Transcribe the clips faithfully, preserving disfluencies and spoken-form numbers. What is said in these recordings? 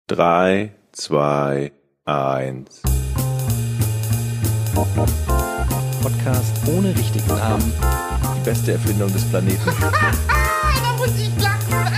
Drei, zwei, eins. Podcast ohne richtigen Namen. Die beste Erfindung des Planeten. Da muss ich lachen.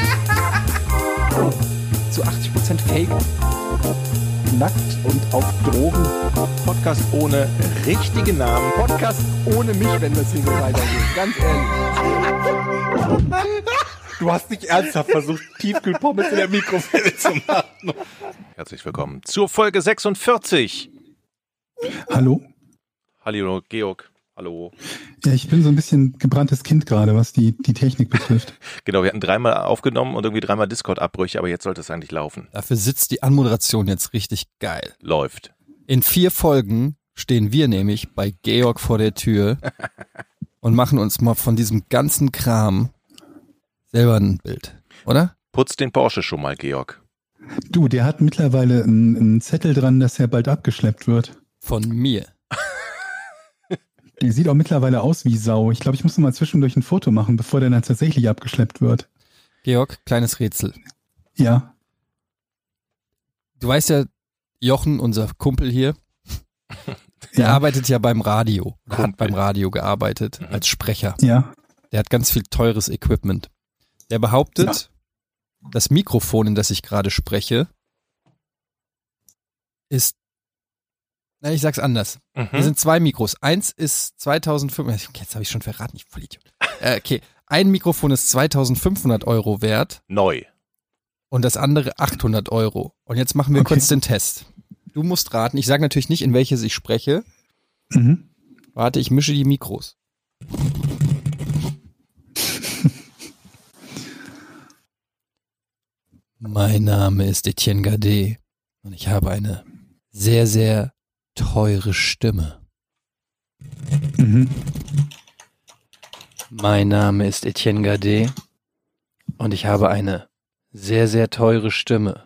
Zu achtzig Prozent Fake. Nackt und auf Drogen. Podcast ohne richtigen Namen. Podcast ohne mich, wenn das hier so weitergeht. Ganz ehrlich. Du hast nicht ernsthaft versucht, Tiefkühlpommes in der Mikrowelle zu machen. Herzlich willkommen zur Folge sechsundvierzig. Hallo? Hallo, Georg. Hallo. Ja, ich bin so ein bisschen gebranntes Kind gerade, was die, die Technik betrifft. Genau, wir hatten dreimal aufgenommen und irgendwie dreimal Discord-Abbrüche, aber jetzt sollte es eigentlich laufen. Dafür sitzt die Anmoderation jetzt richtig geil. Läuft. In vier Folgen stehen wir nämlich bei Georg vor der Tür und machen uns mal von diesem ganzen Kram selber ein Bild, oder? Putz den Porsche schon mal, Georg. Du, der hat mittlerweile einen, einen Zettel dran, dass er bald abgeschleppt wird. Von mir. Die sieht auch mittlerweile aus wie Sau. Ich glaube, ich muss noch mal zwischendurch ein Foto machen, bevor der dann tatsächlich abgeschleppt wird. Georg, kleines Rätsel. Ja. Du weißt ja, Jochen, unser Kumpel hier, der Ja. arbeitet ja beim Radio. Oder hat Kumpel. beim Radio gearbeitet Mhm. als Sprecher. Ja. Der hat ganz viel teures Equipment. Der behauptet, das Mikrofon, in das ich gerade spreche, ist, na, ich sag's anders. Hier Mhm. sind zwei Mikros. Eins ist zweitausendfünfhundert, jetzt habe ich schon verraten, ich Vollidiot. Äh, okay, ein Mikrofon ist zweitausendfünfhundert Euro wert Neu. und das andere achthundert Euro. Und jetzt machen wir Okay. kurz den Test. Du musst raten, ich sage natürlich nicht, in welches ich spreche. Mhm. Warte, ich mische die Mikros. Mein Name ist Etienne Gade und ich habe eine sehr, sehr teure Stimme. Mhm. Mein Name ist Etienne Gade und ich habe eine sehr, sehr teure Stimme.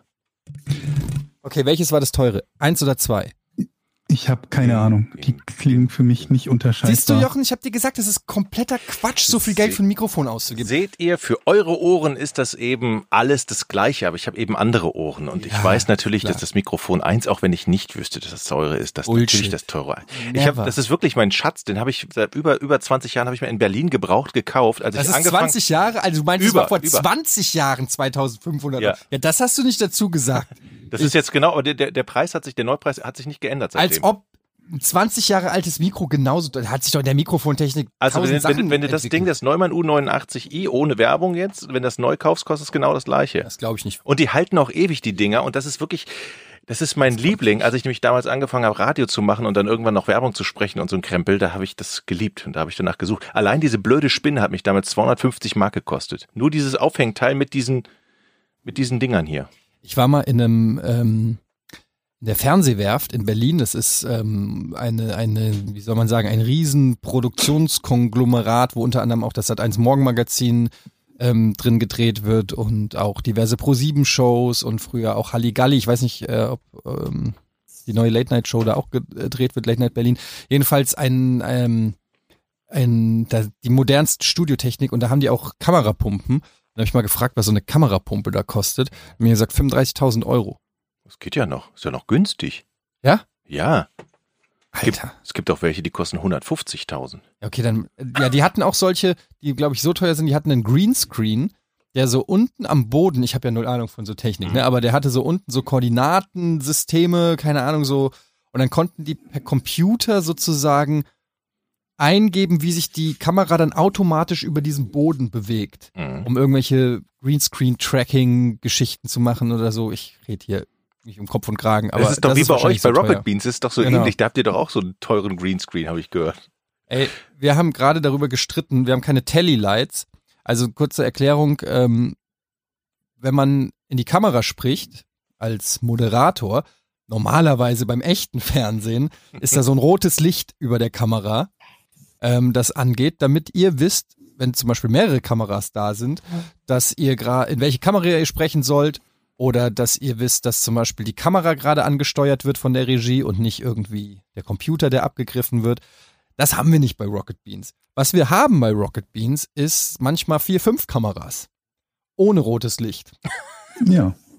Okay, welches war das teure? Eins oder zwei? Ich habe keine Ahnung. Die klingen für mich nicht unterscheidbar. Siehst du, Jochen, ich habe dir gesagt, es ist kompletter Quatsch, so viel Geld für ein Mikrofon auszugeben. Seht ihr, für eure Ohren ist das eben alles das Gleiche, aber ich habe eben andere Ohren und ich Ja, weiß natürlich, klar. dass das Mikrofon eins, auch wenn ich nicht wüsste, dass das teure ist, das Bullshit. natürlich das teure. Ich Never. habe, das ist wirklich mein Schatz, den habe ich seit über über zwanzig Jahren habe ich mir in Berlin gebraucht gekauft, als Das ich ist angefangen. zwanzig Jahre, also du meinst, Über, es war vor über. zwanzig Jahren zweitausendfünfhundert. Ja. Ja, das hast du nicht dazu gesagt. Das ist jetzt genau, aber der, der der Preis hat sich, der Neupreis hat sich nicht geändert seitdem. Als ob ein zwanzig Jahre altes Mikro genauso, da hat sich doch in der Mikrofontechnik Also tausend wenn, Sachen wenn, wenn du das entwickelt. Ding, das Neumann U neunundachtzig i ohne Werbung jetzt, wenn das neu kaufst, kostet es genau das gleiche. Das glaube ich nicht. Und die halten auch ewig, die Dinger. Und das ist wirklich, das ist mein Liebling. Als ich nämlich damals angefangen habe, Radio zu machen und dann irgendwann noch Werbung zu sprechen und so ein Krempel, da habe ich das geliebt und da habe ich danach gesucht. Allein diese blöde Spinne hat mich damals zweihundertfünfzig Mark gekostet. Nur dieses Aufhängteil mit diesen, mit diesen Dingern hier. Ich war mal in einem, ähm, in der Fernsehwerft in Berlin. Das ist ähm, eine, eine, wie soll man sagen, ein riesen Produktionskonglomerat, wo unter anderem auch das Sat eins Morgenmagazin ähm, drin gedreht wird und auch diverse Pro sieben Shows und früher auch Halligalli. Ich weiß nicht, äh, ob ähm, die neue Late-Night-Show da auch gedreht wird, Late Night Berlin. Jedenfalls ein, ähm, ein da, die modernste Studiotechnik und da haben die auch Kamerapumpen. Da habe ich mal gefragt, was so eine Kamerapumpe da kostet. Und mir gesagt, fünfunddreißigtausend Euro. Das geht ja noch. Ist ja noch günstig. Ja? Ja. Es gibt, Alter. es gibt auch welche, die kosten hundertfünfzigtausend. Okay, dann, ja, die hatten auch solche, die, glaube ich, so teuer sind, die hatten einen Greenscreen, der so unten am Boden, ich habe ja null Ahnung von so Technik, ne, aber der hatte so unten so Koordinatensysteme, keine Ahnung, so, und dann konnten die per Computer sozusagen eingeben, wie sich die Kamera dann automatisch über diesen Boden bewegt, Mhm. um irgendwelche Greenscreen-Tracking-Geschichten zu machen oder so. Ich rede hier nicht um Kopf und Kragen, aber das ist doch wie bei euch wahrscheinlich bei so Rocket teuer. Beans, das ist doch so Genau. ähnlich. Da habt ihr doch auch so einen teuren Greenscreen, habe ich gehört. Ey, wir haben gerade darüber gestritten, wir haben keine Telly-Lights. Also kurze Erklärung, ähm, wenn man in die Kamera spricht, als Moderator, normalerweise beim echten Fernsehen, ist da so ein rotes Licht über der Kamera, ähm, das angeht, damit ihr wisst, wenn zum Beispiel mehrere Kameras da sind, dass ihr gerade, in welche Kamera ihr sprechen sollt, oder dass ihr wisst, dass zum Beispiel die Kamera gerade angesteuert wird von der Regie und nicht irgendwie der Computer, der abgegriffen wird. Das haben wir nicht bei Rocket Beans. Was wir haben bei Rocket Beans ist manchmal vier, fünf Kameras. Ohne rotes Licht. Ja.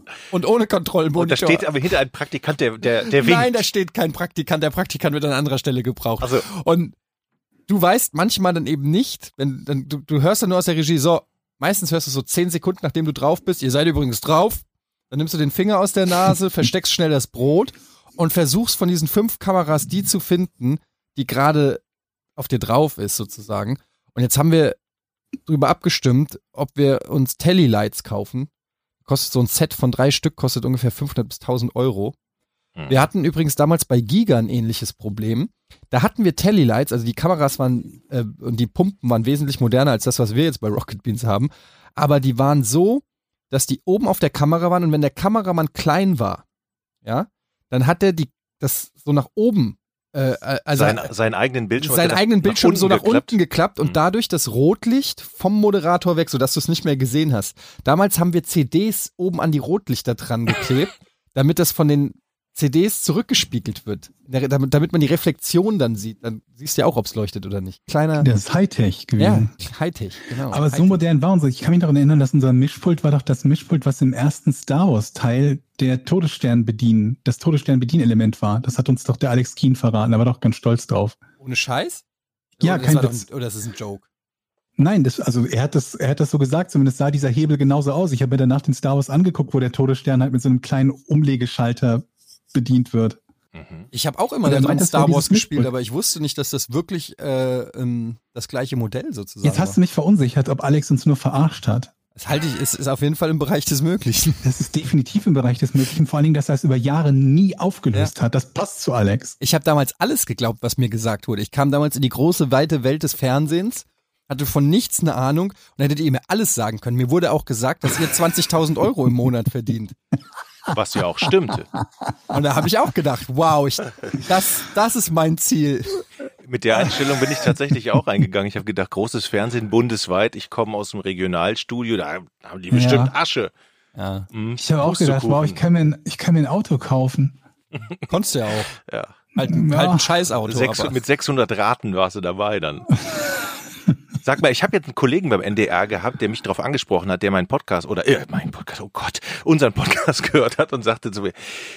und ohne Und da Kontrollmonitor. steht aber hinter ein Praktikant, der, der, der winkt. Nein, da steht kein Praktikant. Der Praktikant wird an anderer Stelle gebraucht. Also, Und du weißt manchmal dann eben nicht, wenn dann, du, du hörst dann nur aus der Regie, so, meistens hörst du so zehn Sekunden, nachdem du drauf bist, ihr seid übrigens drauf, dann nimmst du den Finger aus der Nase, versteckst schnell das Brot und versuchst von diesen fünf Kameras die zu finden, die gerade auf dir drauf ist sozusagen. Und jetzt haben wir drüber abgestimmt, ob wir uns Telly-Lights kaufen. Kostet so ein Set von drei Stück, kostet ungefähr fünfhundert bis tausend Euro. Wir hatten übrigens damals bei Giga ein ähnliches Problem. Da hatten wir Telly-Lights, also die Kameras waren äh, und die Pumpen waren wesentlich moderner als das, was wir jetzt bei Rocket Beans haben. Aber die waren so, dass die oben auf der Kamera waren und wenn der Kameramann klein war, ja, dann hat er die das so nach oben, äh, also sein, seinen eigenen Bildschirm, seinen eigenen Bildschirm so nach geklappt. unten geklappt und Mhm. dadurch das Rotlicht vom Moderator weg, sodass du es nicht mehr gesehen hast. Damals haben wir C Ds oben an die Rotlichter dran geklebt, damit das von den C Ds zurückgespiegelt wird, damit, damit man die Reflexion dann sieht. Dann siehst du ja auch, ob es leuchtet oder nicht. Kleiner, Das ist Hightech ja, gewesen. Hightech, genau. Aber so Hightech. modern war unser. Ich kann mich daran erinnern, dass unser Mischpult war doch das Mischpult, was im ersten Star Wars Teil der Todesstern bedienen, das Todesstern Bedienelement war. Das hat uns doch der Alex Keen verraten. Da war doch ganz stolz drauf. Ohne Scheiß? Ja, oder kein das war Witz. doch, Oder ist es ein Joke? Nein, das, also er hat das, er hat das so gesagt, zumindest sah dieser Hebel genauso aus. Ich habe mir danach den Star Wars angeguckt, wo der Todesstern halt mit so einem kleinen Umlegeschalter bedient wird. Mhm. Ich habe auch immer Und er daran meint, das war Star dieses Wars gespielt, Mischpult. aber ich wusste nicht, dass das wirklich äh, ähm, das gleiche Modell sozusagen Jetzt hast du war. mich verunsichert, ob Alex uns nur verarscht hat. Das halte ich, ist, ist auf jeden Fall im Bereich des Möglichen. Das ist definitiv im Bereich des Möglichen, vor allen Dingen, dass er es über Jahre nie aufgelöst hat. Das passt zu Alex. Ich habe damals alles geglaubt, was mir gesagt wurde. Ich kam damals in die große, weite Welt des Fernsehens, hatte von nichts eine Ahnung und hättet ihr mir alles sagen können. Mir wurde auch gesagt, dass ihr zwanzigtausend Euro im Monat verdient. Was ja auch stimmte. Und da habe ich auch gedacht, wow, ich, das, das ist mein Ziel. Mit der Einstellung bin ich tatsächlich auch eingegangen. Ich habe gedacht, großes Fernsehen bundesweit. Ich komme aus dem Regionalstudio, da haben die bestimmt Ja. Asche. Ja, Mhm. Ich habe auch gedacht, wow, ich kann mir ein, ich kann mir ein Auto kaufen. konntest du ja auch. Ja. Halt, Ja. halt ein Scheißauto. Sechs, aber. mit sechshundert Raten warst du dabei dann. Sag mal, ich habe jetzt einen Kollegen beim N D R gehabt, der mich darauf angesprochen hat, der meinen Podcast, oder äh, meinen Podcast, oh Gott, unseren Podcast gehört hat und sagte zu mir,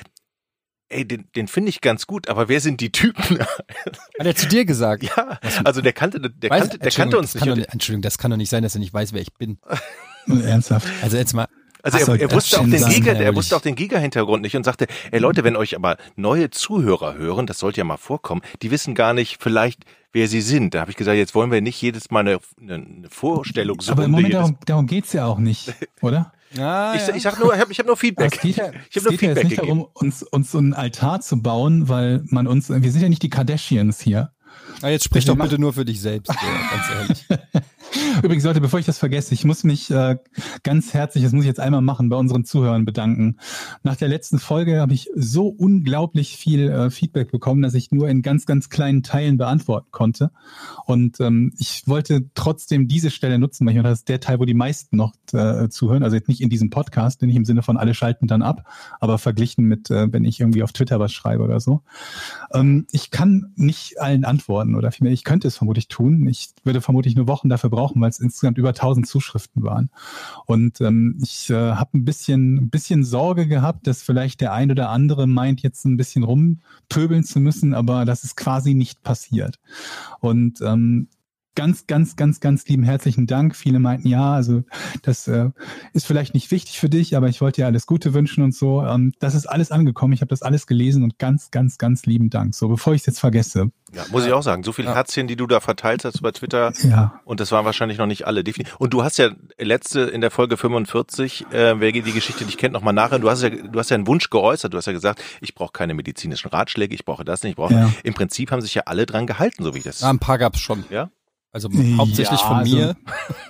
ey, den, den finde ich ganz gut, aber wer sind die Typen? Hat er zu dir gesagt? Ja, also der kannte, der Weiß- kannte, der kannte uns das kann nicht. doch, Entschuldigung, das kann doch nicht sein, dass er nicht weiß, wer ich bin. Ernsthaft. Also jetzt mal, Also Ach so, er, er das wusste auch stimmt, den das ist Giga, er ärgerlich. wusste auch den Giga-Hintergrund nicht und sagte, ey Leute, wenn euch aber neue Zuhörer hören, das sollte ja mal vorkommen, die wissen gar nicht vielleicht, wer sie sind. Da habe ich gesagt, jetzt wollen wir nicht jedes Mal eine, eine Vorstellungsrunde. Aber im Moment, jedes, darum, darum geht's ja auch nicht, oder? ah, ich, ja. ich sag nur, ich habe ich hab nur Aber Feedback. es geht ja, Ich es habe nur geht ja jetzt Feedback nicht gegeben. darum, uns, uns so einen Altar zu bauen, weil man uns, wir sind ja nicht die Kardashians hier. Ah, jetzt sprich Wir doch machen- bitte nur für dich selbst, ja, ganz ehrlich. Übrigens, Leute, bevor ich das vergesse, ich muss mich äh, ganz herzlich, das muss ich jetzt einmal machen, bei unseren Zuhörern bedanken. Nach der letzten Folge habe ich so unglaublich viel äh, Feedback bekommen, dass ich nur in ganz, ganz kleinen Teilen beantworten konnte. Und ähm, ich wollte trotzdem diese Stelle nutzen, weil ich das ist der Teil, wo die meisten noch äh, zuhören. Also jetzt nicht in diesem Podcast, nicht im Sinne von alle schalten dann ab, aber verglichen mit, äh, wenn ich irgendwie auf Twitter was schreibe oder so. Ähm, ich kann nicht allen antworten oder vielmehr, ich könnte es vermutlich tun. Ich würde vermutlich nur Wochen dafür brauchen, weil es insgesamt über tausend Zuschriften waren. Und ähm, ich äh, habe ein bisschen, ein bisschen Sorge gehabt, dass vielleicht der ein oder andere meint, jetzt ein bisschen rumpöbeln zu müssen, aber das ist quasi nicht passiert. Und ähm, ganz, ganz, ganz, ganz lieben herzlichen Dank. Viele meinten, ja, also das äh, ist vielleicht nicht wichtig für dich, aber ich wollte dir alles Gute wünschen und so. Ähm, das ist alles angekommen. Ich habe das alles gelesen und ganz, ganz, ganz lieben Dank. So, bevor ich es jetzt vergesse. Ja, muss ich auch sagen, so viele Ja. Herzchen, die du da verteilt hast über Twitter, Ja, und das waren wahrscheinlich noch nicht alle. definitiv. Und du hast ja letzte in der Folge fünfundvierzig, äh, wer die Geschichte nicht kennt, nochmal nachher. Du hast ja, du hast ja einen Wunsch geäußert. Du hast ja gesagt, ich brauche keine medizinischen Ratschläge, ich brauche das nicht, ich brauche. Ja. Im Prinzip haben sich ja alle dran gehalten, so wie ich das. Ja, ein paar gab's schon. Ja? Also Ja, hauptsächlich von also- mir.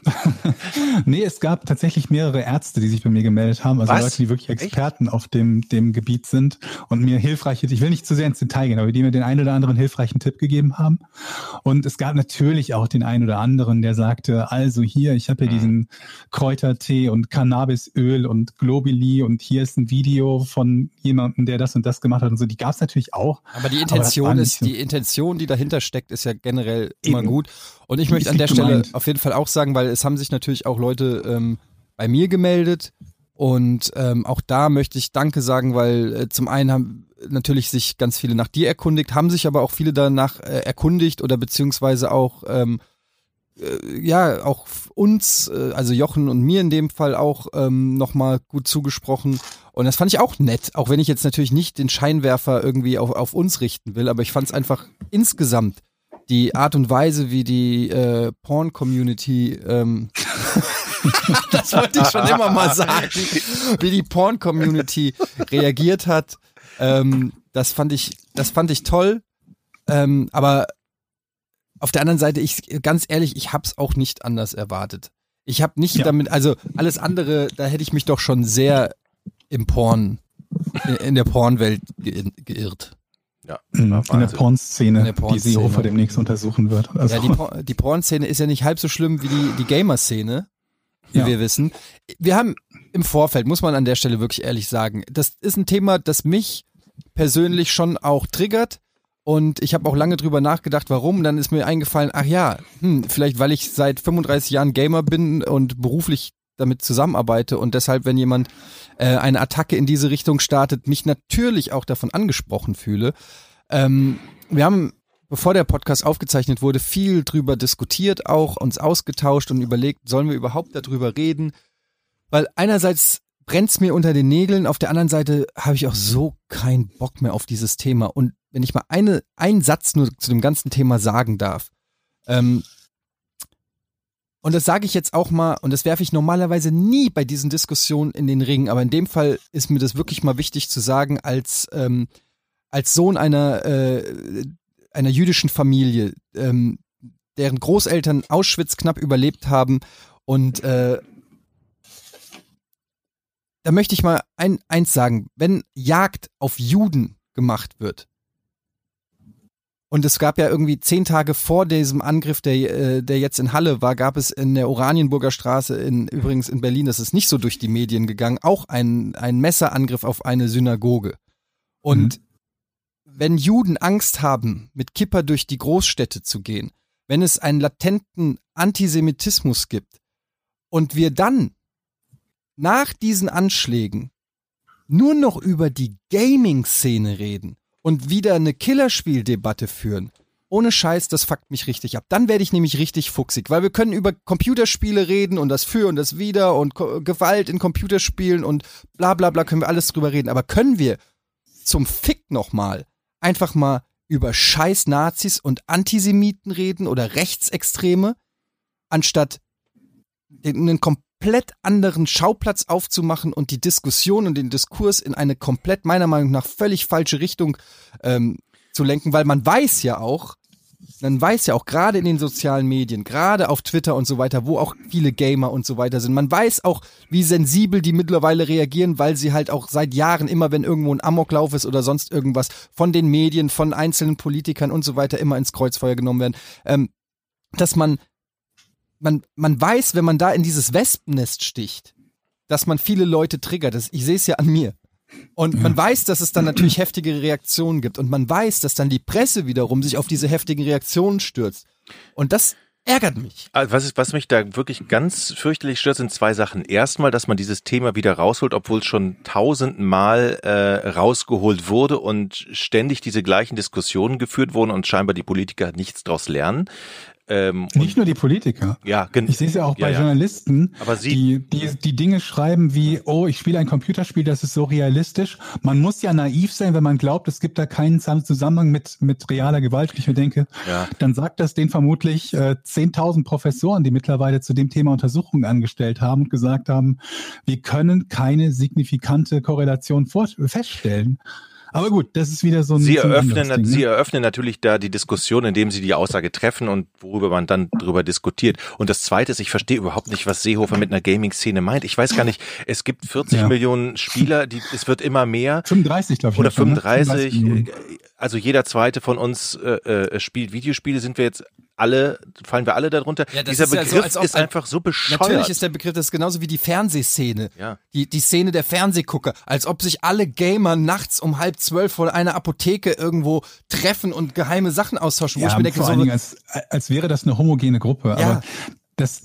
nee, es gab tatsächlich mehrere Ärzte, die sich bei mir gemeldet haben, also Was? Leute, die wirklich Experten auf dem, dem Gebiet sind und mir hilfreiche, ich will nicht zu sehr ins Detail gehen, aber die mir den einen oder anderen hilfreichen Tipp gegeben haben. Und es gab natürlich auch den einen oder anderen, der sagte, also hier, ich habe hier Mhm. diesen Kräutertee und Cannabisöl und Globuli und hier ist ein Video von jemandem, der das und das gemacht hat und so. Die gab es natürlich auch. Aber die das war Intention nicht ist, so. die Intention, die dahinter steckt, ist ja generell immer Eben. gut. Und ich Die möchte ist an der gut Stelle gemeint. auf jeden Fall auch sagen, weil es haben sich natürlich auch Leute ähm, bei mir gemeldet Und ähm, auch da möchte ich Danke sagen, weil äh, zum einen haben natürlich sich ganz viele nach dir erkundigt, haben sich aber auch viele danach äh, erkundigt oder beziehungsweise auch ähm, äh, ja auch uns, äh, also Jochen und mir in dem Fall auch ähm, nochmal gut zugesprochen. Und das fand ich auch nett, auch wenn ich jetzt natürlich nicht den Scheinwerfer irgendwie auf, auf uns richten will, aber ich fand es einfach insgesamt die Art und Weise, wie die äh, Porn-Community ähm, das wollte ich schon immer mal sagen, wie die Porn-Community reagiert hat. Ähm, das fand ich, das fand ich toll. Ähm, aber auf der anderen Seite, ich ganz ehrlich, ich hab's auch nicht anders erwartet. Ich habe nicht ja. damit, also alles andere, da hätte ich mich doch schon sehr im Porn, in der Pornwelt ge- geirrt. Ja, in der Pornszene, in der Porn die Seehofer demnächst untersuchen wird. Also. Ja, die, Por- die Pornszene ist ja nicht halb so schlimm wie die, die Gamer-Szene, wie ja. wir wissen. Wir haben im Vorfeld, muss man an der Stelle wirklich ehrlich sagen, das ist ein Thema, das mich persönlich schon auch triggert und ich habe auch lange drüber nachgedacht, warum. Dann ist mir eingefallen, ach ja, hm, vielleicht weil ich seit fünfunddreißig Jahren Gamer bin und beruflich damit zusammenarbeite und deshalb, wenn jemand äh, eine Attacke in diese Richtung startet, mich natürlich auch davon angesprochen fühle. Ähm, wir haben, bevor der Podcast aufgezeichnet wurde, viel drüber diskutiert, auch uns ausgetauscht und überlegt, sollen wir überhaupt darüber reden? Weil einerseits brennt's mir unter den Nägeln, auf der anderen Seite habe ich auch so keinen Bock mehr auf dieses Thema. Und wenn ich mal eine, einen Satz nur zu dem ganzen Thema sagen darf, ähm, und das sage ich jetzt auch mal, und das werfe ich normalerweise nie bei diesen Diskussionen in den Ring, aber in dem Fall ist mir das wirklich mal wichtig zu sagen, als ähm, als Sohn einer äh, einer jüdischen Familie, ähm, deren Großeltern Auschwitz knapp überlebt haben und äh, da möchte ich mal ein, eins sagen, wenn Jagd auf Juden gemacht wird, und es gab ja irgendwie zehn Tage vor diesem Angriff, der, der jetzt in Halle war, gab es in der Oranienburger Straße, in, übrigens in Berlin, das ist nicht so durch die Medien gegangen, auch einen, einen Messerangriff auf eine Synagoge. Und mhm. wenn Juden Angst haben, mit Kippa durch die Großstädte zu gehen, wenn es einen latenten Antisemitismus gibt und wir dann nach diesen Anschlägen nur noch über die Gaming-Szene reden, und wieder eine Killerspieldebatte führen, ohne Scheiß, das fuckt mich richtig ab. Dann werde ich nämlich richtig fuchsig, weil wir können über Computerspiele reden und das für und das wieder und Ko- Gewalt in Computerspielen und bla bla bla, können wir alles drüber reden. Aber können wir zum Fick nochmal einfach mal über scheiß Nazis und Antisemiten reden oder Rechtsextreme, anstatt den, einen komplett anderen Schauplatz aufzumachen und die Diskussion und den Diskurs in eine komplett, meiner Meinung nach, völlig falsche Richtung ähm, zu lenken, weil man weiß ja auch, man weiß ja auch gerade in den sozialen Medien, gerade auf Twitter und so weiter, wo auch viele Gamer und so weiter sind, man weiß auch, wie sensibel die mittlerweile reagieren, weil sie halt auch seit Jahren immer, wenn irgendwo ein Amoklauf ist oder sonst irgendwas, von den Medien, von einzelnen Politikern und so weiter immer ins Kreuzfeuer genommen werden, ähm, dass man Man, man weiß, wenn man da in dieses Wespennest sticht, dass man viele Leute triggert. Das, ich sehe es ja an mir. Und ja. man weiß, dass es dann natürlich heftige Reaktionen gibt. Und man weiß, dass dann die Presse wiederum sich auf diese heftigen Reaktionen stürzt. Und das ärgert mich. Also was, ist, was mich da wirklich ganz fürchterlich stört, sind zwei Sachen. Erstmal, dass man dieses Thema wieder rausholt, obwohl es schon tausendmal äh, rausgeholt wurde und ständig diese gleichen Diskussionen geführt wurden und scheinbar die Politiker nichts draus lernen. Ähm, Nicht nur die Politiker. Ja, gen- ich sehe es ja auch bei ja, ja. Journalisten, Aber sie- die, die die Dinge schreiben wie, oh, ich spiele ein Computerspiel, das ist so realistisch. Man muss ja naiv sein, wenn man glaubt, es gibt da keinen Zusammenhang mit mit realer Gewalt. Ich mir denke, Ja. dann sagt das denen vermutlich äh, zehntausend Professoren, die mittlerweile zu dem Thema Untersuchungen angestellt haben und gesagt haben, wir können keine signifikante Korrelation vor- feststellen. Aber gut, das ist wieder so ein Sie so ein eröffnen, anderes Ding, Sie ne? eröffnen natürlich da die Diskussion, indem Sie die Aussage treffen und worüber man dann drüber diskutiert. Und das Zweite ist, ich verstehe überhaupt nicht, was Seehofer mit einer Gaming-Szene meint. Ich weiß gar nicht, es gibt vierzig Ja. Millionen Spieler, die, es wird immer mehr. fünfunddreißig, glaube ich. Oder jetzt schon, ne? fünfunddreißig. Millionen. Also jeder Zweite von uns äh, äh, spielt Videospiele. Sind wir jetzt alle, fallen wir alle darunter? Ja, das Dieser ist ja Begriff so, als ob ist ein- einfach so bescheuert. Natürlich ist der Begriff, das ist genauso wie die Fernsehszene. Ja. Die, die Szene der Fernsehgucker. Als ob sich alle Gamer nachts um halb zwölf vor einer Apotheke irgendwo treffen und geheime Sachen austauschen. Wo Ja, ich mir denke, vor so, allen Dingen, als, als wäre das eine homogene Gruppe. Ja. Aber das, das,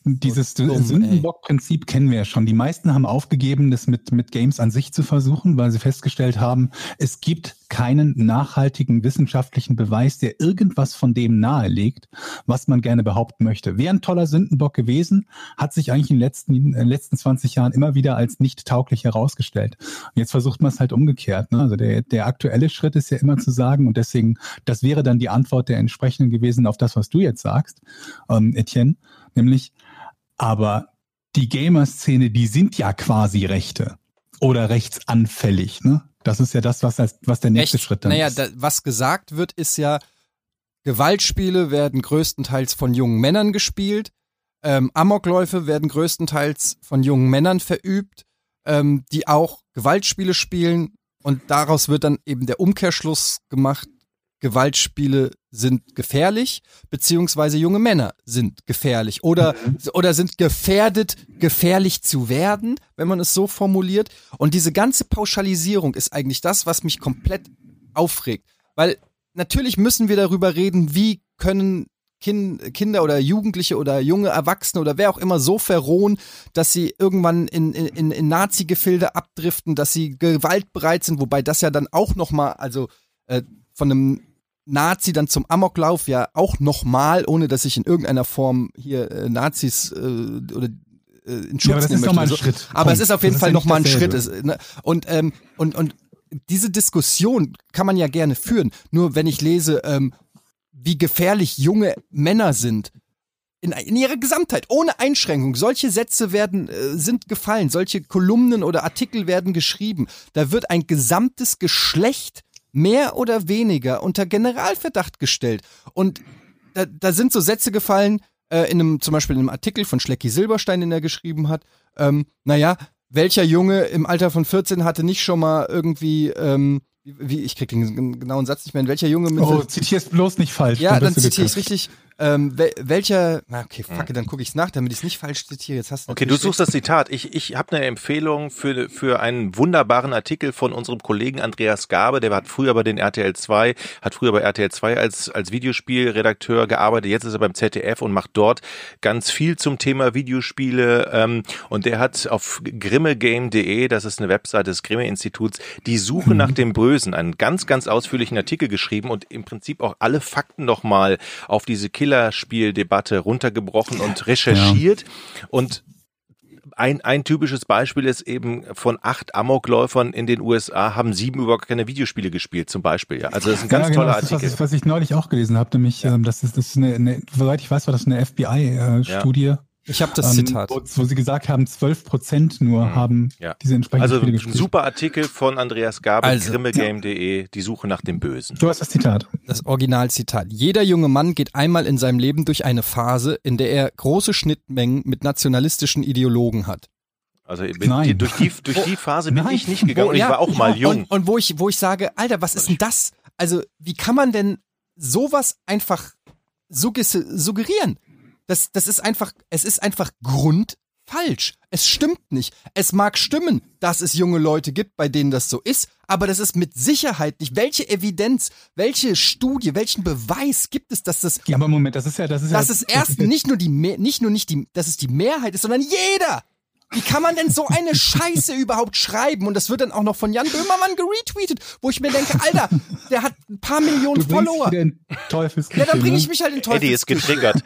dieses So dumm, Sündenbock-Prinzip kennen wir ja schon. Die meisten haben aufgegeben, das mit, mit Games an sich zu versuchen, weil sie festgestellt haben, es gibt keinen nachhaltigen wissenschaftlichen Beweis, der irgendwas von dem nahelegt, was man gerne behaupten möchte. Wäre ein toller Sündenbock gewesen, hat sich eigentlich in den letzten, in den letzten zwanzig Jahren immer wieder als nicht tauglich herausgestellt. Und jetzt versucht man es halt umgekehrt. Ne? Also der, der aktuelle Schritt ist ja immer zu sagen, und deswegen, das wäre dann die Antwort der entsprechenden gewesen auf das, was du jetzt sagst, ähm, Etienne, nämlich, aber die Gamer-Szene, die sind ja quasi Rechte oder rechtsanfällig, ne? Das ist ja das, was, als, was der nächste Recht, Schritt dann naja, ist. da, was gesagt wird, ist ja, Gewaltspiele werden größtenteils von jungen Männern gespielt, ähm, Amokläufe werden größtenteils von jungen Männern verübt, ähm, die auch Gewaltspiele spielen, und daraus wird dann eben der Umkehrschluss gemacht, Gewaltspiele sind gefährlich, beziehungsweise junge Männer sind gefährlich oder, mhm. oder sind gefährdet, gefährlich zu werden, wenn man es so formuliert. Und diese ganze Pauschalisierung ist eigentlich das, was mich komplett aufregt. Weil natürlich müssen wir darüber reden, wie können kind, Kinder oder Jugendliche oder junge Erwachsene oder wer auch immer so verrohen, dass sie irgendwann in, in, in Nazi-Gefilde abdriften, dass sie gewaltbereit sind, wobei das ja dann auch nochmal, also äh, von einem Nazi dann zum Amoklauf ja auch nochmal, ohne dass ich in irgendeiner Form hier äh, Nazis äh, oder äh, in Schutz ja, aber das nehmen ist möchte. ein So. Schritt. Aber Punkt. es ist auf jeden das Fall ja nochmal ein dasselbe. Schritt. Ist, ne? Und, ähm, und, und diese Diskussion kann man ja gerne führen. Nur wenn ich lese, ähm, wie gefährlich junge Männer sind, in, in ihrer Gesamtheit, ohne Einschränkung. Solche Sätze werden, äh, sind gefallen, solche Kolumnen oder Artikel werden geschrieben. Da wird ein gesamtes Geschlecht mehr oder weniger unter Generalverdacht gestellt. Und da, da sind so Sätze gefallen, äh, in einem, zum Beispiel in einem Artikel von Schlecki Silberstein, den er geschrieben hat, ähm, naja, welcher Junge im Alter von vierzehn hatte nicht schon mal irgendwie, ähm, wie, wie ich krieg den genauen Satz nicht mehr, in welcher Junge mit... Oh, zitierst bloß nicht falsch. Ja, dann wirst du zitiere ich gekürzt. richtig. Ähm, wel, welcher, na okay, fuck, dann gucke ich es nach, damit ich es nicht falsch zitiere. Jetzt hast du Okay, du suchst das Zitat. Ich, ich habe eine Empfehlung für, für einen wunderbaren Artikel von unserem Kollegen Andreas Gabe. Der hat früher bei den R T L zwei, hat früher bei R T L zwei als, als Videospielredakteur gearbeitet. Jetzt ist er beim Z D F und macht dort ganz viel zum Thema Videospiele. Ähm, und der hat auf grimmegame punkt de, das ist eine Webseite des Grimme-Instituts, die Suche mhm. nach dem Bösen, einen ganz, ganz ausführlichen Artikel geschrieben und im Prinzip auch alle Fakten nochmal auf diese Killerspieldebatte runtergebrochen und recherchiert. Ja. Und ein, ein typisches Beispiel ist eben, von acht Amokläufern in den U S A haben sieben überhaupt keine Videospiele gespielt, zum Beispiel. Ja. Also das ist ein ganz ja, genau, toller das ist, Artikel. was, ich, was ich neulich auch gelesen habe, nämlich, ja. ähm, das ist, das ist eine, eine, soweit ich weiß, war das eine F B I-Studie. Äh, ja. Ich habe das ähm, Zitat. Wo, wo sie gesagt haben, zwölf Prozent nur mhm. haben ja. diese entsprechenden Also Spiele ein gespielt. super Artikel von Andreas Gabe, also, grimmegame punkt de, die Suche nach dem Bösen. Du hast das Zitat. Das Originalzitat. Jeder junge Mann geht einmal in seinem Leben durch eine Phase, in der er große Schnittmengen mit nationalistischen Ideologen hat. Also bin, die, durch, die, durch die Phase bin Nein. ich nicht gegangen Wo, und ich ja, war auch mal jung. Und, und wo ich, wo ich sage, Alter, was ist denn das? Also, wie kann man denn sowas einfach sugge- suggerieren? Das, das ist einfach, es ist einfach grundfalsch. Es stimmt nicht. Es mag stimmen, dass es junge Leute gibt, bei denen das so ist, aber das ist mit Sicherheit nicht. Welche Evidenz, welche Studie, welchen Beweis gibt es, dass das, Ja, aber Moment, das ist ja, das ist dass ja, es erst nicht nur die, Me- nicht nur nicht die, dass es die Mehrheit ist, sondern jeder. Wie kann man denn so eine Scheiße überhaupt schreiben? Und das wird dann auch noch von Jan Böhmermann geretweetet, wo ich mir denke, Alter, der hat ein paar Millionen du bringst Follower. wieder in Teufelsküche, Ja, dann bringe ne? ich mich halt in Eddie ist Teufelsküche. getriggert.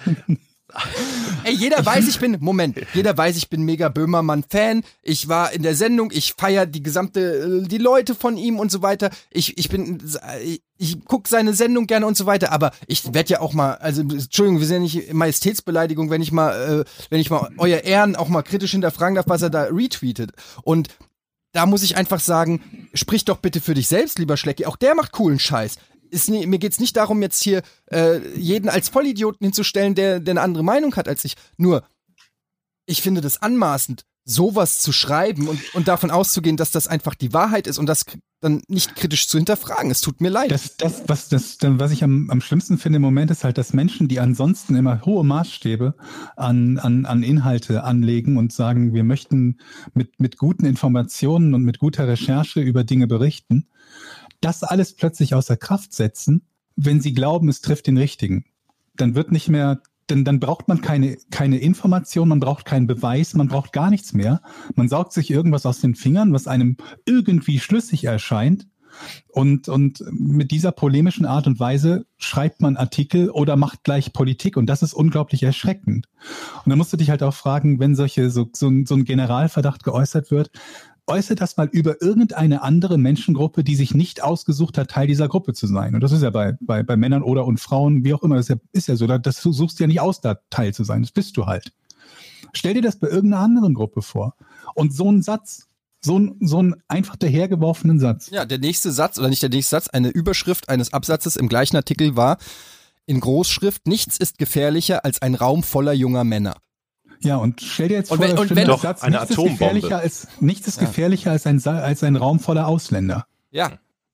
Ey, jeder weiß, ich bin, Moment, jeder weiß, ich bin mega Böhmermann-Fan. Ich war in der Sendung, ich feiere die gesamte, die Leute von ihm und so weiter. Ich, ich bin, ich, ich gucke seine Sendung gerne und so weiter, aber ich werde ja auch mal, also, Entschuldigung, wir sind ja nicht Majestätsbeleidigung, wenn ich mal, äh, wenn ich mal euer Ehren auch mal kritisch hinterfragen darf, was er da retweetet. Und da muss ich einfach sagen, sprich doch bitte für dich selbst, lieber Schlecki. Auch der macht coolen Scheiß. Ist nie, mir geht's nicht darum, jetzt hier äh, jeden als Vollidioten hinzustellen, der, der eine andere Meinung hat als ich. Nur, ich finde das anmaßend, sowas zu schreiben und, und davon auszugehen, dass das einfach die Wahrheit ist und das dann nicht kritisch zu hinterfragen. Es tut mir leid. Das, das, was, das, was ich am, am schlimmsten finde im Moment ist halt, dass Menschen, die ansonsten immer hohe Maßstäbe an, an, an Inhalte anlegen und sagen, wir möchten mit, mit guten Informationen und mit guter Recherche über Dinge berichten, das alles plötzlich außer Kraft setzen, wenn sie glauben, es trifft den Richtigen. Dann wird nicht mehr denn dann braucht man keine, keine Information, man braucht keinen Beweis, man braucht gar nichts mehr. Man saugt sich irgendwas aus den Fingern, was einem irgendwie schlüssig erscheint. Und, und mit dieser polemischen Art und Weise schreibt man Artikel oder macht gleich Politik. Und das ist unglaublich erschreckend. Und dann musst du dich halt auch fragen, wenn solche, so, so, ein, so ein Generalverdacht geäußert wird, äußert das mal über irgendeine andere Menschengruppe, die sich nicht ausgesucht hat, Teil dieser Gruppe zu sein. Und das ist ja bei, bei, bei Männern oder und Frauen, wie auch immer, das ist ja, ist ja so, das du suchst ja nicht aus, da Teil zu sein. Das bist du halt. Stell dir das bei irgendeiner anderen Gruppe vor. Und so ein Satz, so ein, so ein einfach dahergeworfenen Satz. Ja, der nächste Satz, oder nicht der nächste Satz, eine Überschrift eines Absatzes im gleichen Artikel war in Großschrift, nichts ist gefährlicher als ein Raum voller junger Männer. Ja, und stell dir jetzt und vor, wenn, das und stimmt wenn, der doch Satz, eine nichts Atombombe. Ist gefährlicher als, nichts ist ja. gefährlicher als ein, als ein Raum voller Ausländer. Ja.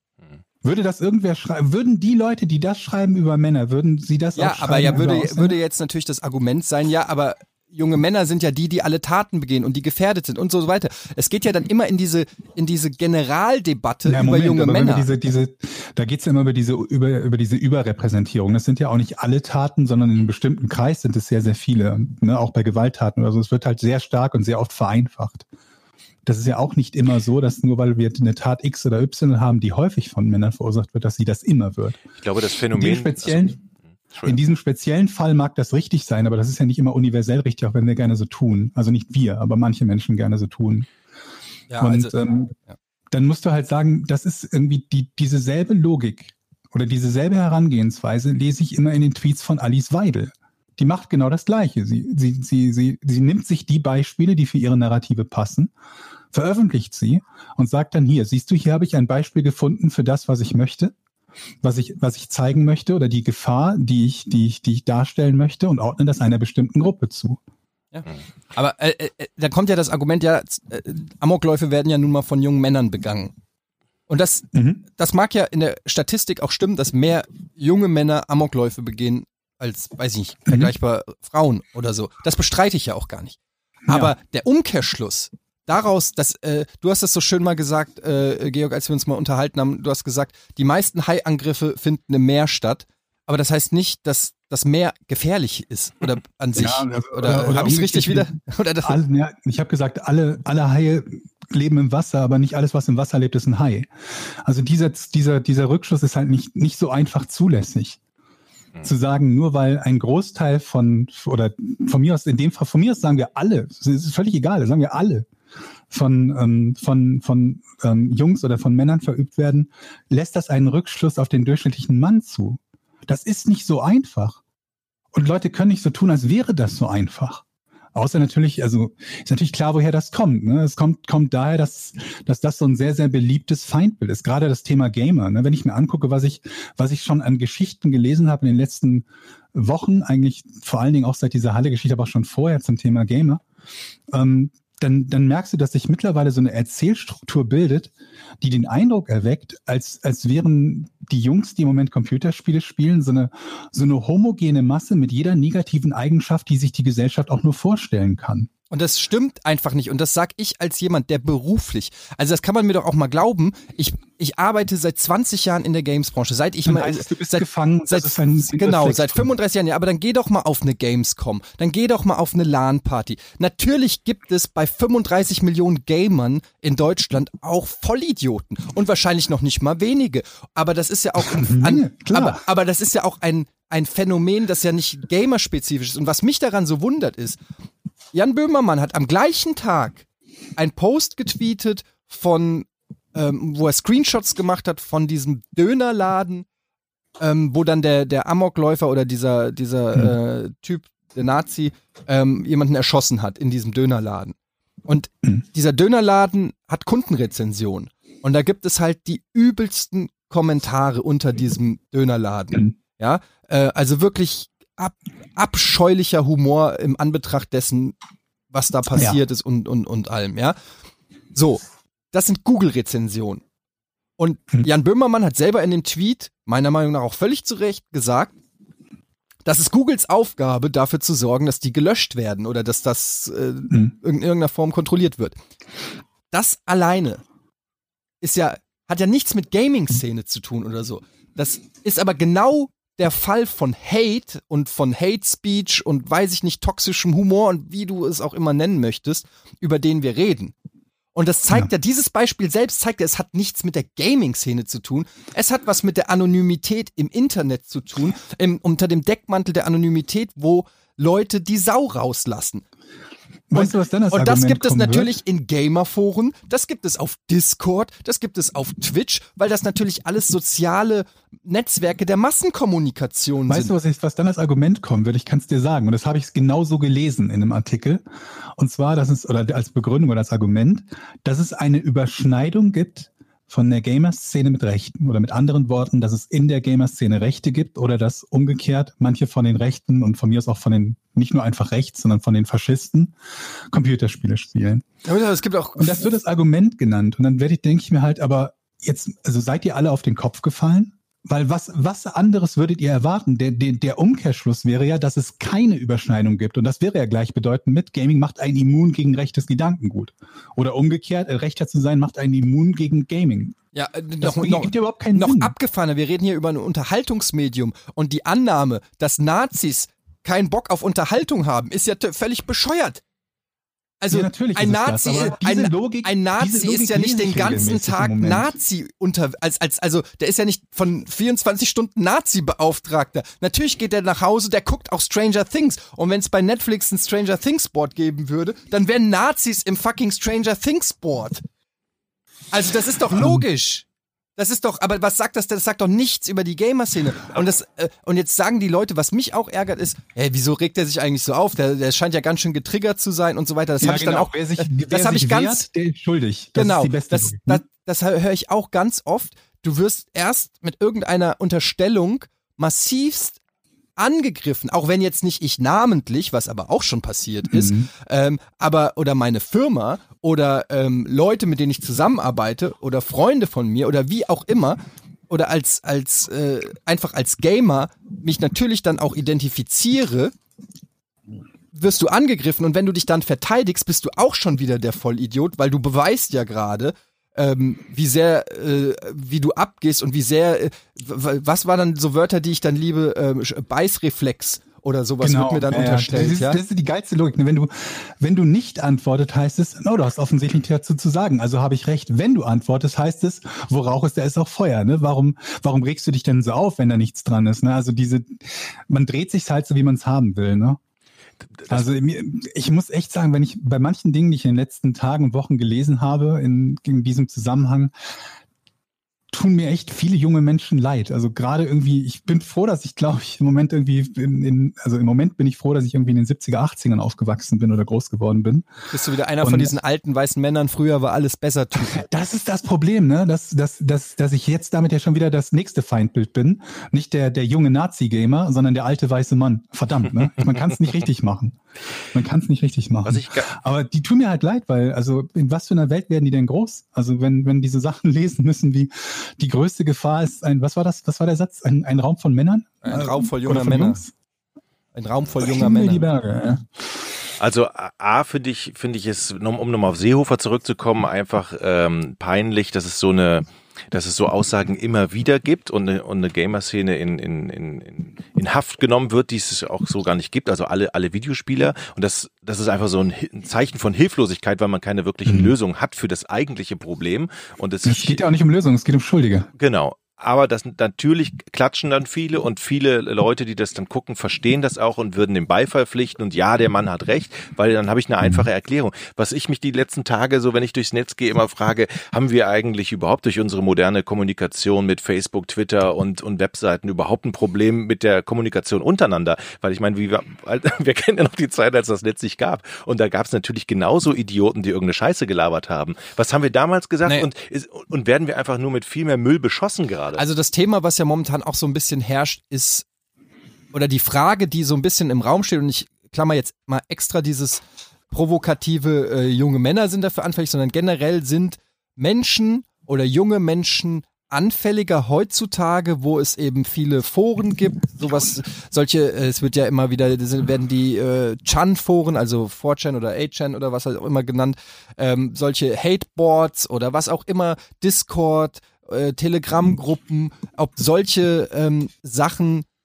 Würde das irgendwer schreiben? Würden die Leute, die das schreiben über Männer, würden sie das Ja, auch schreiben aber ja, über würde, Ausländer? würde jetzt natürlich das Argument sein, ja, aber junge Männer sind ja die, die alle Taten begehen und die gefährdet sind und so weiter. Es geht ja dann immer in diese, in diese Generaldebatte Ja, über Moment, junge aber wenn wir Männer. Diese, diese, da geht's ja immer über diese, über, über diese Überrepräsentierung. Das sind ja auch nicht alle Taten, sondern in einem bestimmten Kreis sind es sehr, sehr viele. Ne? Auch bei Gewalttaten oder so. Es wird halt sehr stark und sehr oft vereinfacht. Das ist ja auch nicht immer so, dass nur weil wir eine Tat X oder Y haben, die häufig von Männern verursacht wird, dass sie das immer wird. Ich glaube, das Phänomen... In dem speziellen, also, in diesem speziellen Fall mag das richtig sein, aber das ist ja nicht immer universell richtig, auch wenn wir gerne so tun. Also nicht wir, aber manche Menschen gerne so tun. Ja, und also, ähm, ja. dann musst du halt sagen, das ist irgendwie die, diese selbe Logik oder diese selbe Herangehensweise lese ich immer in den Tweets von Alice Weidel. Die macht genau das Gleiche. Sie, sie, sie, sie, sie nimmt sich die Beispiele, die für ihre Narrative passen, veröffentlicht sie und sagt dann hier, siehst du, hier habe ich ein Beispiel gefunden für das, was ich möchte, was ich, was ich zeigen möchte oder die Gefahr, die ich, die ich, die ich darstellen möchte und ordne das einer bestimmten Gruppe zu. Ja. Aber äh, äh, da kommt ja das Argument, ja, äh, Amokläufe werden ja nun mal von jungen Männern begangen. Und das, Mhm. das mag ja in der Statistik auch stimmen, dass mehr junge Männer Amokläufe begehen als, weiß ich nicht, vergleichbar Frauen oder so. Das bestreite ich ja auch gar nicht. Aber Ja. der Umkehrschluss daraus, dass, äh, du hast das so schön mal gesagt, äh, Georg, als wir uns mal unterhalten haben, du hast gesagt, die meisten Haiangriffe finden im Meer statt, aber das heißt nicht, dass das Meer gefährlich ist oder an sich. Ja, also- oder oder- oder habe ich es richtig wieder? umgekehrt. Oder das, Alle, ja, ich habe gesagt, alle, alle Haie leben im Wasser, aber nicht alles, was im Wasser lebt, ist ein Hai. Also dieser, dieser, dieser Rückschluss ist halt nicht, nicht so einfach zulässig. Zu sagen, nur weil ein Großteil von, oder von mir aus, in dem Fall, von mir aus sagen wir alle, es ist völlig egal, sagen wir alle, von, ähm, von, von ähm, Jungs oder von Männern verübt werden, lässt das einen Rückschluss auf den durchschnittlichen Mann zu. Das ist nicht so einfach. Und Leute können nicht so tun, als wäre das so einfach. Außer natürlich, also ist natürlich klar, woher das kommt. Ne? Es kommt, kommt daher, dass, dass das so ein sehr, sehr beliebtes Feindbild ist. Gerade das Thema Gamer. Ne? Wenn ich mir angucke, was ich, was ich schon an Geschichten gelesen habe in den letzten Wochen, eigentlich vor allen Dingen auch seit dieser Halle-Geschichte, aber auch schon vorher zum Thema Gamer, ähm, dann, dann merkst du, dass sich mittlerweile so eine Erzählstruktur bildet, die den Eindruck erweckt, als, als wären die Jungs, die im Moment Computerspiele spielen, so eine, so eine homogene Masse mit jeder negativen Eigenschaft, die sich die Gesellschaft auch nur vorstellen kann. Und das stimmt einfach nicht. Und das sag ich als jemand, der beruflich, also das kann man mir doch auch mal glauben, ich, ich arbeite seit zwanzig Jahren in der Games-Branche, seit ich Dann mal, heißt es, du bist seit, gefangen, seit, das ist ein genau, Reflex. seit fünfunddreißig Jahren, ja, aber dann geh doch mal auf eine Gamescom, dann geh doch mal auf eine LAN-Party. Natürlich gibt es bei fünfunddreißig Millionen Gamern in Deutschland auch Vollidioten und wahrscheinlich noch nicht mal wenige. Aber das ist ja auch, Menge, an, klar. aber, aber das ist ja auch ein, ein Phänomen, das ja nicht gamerspezifisch ist. Und was mich daran so wundert ist, Jan Böhmermann hat am gleichen Tag einen Post getweetet von, ähm, wo er Screenshots gemacht hat von diesem Dönerladen, ähm, wo dann der, der Amokläufer oder dieser, dieser äh, Typ, der Nazi, ähm, jemanden erschossen hat in diesem Dönerladen. Und dieser Dönerladen hat Kundenrezension. Und da gibt es halt die übelsten Kommentare unter diesem Dönerladen. Ja, äh, also wirklich ab, abscheulicher Humor im Anbetracht dessen, was da passiert Ja. ist und, und, und allem, ja. So, das sind Google-Rezensionen. Und Hm. Jan Böhmermann hat selber in dem Tweet, meiner Meinung nach auch völlig zu Recht, gesagt, das ist Googles Aufgabe, dafür zu sorgen, dass die gelöscht werden oder dass das äh, Hm. in irgendeiner Form kontrolliert wird. Das alleine ist ja, hat ja nichts mit Gaming-Szene zu tun oder so. Das ist aber genau der Fall von Hate und von Hate Speech und weiß ich nicht, toxischem Humor und wie du es auch immer nennen möchtest, über den wir reden. Und das zeigt ja. ja, dieses Beispiel selbst zeigt ja, es hat nichts mit der Gaming-Szene zu tun. Es hat was mit der Anonymität im Internet zu tun, im, unter dem Deckmantel der Anonymität, wo Leute die Sau rauslassen. Weißt du, was dann als Und das Argument gibt es kommen natürlich wird? in Gamerforen, das gibt es auf Discord, das gibt es auf Twitch, weil das natürlich alles soziale Netzwerke der Massenkommunikation Weißt sind. du, was, ich, was dann als Argument kommen wird? Ich kann es dir sagen. Und das habe ich genauso gelesen in einem Artikel. Und zwar, dass es, oder als Begründung oder als Argument, dass es eine Überschneidung gibt von der Gamer-Szene mit Rechten. Oder mit anderen Worten, dass es in der Gamer-Szene Rechte gibt oder dass umgekehrt manche von den Rechten und von mir aus auch von den, nicht nur einfach rechts, sondern von den Faschisten Computerspiele spielen. Aber es gibt auch Und das wird das Argument genannt. Und dann werde ich, denke ich mir halt, aber jetzt, also seid ihr alle auf den Kopf gefallen? Weil was, was anderes würdet ihr erwarten? Der, der, der Umkehrschluss wäre ja, dass es keine Überschneidung gibt. Und das wäre ja gleichbedeutend mit, Gaming macht einen immun gegen rechtes Gedankengut. Oder umgekehrt, rechter zu sein, macht einen immun gegen Gaming. Ja, äh, Das noch, gibt noch, ja überhaupt keinen noch Sinn. abgefahrener. Wir reden hier über ein Unterhaltungsmedium und die Annahme, dass Nazis keinen Bock auf Unterhaltung haben, ist ja t- völlig bescheuert. Also Ja, natürlich ein ist es Nazi, das, aber diese ein, Logik- ein Nazi diese Logik ist ja nicht lese den ich ganzen regelmäßig im Tag Moment. Nazi unter, als, als, also der ist ja nicht von vierundzwanzig Stunden Nazi-Beauftragter. Natürlich geht der nach Hause, der guckt auch Stranger Things. Und wenn es bei Netflix ein Stranger Things Board geben würde, dann wären Nazis im fucking Stranger Things Board. Also das ist doch logisch. Das ist doch, aber was sagt das? Das sagt doch nichts über die Gamer-Szene. Und das, äh, und jetzt sagen die Leute, was mich auch ärgert, ist, hey, wieso regt er sich eigentlich so auf? Der, der scheint ja ganz schön getriggert zu sein und so weiter. Das Ja, habe ich genau. dann auch. Wer sich, das wer das habe sich ich ganz. wehrt, der ist schuldig. Das genau. ist die beste das, Logik, ne? das, das höre ich auch ganz oft. Du wirst erst mit irgendeiner Unterstellung massivst angegriffen, auch wenn jetzt nicht ich namentlich, was aber auch schon passiert ist, Mhm. ähm, aber oder meine Firma oder ähm, Leute, mit denen ich zusammenarbeite oder Freunde von mir oder wie auch immer oder als als äh, einfach als Gamer mich natürlich dann auch identifiziere, wirst du angegriffen und wenn du dich dann verteidigst, bist du auch schon wieder der Vollidiot, weil du beweist ja gerade, ähm, wie sehr, äh, wie du abgehst und wie sehr, äh, w- was war dann so Wörter, die ich dann liebe, ähm, Beißreflex oder sowas wird mir dann ja, ja. unterstellt, Das ist, ja? das ist die geilste Logik. Wenn du, wenn du nicht antwortet, heißt es, no, du hast offensichtlich nichts dazu zu sagen. Also habe ich recht. Wenn du antwortest, heißt es, wo Rauch ist, da ist auch Feuer. Ne? Warum, warum regst du dich denn so auf, wenn da nichts dran ist? Ne? Also diese, man dreht sich halt so, wie man es haben will. Ne? Also mir- ich muss echt sagen, wenn ich bei manchen Dingen, die ich in den letzten Tagen und Wochen gelesen habe, in, in diesem Zusammenhang, tun mir echt viele junge Menschen leid. Also gerade irgendwie, ich bin froh, dass ich glaube ich im Moment irgendwie, in, in, also im Moment bin ich froh, dass ich irgendwie in den siebziger, achtzigern aufgewachsen bin oder groß geworden bin. Bist du wieder einer Und- von diesen alten weißen Männern, früher war alles besser Typen. Das ist das Problem, ne? Dass, dass, dass, dass ich jetzt damit ja schon wieder das nächste Feindbild bin. Nicht der, der junge Nazi-Gamer, sondern der alte weiße Mann. Verdammt, ne? Man kann es nicht richtig machen. Man kann es nicht richtig machen. Was ich ga- Aber die tun mir halt leid, weil, also in was für einer Welt werden die denn groß? Also wenn, wenn diese Sachen lesen müssen, wie die größte Gefahr ist ein, was war das, was war der Satz? Ein, ein Raum von Männern? Ein Äh, Raum voll oder junger von Männer. Jungs? Ein Raum voll junger Himmel, die Männer. Berge, ja. Also A, finde ich, finde ich es, um, um nochmal auf Seehofer zurückzukommen, einfach ähm, peinlich, dass es so eine, dass es so Aussagen immer wieder gibt und eine, und eine Gamer-Szene in, in, in, in, in Haft genommen wird, die es auch so gar nicht gibt, also alle, alle Videospieler. Und das, das ist einfach so ein, Hi- ein Zeichen von Hilflosigkeit, weil man keine wirklichen Mhm. Lösungen hat für das eigentliche Problem. Und es, Es geht ja auch nicht um Lösungen, es geht um Schuldige. Genau. Aber das natürlich klatschen dann viele und viele Leute, die das dann gucken, verstehen das auch und würden dem Beifall pflichten und ja, der Mann hat recht, weil dann habe ich eine einfache Erklärung. Was ich mich die letzten Tage, so wenn ich durchs Netz gehe, immer frage, haben wir eigentlich überhaupt durch unsere moderne Kommunikation mit Facebook, Twitter und, und Webseiten überhaupt ein Problem mit der Kommunikation untereinander? Weil ich meine, wie wir, wir kennen ja noch die Zeit, als das Netz nicht gab. Und da gab es natürlich genauso Idioten, die irgendeine Scheiße gelabert haben. Was haben wir damals gesagt? Nee. Und, ist, und werden wir einfach nur mit viel mehr Müll beschossen gerade? Also das Thema, was ja momentan auch so ein bisschen herrscht, ist, oder die Frage, die so ein bisschen im Raum steht, und ich klammer jetzt mal extra dieses provokative äh, junge Männer sind dafür anfällig, sondern generell sind Menschen oder junge Menschen anfälliger heutzutage, wo es eben viele Foren gibt, sowas, solche, äh, es wird ja immer wieder, das sind- werden die äh, Chan-Foren, also four chan oder eight chan oder was auch immer genannt, ähm, solche Hateboards oder was auch immer, Discord, äh, Telegram-Gruppen, ob solche ähm, Sachen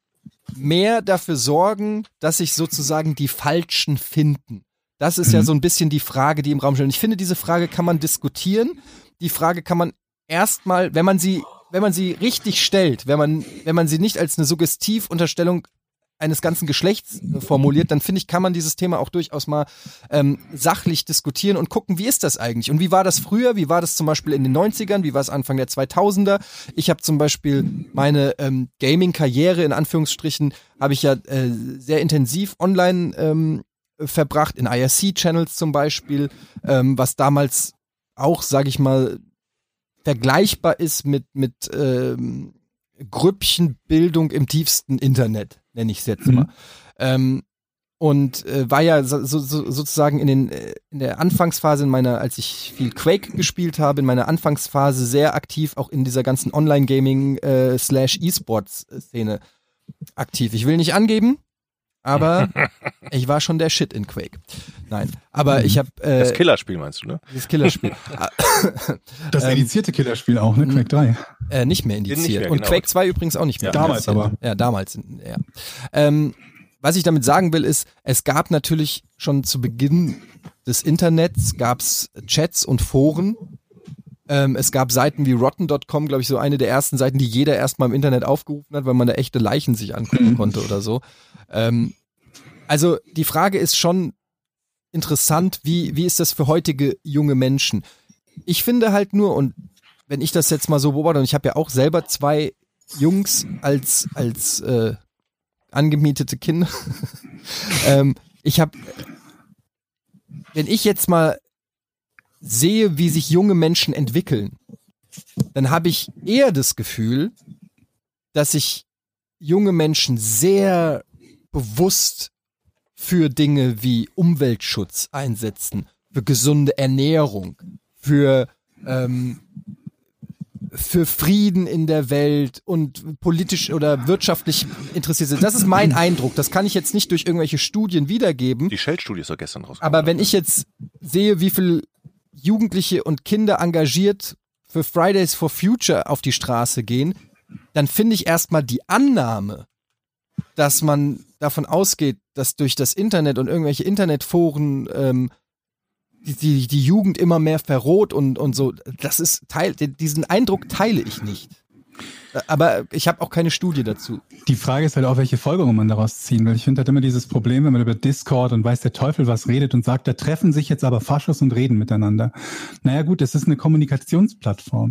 mehr dafür sorgen, dass sich sozusagen die Falschen finden? Das ist mhm. ja so ein bisschen die Frage, die im Raum steht. Und ich finde, diese Frage kann man diskutieren. Die Frage kann man erstmal, wenn man sie, wenn man sie richtig stellt, wenn man, wenn man sie nicht als eine Suggestivunterstellung eines ganzen Geschlechts äh, formuliert, dann finde ich, kann man dieses Thema auch durchaus mal ähm, sachlich diskutieren und gucken, wie ist das eigentlich? Und wie war das früher? Wie war das zum Beispiel in den neunzigern? Wie war es Anfang der zweitausender? Ich habe zum Beispiel meine ähm, Gaming-Karriere, in Anführungsstrichen, habe ich ja äh, sehr intensiv online ähm, verbracht, in I R C-Channels zum Beispiel, ähm, was damals auch, sage ich mal, vergleichbar ist mit, mit ähm, Grüppchenbildung im tiefsten Internet, nenne ich es jetzt mal. Mhm. Ähm, und äh, war ja so, so, sozusagen in, den, in der Anfangsphase, in meiner, als ich viel Quake gespielt habe, in meiner Anfangsphase sehr aktiv auch in dieser ganzen Online-Gaming äh, slash E-Sports-Szene aktiv. Ich will nicht angeben, aber ich war schon der Shit in Quake. Nein, aber ich habe äh, das Killerspiel meinst du, ne? Das Killerspiel. Das indizierte Killerspiel auch, ne? Quake drei. Äh, nicht mehr indiziert. Nicht mehr, Und genau. Quake zwei übrigens auch nicht mehr. Ja, damals aber. Ja, damals. Ja. Ähm, was ich damit sagen will, ist, es gab natürlich schon zu Beginn des Internets gab's Chats und Foren. Ähm, es gab Seiten wie rotten Punkt com, glaube ich, so eine der ersten Seiten, die jeder erstmal im Internet aufgerufen hat, weil man da echte Leichen sich angucken mhm. konnte oder so. Ähm, also die Frage ist schon interessant, wie, wie ist das für heutige junge Menschen? Ich finde halt nur, und wenn ich das jetzt mal so beobachte, und ich habe ja auch selber zwei Jungs als, als äh, angemietete Kinder, ähm, ich habe, wenn ich jetzt mal sehe, wie sich junge Menschen entwickeln, dann habe ich eher das Gefühl, dass sich junge Menschen sehr bewusst für Dinge wie Umweltschutz einsetzen, für gesunde Ernährung, für ähm, für Frieden in der Welt und politisch oder wirtschaftlich interessiert sind. Das ist mein Eindruck. Das kann ich jetzt nicht durch irgendwelche Studien wiedergeben. Die Shell-Studie ist doch gestern rausgekommen. Aber wenn ich jetzt sehe, wie viel Jugendliche und Kinder engagiert für Fridays for Future auf die Straße gehen, dann finde ich erstmal die Annahme, dass man davon ausgeht, dass durch das Internet und irgendwelche Internetforen ähm, die, die, die Jugend immer mehr verroht und, und so, das ist Teil, diesen Eindruck teile ich nicht. Aber ich habe auch keine Studie dazu. Die Frage ist halt auch, welche Folgerungen man daraus ziehen will. Ich finde halt immer dieses Problem, wenn man über Discord und weiß der Teufel was redet und sagt, da treffen sich jetzt aber Faschos und reden miteinander. Naja gut, es ist eine Kommunikationsplattform.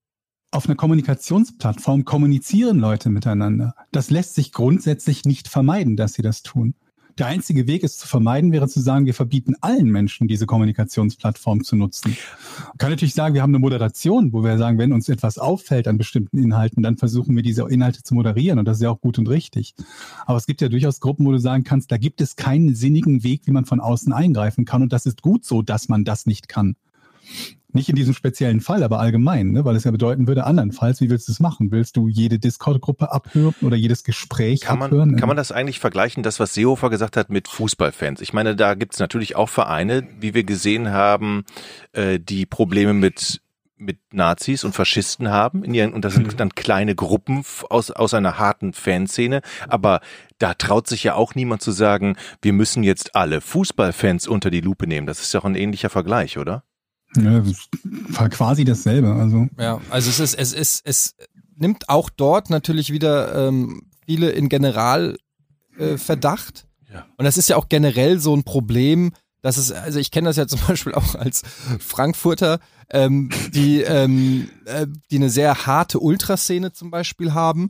Auf einer Kommunikationsplattform kommunizieren Leute miteinander. Das lässt sich grundsätzlich nicht vermeiden, dass sie das tun. Der einzige Weg, es zu vermeiden, wäre zu sagen, wir verbieten allen Menschen, diese Kommunikationsplattform zu nutzen. Man kann natürlich sagen, wir haben eine Moderation, wo wir sagen, wenn uns etwas auffällt an bestimmten Inhalten, dann versuchen wir diese Inhalte zu moderieren und das ist ja auch gut und richtig. Aber es gibt ja durchaus Gruppen, wo du sagen kannst, da gibt es keinen sinnigen Weg, wie man von außen eingreifen kann und das ist gut so, dass man das nicht kann. Nicht in diesem speziellen Fall, aber allgemein, ne? Weil es ja bedeuten würde, andernfalls, wie willst du es machen? Willst du jede Discord-Gruppe abhören oder jedes Gespräch kann man, abhören? Kann man das eigentlich vergleichen, das, was Seehofer gesagt hat, mit Fußballfans? Ich meine, da gibt es natürlich auch Vereine, wie wir gesehen haben, äh, die Probleme mit mit Nazis und Faschisten haben, in ihren, und das sind dann kleine Gruppen aus, aus einer harten Fanszene, aber da traut sich ja auch niemand zu sagen, wir müssen jetzt alle Fußballfans unter die Lupe nehmen. Das ist doch ein ähnlicher Vergleich, oder? Ja, war quasi dasselbe. Also ja, also es ist, es ist, es nimmt auch dort natürlich wieder ähm, viele in Generalverdacht. Äh, Verdacht. Ja. Und das ist ja auch generell so ein Problem, dass es, also ich kenne das ja zum Beispiel auch als Frankfurter, ähm, die, ähm, äh, die eine sehr harte Ultraszene zum Beispiel haben.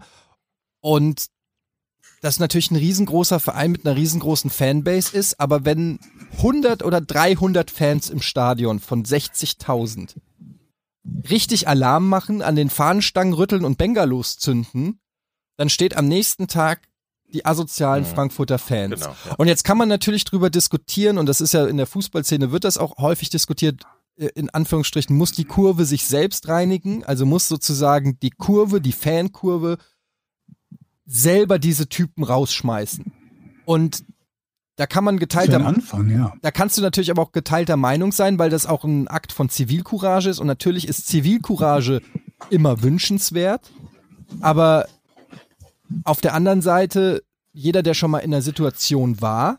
Und das natürlich ein riesengroßer Verein mit einer riesengroßen Fanbase ist, aber wenn hundert oder dreihundert Fans im Stadion von sechzigtausend richtig Alarm machen, an den Fahnenstangen rütteln und Bengalos zünden, dann steht am nächsten Tag die asozialen mhm. Frankfurter Fans. Genau, ja. Und jetzt kann man natürlich drüber diskutieren, und das ist ja in der Fußballszene, wird das auch häufig diskutiert, in Anführungsstrichen, muss die Kurve sich selbst reinigen, also muss sozusagen die Kurve, die Fankurve selber diese Typen rausschmeißen. Und da kann man geteilter Anfang, ja. Da kannst du natürlich aber auch geteilter Meinung sein, weil das auch ein Akt von Zivilcourage ist und natürlich ist Zivilcourage immer wünschenswert, aber auf der anderen Seite jeder, der schon mal in einer Situation war,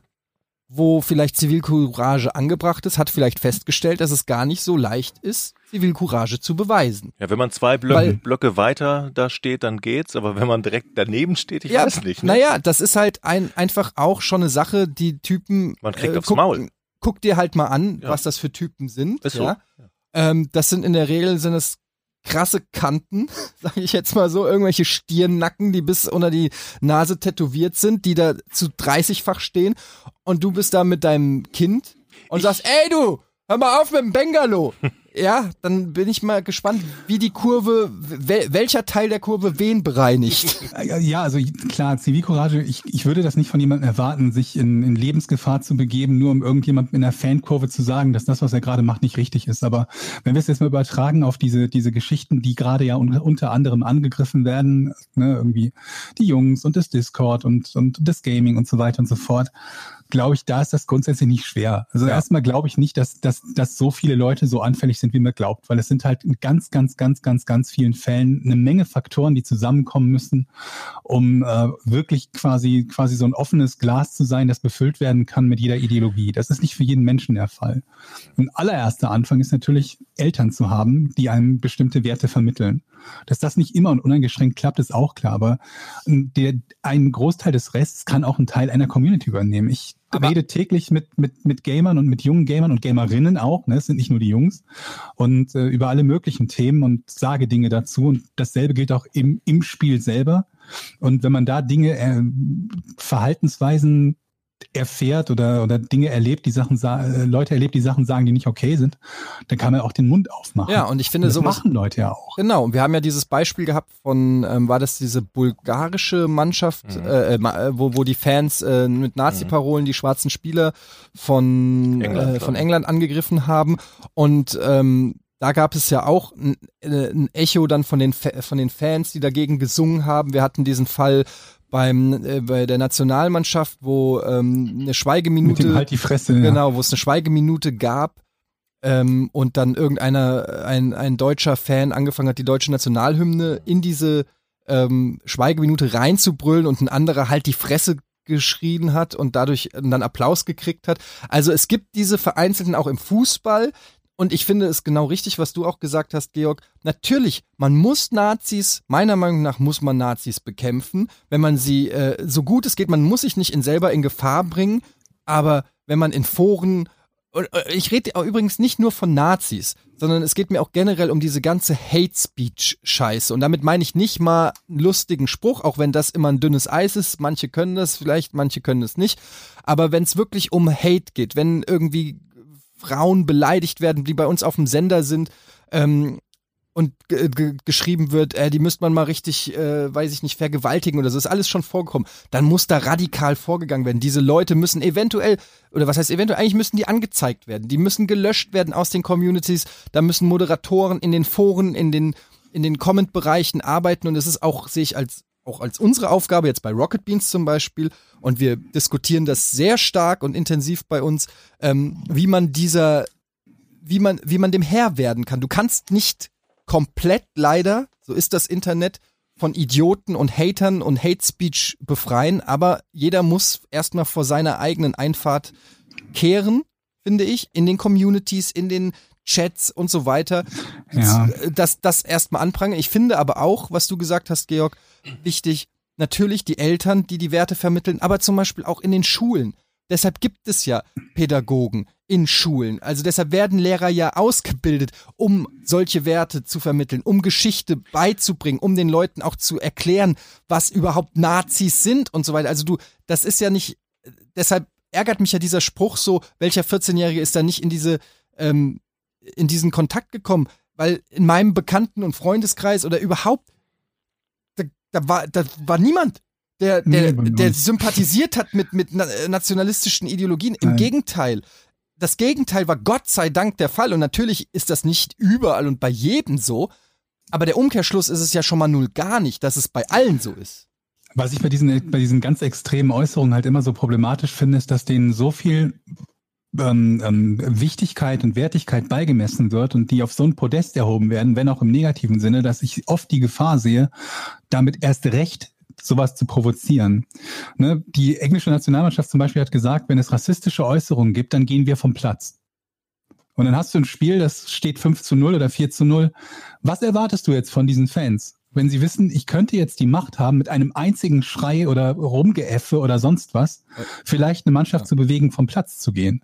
wo vielleicht Zivilcourage angebracht ist, hat vielleicht festgestellt, dass es gar nicht so leicht ist, Zivilcourage zu beweisen. Ja, wenn man zwei Blöcke, Weil, Blöcke weiter da steht, dann geht's, aber wenn man direkt daneben steht, ich ja, weiß nicht. Ne? Naja, das ist halt ein, einfach auch schon eine Sache, die Typen... Man kriegt äh, aufs guck, Maul. Guck dir halt mal an, ja. was das für Typen sind. Ist so. Ja? Ähm, das sind in der Regel, sind es krasse Kanten, sage ich jetzt mal so, irgendwelche Stirnnacken, die bis unter die Nase tätowiert sind, die da zu dreißigfach stehen und du bist da mit deinem Kind und ich sagst, ey du, hör mal auf mit dem Bengalo. Ja, dann bin ich mal gespannt, wie die Kurve, wel, welcher Teil der Kurve wen bereinigt. Ja, also klar, Zivilcourage, ich, ich würde das nicht von jemandem erwarten, sich in, in Lebensgefahr zu begeben, nur um irgendjemandem in der Fankurve zu sagen, dass das, was er gerade macht, nicht richtig ist. Aber wenn wir es jetzt mal übertragen auf diese, diese Geschichten, die gerade ja un, unter anderem angegriffen werden, ne, irgendwie die Jungs und das Discord und, und das Gaming und so weiter und so fort, glaube ich, da ist das grundsätzlich nicht schwer. Also ja. erstmal glaube ich nicht, dass, dass, dass so viele Leute so anfällig sind, wie man glaubt, weil es sind halt in ganz, ganz, ganz, ganz, ganz vielen Fällen eine Menge Faktoren, die zusammenkommen müssen, um äh, wirklich quasi, quasi so ein offenes Glas zu sein, das befüllt werden kann mit jeder Ideologie. Das ist nicht für jeden Menschen der Fall. Ein allererster Anfang ist natürlich, Eltern zu haben, die einem bestimmte Werte vermitteln. Dass das nicht immer und uneingeschränkt klappt, ist auch klar, aber der, ein Großteil des Rests kann auch ein Teil einer Community übernehmen. Ich aber rede täglich mit, mit, mit Gamern und mit jungen Gamern und Gamerinnen auch, ne? Es sind nicht nur die Jungs, und äh, über alle möglichen Themen und sage Dinge dazu, und dasselbe gilt auch im, im Spiel selber. Und wenn man da Dinge, äh, Verhaltensweisen erfährt oder, oder Dinge erlebt, die Sachen äh, Leute erlebt, die Sachen sagen, die nicht okay sind, dann kann man auch den Mund aufmachen. Ja, und ich finde, und das sowas machen Leute ja auch. Genau, und wir haben ja dieses Beispiel gehabt von, ähm, war das diese bulgarische Mannschaft, mhm. äh, wo, wo die Fans äh, mit Nazi-Parolen die schwarzen Spieler von England, äh, von England angegriffen haben, und ähm, da gab es ja auch ein, ein Echo dann von den von den Fans, die dagegen gesungen haben. Wir hatten diesen Fall beim äh, bei der Nationalmannschaft, wo ähm, eine Schweigeminute, mit dem halt die Fresse, genau, ja. wo es eine Schweigeminute gab, ähm, und dann irgendeiner, ein ein deutscher Fan angefangen hat, die deutsche Nationalhymne in diese ähm, Schweigeminute reinzubrüllen, und ein anderer halt die Fresse geschrien hat und dadurch dann Applaus gekriegt hat. Also es gibt diese vereinzelten auch im Fußball. Und ich finde es genau richtig, was du auch gesagt hast, Georg. Natürlich, man muss Nazis, meiner Meinung nach muss man Nazis bekämpfen, wenn man sie, äh, so gut es geht, man muss sich nicht in selber in Gefahr bringen, aber wenn man in Foren, und ich rede auch übrigens nicht nur von Nazis, sondern es geht mir auch generell um diese ganze Hate-Speech-Scheiße. Und damit meine ich nicht mal einen lustigen Spruch, auch wenn das immer ein dünnes Eis ist. Manche können das vielleicht, manche können es nicht. Aber wenn es wirklich um Hate geht, wenn irgendwie Frauen beleidigt werden, die bei uns auf dem Sender sind, ähm, und g- g- geschrieben wird, äh, die müsste man mal richtig, äh, weiß ich nicht, vergewaltigen oder so, ist alles schon vorgekommen, dann muss da radikal vorgegangen werden. Diese Leute müssen eventuell, oder was heißt eventuell, eigentlich müssen die angezeigt werden, die müssen gelöscht werden aus den Communities, da müssen Moderatoren in den Foren, in den, in den Comment-Bereichen arbeiten, und das ist auch, sehe ich als auch als unsere Aufgabe, jetzt bei Rocket Beans zum Beispiel, und wir diskutieren das sehr stark und intensiv bei uns, ähm, wie man dieser, wie man, wie man dem Herr werden kann. Du kannst nicht komplett, leider, so ist das Internet, von Idioten und Hatern und Hate Speech befreien, aber jeder muss erstmal vor seiner eigenen Einfahrt kehren, finde ich, in den Communities, in den Chats und so weiter, ja. das, das erstmal anprangern. Ich finde aber auch, was du gesagt hast, Georg, wichtig, natürlich die Eltern, die die Werte vermitteln, aber zum Beispiel auch in den Schulen. Deshalb gibt es ja Pädagogen in Schulen. Also deshalb werden Lehrer ja ausgebildet, um solche Werte zu vermitteln, um Geschichte beizubringen, um den Leuten auch zu erklären, was überhaupt Nazis sind und so weiter. Also du, das ist ja nicht, deshalb ärgert mich ja dieser Spruch so, welcher vierzehnjährige ist da nicht in diese, ähm, in diesen Kontakt gekommen, weil in meinem Bekannten- und Freundeskreis oder überhaupt, da, da, war, da war niemand, der, der, der sympathisiert hat mit, mit nationalistischen Ideologien. Im Nein. Gegenteil. Das Gegenteil war Gott sei Dank der Fall, und natürlich ist das nicht überall und bei jedem so, aber der Umkehrschluss ist es ja schon mal null gar nicht, dass es bei allen so ist. Was ich bei diesen, bei diesen ganz extremen Äußerungen halt immer so problematisch finde, ist, dass denen so viel Ähm, ähm, Wichtigkeit und Wertigkeit beigemessen wird und die auf so ein Podest erhoben werden, wenn auch im negativen Sinne, dass ich oft die Gefahr sehe, damit erst recht sowas zu provozieren. Ne? Die englische Nationalmannschaft zum Beispiel hat gesagt, wenn es rassistische Äußerungen gibt, dann gehen wir vom Platz. Und dann hast du ein Spiel, das steht fünf zu null oder vier zu null. Was erwartest du jetzt von diesen Fans? Wenn sie wissen, ich könnte jetzt die Macht haben, mit einem einzigen Schrei oder Rumgeäffe oder sonst was, vielleicht eine Mannschaft zu bewegen, vom Platz zu gehen.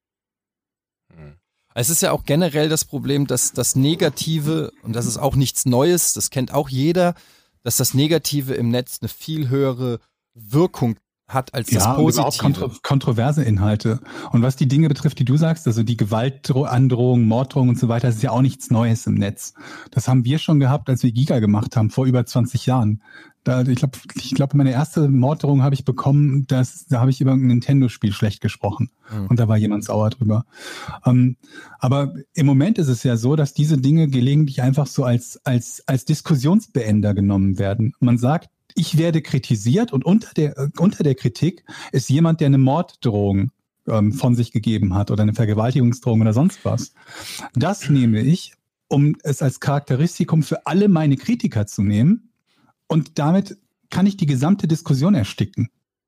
Es ist ja auch generell das Problem, dass das Negative, und das ist auch nichts Neues, das kennt auch jeder, dass das Negative im Netz eine viel höhere Wirkung hat als das ja, Positive. Und überhaupt kontro- kontroverse Inhalte. Und was die Dinge betrifft, die du sagst, also die Gewaltandrohung, Morddrohung und so weiter, das ist ja auch nichts Neues im Netz. Das haben wir schon gehabt, als wir Giga gemacht haben, vor über zwanzig Jahren. Da, ich glaube, ich glaub, meine erste Morddrohung habe ich bekommen, das, da habe ich über ein Nintendo-Spiel schlecht gesprochen. Mhm. Und da war jemand sauer drüber. Ähm, aber im Moment ist es ja so, dass diese Dinge gelegentlich einfach so als, als, als Diskussionsbeender genommen werden. Man sagt, ich werde kritisiert und unter der, unter der Kritik ist jemand, der eine Morddrohung ähm, von sich gegeben hat oder eine Vergewaltigungsdrohung oder sonst was. Das nehme ich, um es als Charakteristikum für alle meine Kritiker zu nehmen, und damit kann ich die gesamte Diskussion ersticken.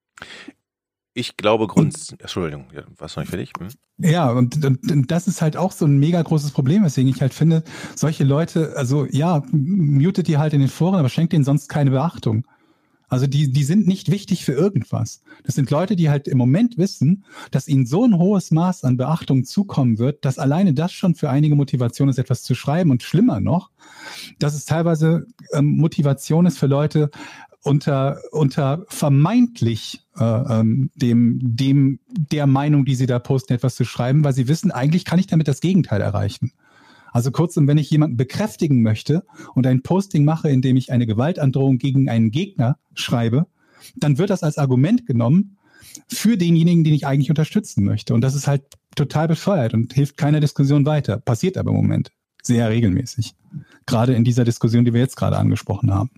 Ich glaube grundsätzlich, Entschuldigung, ja, warst du noch nicht fertig? Hm? Ja, und, und, und das ist halt auch so ein mega großes Problem, weswegen ich halt finde, solche Leute, also ja, mutet die halt in den Foren, aber schenkt denen sonst keine Beachtung. Also die, die sind nicht wichtig für irgendwas. Das sind Leute, die halt im Moment wissen, dass ihnen so ein hohes Maß an Beachtung zukommen wird, dass alleine das schon für einige Motivation ist, etwas zu schreiben, und schlimmer noch, dass es teilweise ähm, Motivation ist für Leute unter, unter vermeintlich äh, ähm, dem, dem, der Meinung, die sie da posten, etwas zu schreiben, weil sie wissen, eigentlich kann ich damit das Gegenteil erreichen. Also kurzum, wenn ich jemanden bekräftigen möchte und ein Posting mache, in dem ich eine Gewaltandrohung gegen einen Gegner schreibe, dann wird das als Argument genommen für denjenigen, den ich eigentlich unterstützen möchte. Und das ist halt total bescheuert und hilft keiner Diskussion weiter. Passiert aber im Moment sehr regelmäßig. Gerade in dieser Diskussion, die wir jetzt gerade angesprochen haben.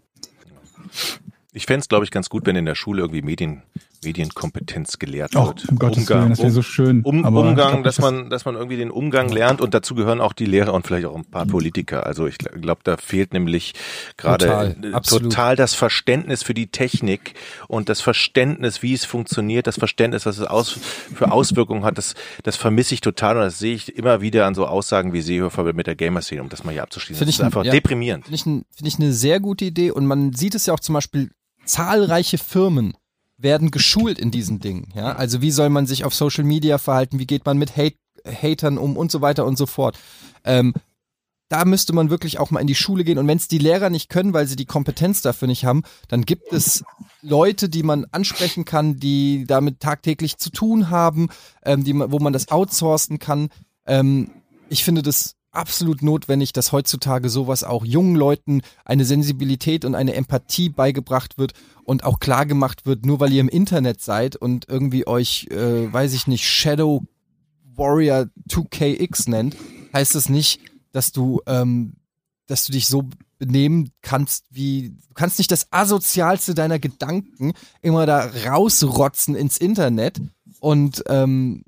Ich fände es, glaube ich, ganz gut, wenn in der Schule irgendwie Medien, Medienkompetenz gelehrt Oh, wird. um Gottes Umgang, Willen, das wäre so schön. Um, aber Umgang, glaub, dass das man, dass man irgendwie den Umgang lernt, und dazu gehören auch die Lehrer und vielleicht auch ein paar Politiker. Also ich glaube, da fehlt nämlich gerade Total, total das Verständnis für die Technik und das Verständnis, wie es funktioniert, das Verständnis, was es aus, für Auswirkungen hat. Das, das vermisse ich total, und das sehe ich immer wieder an so Aussagen wie Seehofer mit der Gamer-Szene, um das mal hier abzuschließen. Find das ich ist einfach ja, deprimierend. Finde ich, ein, find ich eine sehr gute Idee, und man sieht es ja auch zum Beispiel, zahlreiche Firmen werden geschult in diesen Dingen. Ja? Also wie soll man sich auf Social Media verhalten, wie geht man mit Hate, Hatern um und so weiter und so fort. Ähm, da müsste man wirklich auch mal in die Schule gehen, und wenn es die Lehrer nicht können, weil sie die Kompetenz dafür nicht haben, dann gibt es Leute, die man ansprechen kann, die damit tagtäglich zu tun haben, ähm, die, wo man das outsourcen kann. Ähm, ich finde das absolut notwendig, dass heutzutage sowas auch jungen Leuten eine Sensibilität und eine Empathie beigebracht wird und auch klar gemacht wird, nur weil ihr im Internet seid und irgendwie euch, äh, weiß ich nicht, Shadow Warrior zwei K X nennt, heißt es nicht, dass du, ähm, dass du dich so benehmen kannst, wie, du kannst nicht das asozialste deiner Gedanken immer da rausrotzen ins Internet und ähm,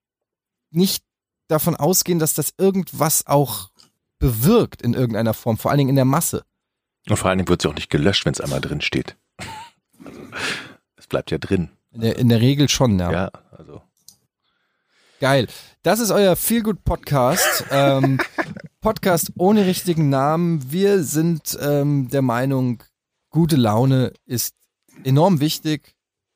nicht davon ausgehen, dass das irgendwas auch bewirkt in irgendeiner Form, vor allen Dingen in der Masse. Und vor allen Dingen wird es ja auch nicht gelöscht, wenn es einmal drin steht. Also, es bleibt ja drin. In der, in der Regel schon, ja. Ja, also. Geil. Das ist euer Feel-Good-Podcast. ähm, Podcast ohne richtigen Namen. Wir sind ähm, der Meinung, gute Laune ist enorm wichtig.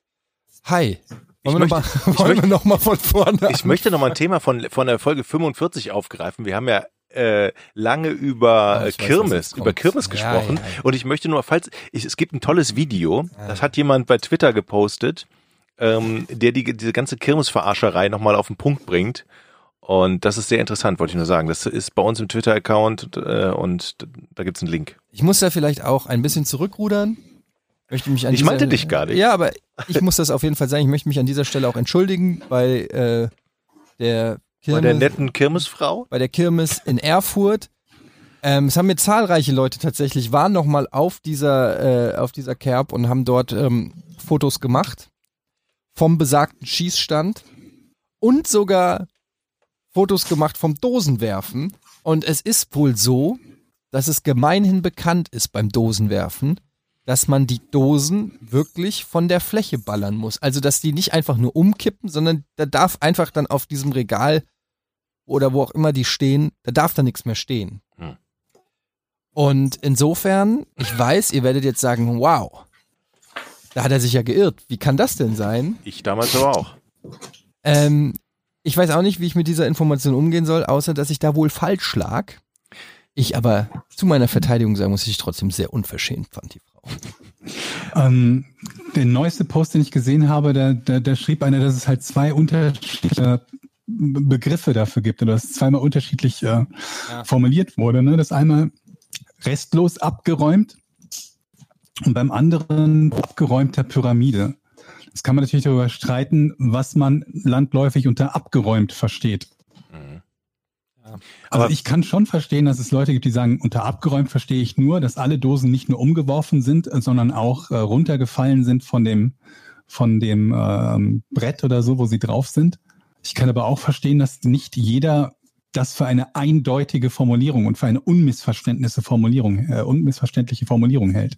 Hi. Wollen, wir, möchte, noch mal, wollen möchte, wir noch mal von vorne Ich möchte noch mal ein Thema von, von der Folge fünfundvierzig aufgreifen. Wir haben ja äh, lange über oh, Kirmes, weiß, über Kirmes gesprochen. Ja, ja, ja. Und ich möchte nur, falls, ich, es gibt ein tolles Video, ja. das hat jemand bei Twitter gepostet, ähm, der die, diese ganze Kirmes-Verarscherei noch mal auf den Punkt bringt. Und das ist sehr interessant, wollte ich nur sagen. Das ist bei uns im Twitter-Account äh, und da gibt's einen Link. Ich muss da vielleicht auch ein bisschen zurückrudern. Möchte mich an ich dieser, meinte dich gar nicht. Ja, aber ich muss das auf jeden Fall sagen. Ich möchte mich an dieser Stelle auch entschuldigen bei äh, der Kirmes, bei der netten Kirmesfrau? Bei der Kirmes in Erfurt. Ähm, es haben mir zahlreiche Leute tatsächlich, waren nochmal auf dieser äh, auf dieser Kerb und haben dort ähm, Fotos gemacht vom besagten Schießstand und sogar Fotos gemacht vom Dosenwerfen. Und es ist wohl so, dass es gemeinhin bekannt ist beim Dosenwerfen, dass man die Dosen wirklich von der Fläche ballern muss. Also, dass die nicht einfach nur umkippen, sondern da darf einfach dann auf diesem Regal oder wo auch immer die stehen, da darf da nichts mehr stehen. Hm. Und insofern, ich weiß, ihr werdet jetzt sagen, wow, da hat er sich ja geirrt. Wie kann das denn sein? Ich damals aber auch. Ähm, ich weiß auch nicht, wie ich mit dieser Information umgehen soll, außer dass ich da wohl falsch lag. Ich aber zu meiner Verteidigung sagen muss, dass ich trotzdem sehr unverschämt fand, die Frau. Ähm, der neueste Post, den ich gesehen habe, da, da, da schrieb einer, dass es halt zwei unterschiedliche Begriffe dafür gibt oder dass es zweimal unterschiedlich äh, ja. formuliert wurde. Ne? Das einmal restlos abgeräumt und beim anderen abgeräumter Pyramide. Das kann man natürlich darüber streiten, was man landläufig unter abgeräumt versteht. Mhm. Ja. Also Aber ich kann schon verstehen, dass es Leute gibt, die sagen, unter abgeräumt verstehe ich nur, dass alle Dosen nicht nur umgeworfen sind, sondern auch äh, runtergefallen sind von dem, von dem ähm, Brett oder so, wo sie drauf sind. Ich kann aber auch verstehen, dass nicht jeder das für eine eindeutige Formulierung und für eine unmissverständliche Formulierung, äh, unmissverständliche Formulierung hält.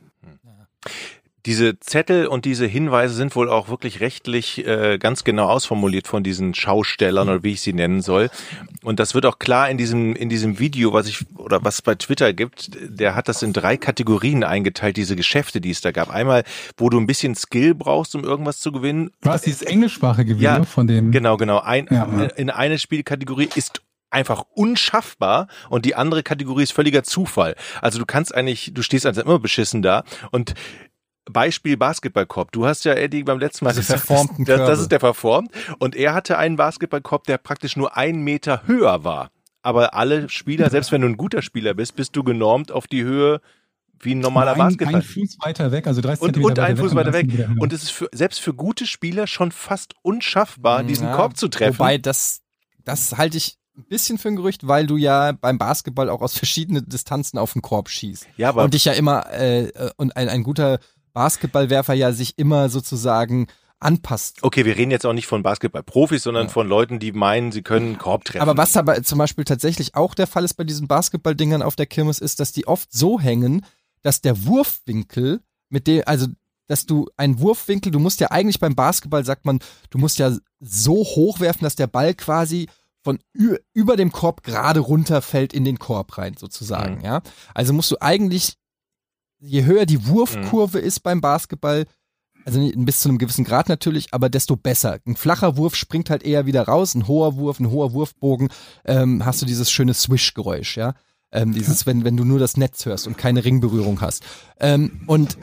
Diese Zettel und diese Hinweise sind wohl auch wirklich rechtlich äh, ganz genau ausformuliert von diesen Schaustellern oder wie ich sie nennen soll. Und das wird auch klar in diesem in diesem Video, was ich oder was es bei Twitter gibt. Der hat das in drei Kategorien eingeteilt, diese Geschäfte, die es da gab. Einmal, wo du ein bisschen Skill brauchst, um irgendwas zu gewinnen. Was dieses englischsprachige Video ja, von dem? Genau, genau. Ein, ja, ja. In eine Spielkategorie ist einfach unschaffbar und die andere Kategorie ist völliger Zufall. Also du kannst eigentlich, du stehst einfach immer beschissen da und Beispiel Basketballkorb. Du hast ja, Eddie, beim letzten Mal gesagt, verformten das, das ist der verformt. Und er hatte einen Basketballkorb, der praktisch nur einen Meter höher war. Aber alle Spieler, selbst wenn du ein guter Spieler bist, bist du genormt auf die Höhe wie ein normaler ein, Basketball. Ein Fuß weiter weg, also dreißig und, Zentimeter und ein weiter Fuß weg weiter weg. Und es ist für, selbst für gute Spieler schon fast unschaffbar, diesen ja, Korb zu treffen. Wobei, das, das halte ich ein bisschen für ein Gerücht, weil du ja beim Basketball auch aus verschiedenen Distanzen auf den Korb schießt. Ja, aber und dich ja immer, äh, und ein, ein guter Basketballwerfer ja sich immer sozusagen anpasst. Okay, wir reden jetzt auch nicht von Basketballprofis, sondern ja. von Leuten, die meinen, sie können einen Korb treffen. Aber was aber zum Beispiel tatsächlich auch der Fall ist bei diesen Basketballdingern auf der Kirmes, ist, dass die oft so hängen, dass der Wurfwinkel mit dem, also dass du einen Wurfwinkel, du musst ja eigentlich beim Basketball, sagt man, du musst ja so hoch werfen, dass der Ball quasi von ü- über dem Korb gerade runterfällt in den Korb rein, sozusagen, mhm. ja. Also musst du eigentlich, je höher die Wurfkurve mhm. ist beim Basketball, also nicht, bis zu einem gewissen Grad natürlich, aber desto besser. Ein flacher Wurf springt halt eher wieder raus, ein hoher Wurf, ein hoher Wurfbogen, ähm, hast du dieses schöne Swish-Geräusch, ja. Ähm, dieses, wenn, wenn du nur das Netz hörst und keine Ringberührung hast. Ähm, und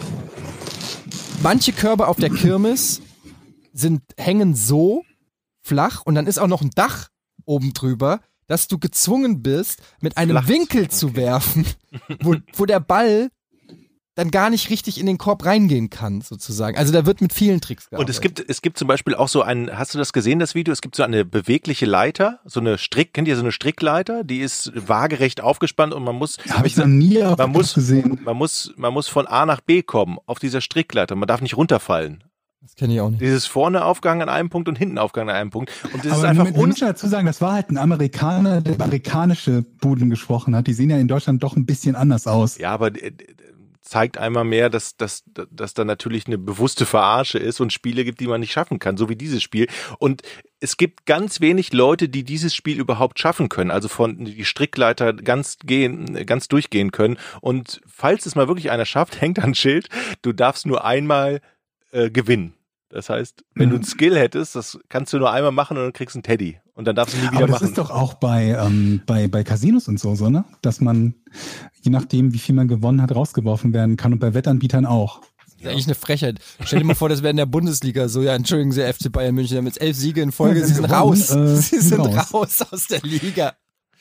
manche Körbe auf der Kirmes sind, hängen so flach und dann ist auch noch ein Dach oben drüber, dass du gezwungen bist, mit einem flach. Winkel zu okay. werfen, wo, wo der Ball dann gar nicht richtig in den Korb reingehen kann, sozusagen. Also da wird mit vielen Tricks gearbeitet. Und es gibt, es gibt zum Beispiel auch so ein, hast du das gesehen, das Video? Es gibt so eine bewegliche Leiter, so eine Strick, kennt ihr so eine Strickleiter? Die ist waagerecht aufgespannt und man muss, habe ich noch nie auf man muss, gesehen. Man muss, man muss von A nach B kommen auf dieser Strickleiter. Man darf nicht runterfallen. Das kenne ich auch nicht. Dieses vorne aufgegangen an einem Punkt und hinten aufgegangen an einem Punkt. Und das Aber ist einfach man muss dazu sagen, das war halt ein Amerikaner, der amerikanische Buden gesprochen hat. Die sehen ja in Deutschland doch ein bisschen anders aus. Ja, aber zeigt einmal mehr, dass, dass, dass da natürlich eine bewusste Verarsche ist und Spiele gibt, die man nicht schaffen kann, so wie dieses Spiel. Und es gibt ganz wenig Leute, die dieses Spiel überhaupt schaffen können, also von die Strickleiter ganz gehen, ganz durchgehen können. Und falls es mal wirklich einer schafft, hängt ein Schild, du darfst nur einmal äh, gewinnen. Das heißt, wenn mhm. du einen Skill hättest, das kannst du nur einmal machen und dann kriegst du einen Teddy. Und dann darfst du nie wieder Aber das machen. Das ist doch auch bei, ähm, bei, bei Casinos und so, so, ne? Dass man, je nachdem, wie viel man gewonnen hat, rausgeworfen werden kann. Und bei Wettanbietern auch. Das ist eigentlich eine Frechheit. Stell dir mal vor, das wäre in der Bundesliga so. Ja, entschuldigen Sie, F C Bayern München, haben jetzt elf Siege in Folge. Ja, sie sind gewonnen, raus. Äh, sie sind raus. raus aus der Liga.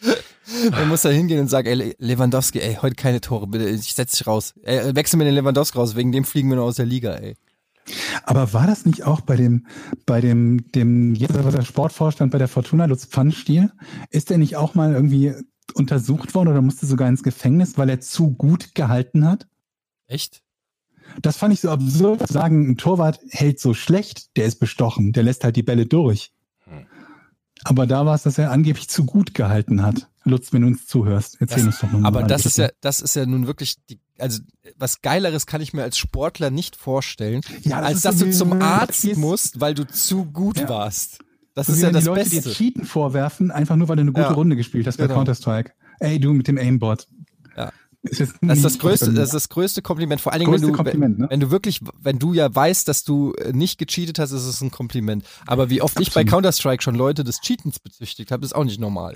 Man muss da hingehen und sagen, ey, Lewandowski, ey, heute keine Tore, bitte, ich setz dich raus. Ey, wechsel mir den Lewandowski raus, wegen dem fliegen wir noch aus der Liga, ey. Aber war das nicht auch bei dem, bei dem, dem, jetzt war der Sportvorstand bei der Fortuna, Lutz Pfannstiel, ist der nicht auch mal irgendwie untersucht worden oder musste sogar ins Gefängnis, weil er zu gut gehalten hat? Echt? Das fand ich so absurd, zu sagen, ein Torwart hält so schlecht, der ist bestochen, der lässt halt die Bälle durch. Hm. Aber da war es, dass er angeblich zu gut gehalten hat. Lutz, wenn du uns zuhörst, erzähl Das, uns doch mal. aber mal das bitte. ist ja, das ist ja nun wirklich, die, also was Geileres kann ich mir als Sportler nicht vorstellen, Ja, das als ist dass so du wie- zum du Arzt gehst- musst, weil du zu gut Ja. warst. Das So ist wie ja wenn das die Leute Beste. dir Cheaten vorwerfen, einfach nur weil du eine gute Ja. Runde gespielt hast bei Genau. Counter-Strike. Ey, du mit dem Aimbot. Ja. Ist jetzt Das ist das nicht- größte, das ist das größte Kompliment. Vor allen Dingen, wenn größte du, Kompliment, ne? wenn du wirklich, wenn du ja weißt, dass du äh, nicht gecheatet hast, ist es ein Kompliment. Aber wie oft ich bei Absolut. Counter-Strike schon Leute des Cheatens bezüchtigt habe, ist auch nicht normal.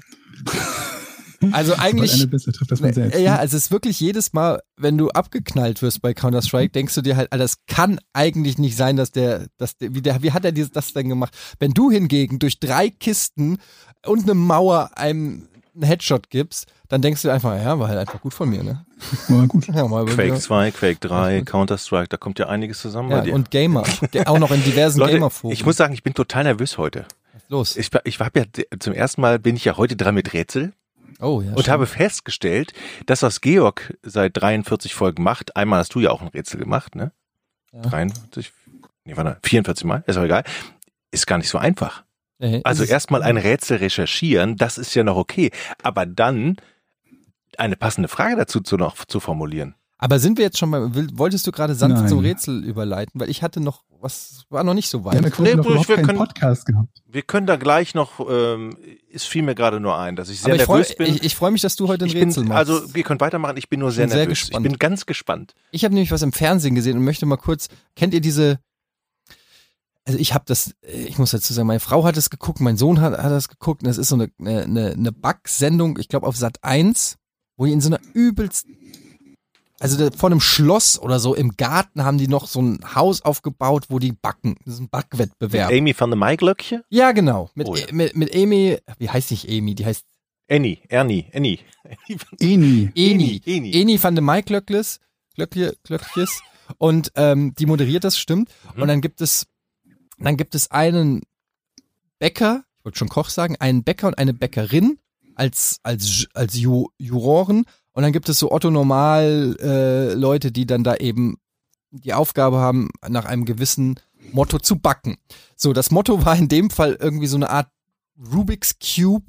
Also Sobald eigentlich, eine Bisse trifft das man selbst. ja, ne? also es ist wirklich jedes Mal, wenn du abgeknallt wirst bei Counter-Strike, denkst du dir halt, Alter, das kann eigentlich nicht sein, dass der, dass der, wie der, wie hat er dieses, das denn gemacht? Wenn du hingegen durch drei Kisten und eine Mauer einem einen Headshot gibst, dann denkst du einfach, ja, war halt einfach gut von mir, ne? Aber gut. Ja, mal bei Quake mir. zwei, Quake drei, Counter-Strike, da kommt ja einiges zusammen Ja, bei dir. und Gamer. Ge- Auch noch in diversen Leute, Gamer-Foren. ich muss sagen, ich bin total nervös heute. Los. Ich, ich habe ja zum ersten Mal, bin ich ja heute dran mit Rätsel Oh, ja. und stimmt. habe festgestellt, dass was Georg seit dreiundvierzig Folgen macht, einmal hast du ja auch ein Rätsel gemacht, ne? Ja. dreiundvierzig, nee, warte, vierundvierzig Mal, ist auch egal. Ist gar nicht so einfach. Nee, Also es ist- erstmal ein Rätsel recherchieren, das ist ja noch okay. Aber dann eine passende Frage dazu zu noch zu formulieren. Aber sind wir jetzt schon mal, will- wolltest du gerade sanft Nein. zum Rätsel überleiten? Weil ich hatte noch, was war noch nicht so Wir haben ja weit. quasi Nee, noch Bruder, überhaupt wir keinen können- Podcast gehabt. Wir können da gleich noch, ähm, es fiel mir gerade nur ein, dass ich sehr Aber ich freue nervös bin. ich, ich freu mich, dass du heute ein Ich Rätsel bin, machst. also wir können weitermachen, ich bin nur Ich sehr bin sehr nervös. gespannt. Ich bin ganz gespannt. Ich habe nämlich was im Fernsehen gesehen und möchte mal kurz, kennt ihr diese, also ich habe das, ich muss dazu sagen, meine Frau hat es geguckt, mein Sohn hat, hat das geguckt und es ist so eine, eine, eine Backsendung, ich glaube auf Sat eins, wo die in so einer übelst, also da, vor einem Schloss oder so im Garten haben die noch so ein Haus aufgebaut, wo die backen. Das ist ein Backwettbewerb. Amy van der Maiglöckchen? Ja, genau. Mit, Oh ja. mit, mit Amy, wie heißt nicht Amy, die heißt Annie, Ernie, Annie. Eni. Eni. Eni. Eni van de Mike Glöckles, Glöckje, Glöckjes. Und ähm, die moderiert das, stimmt. Mhm. Und dann gibt es, dann gibt es einen Bäcker, ich wollte schon Koch sagen, einen Bäcker und eine Bäckerin als, als, als Ju Juroren. Und dann gibt es so Otto Normal äh, Leute, die dann da eben die Aufgabe haben, nach einem gewissen Motto zu backen. So, das Motto war in dem Fall irgendwie so eine Art Rubik's Cube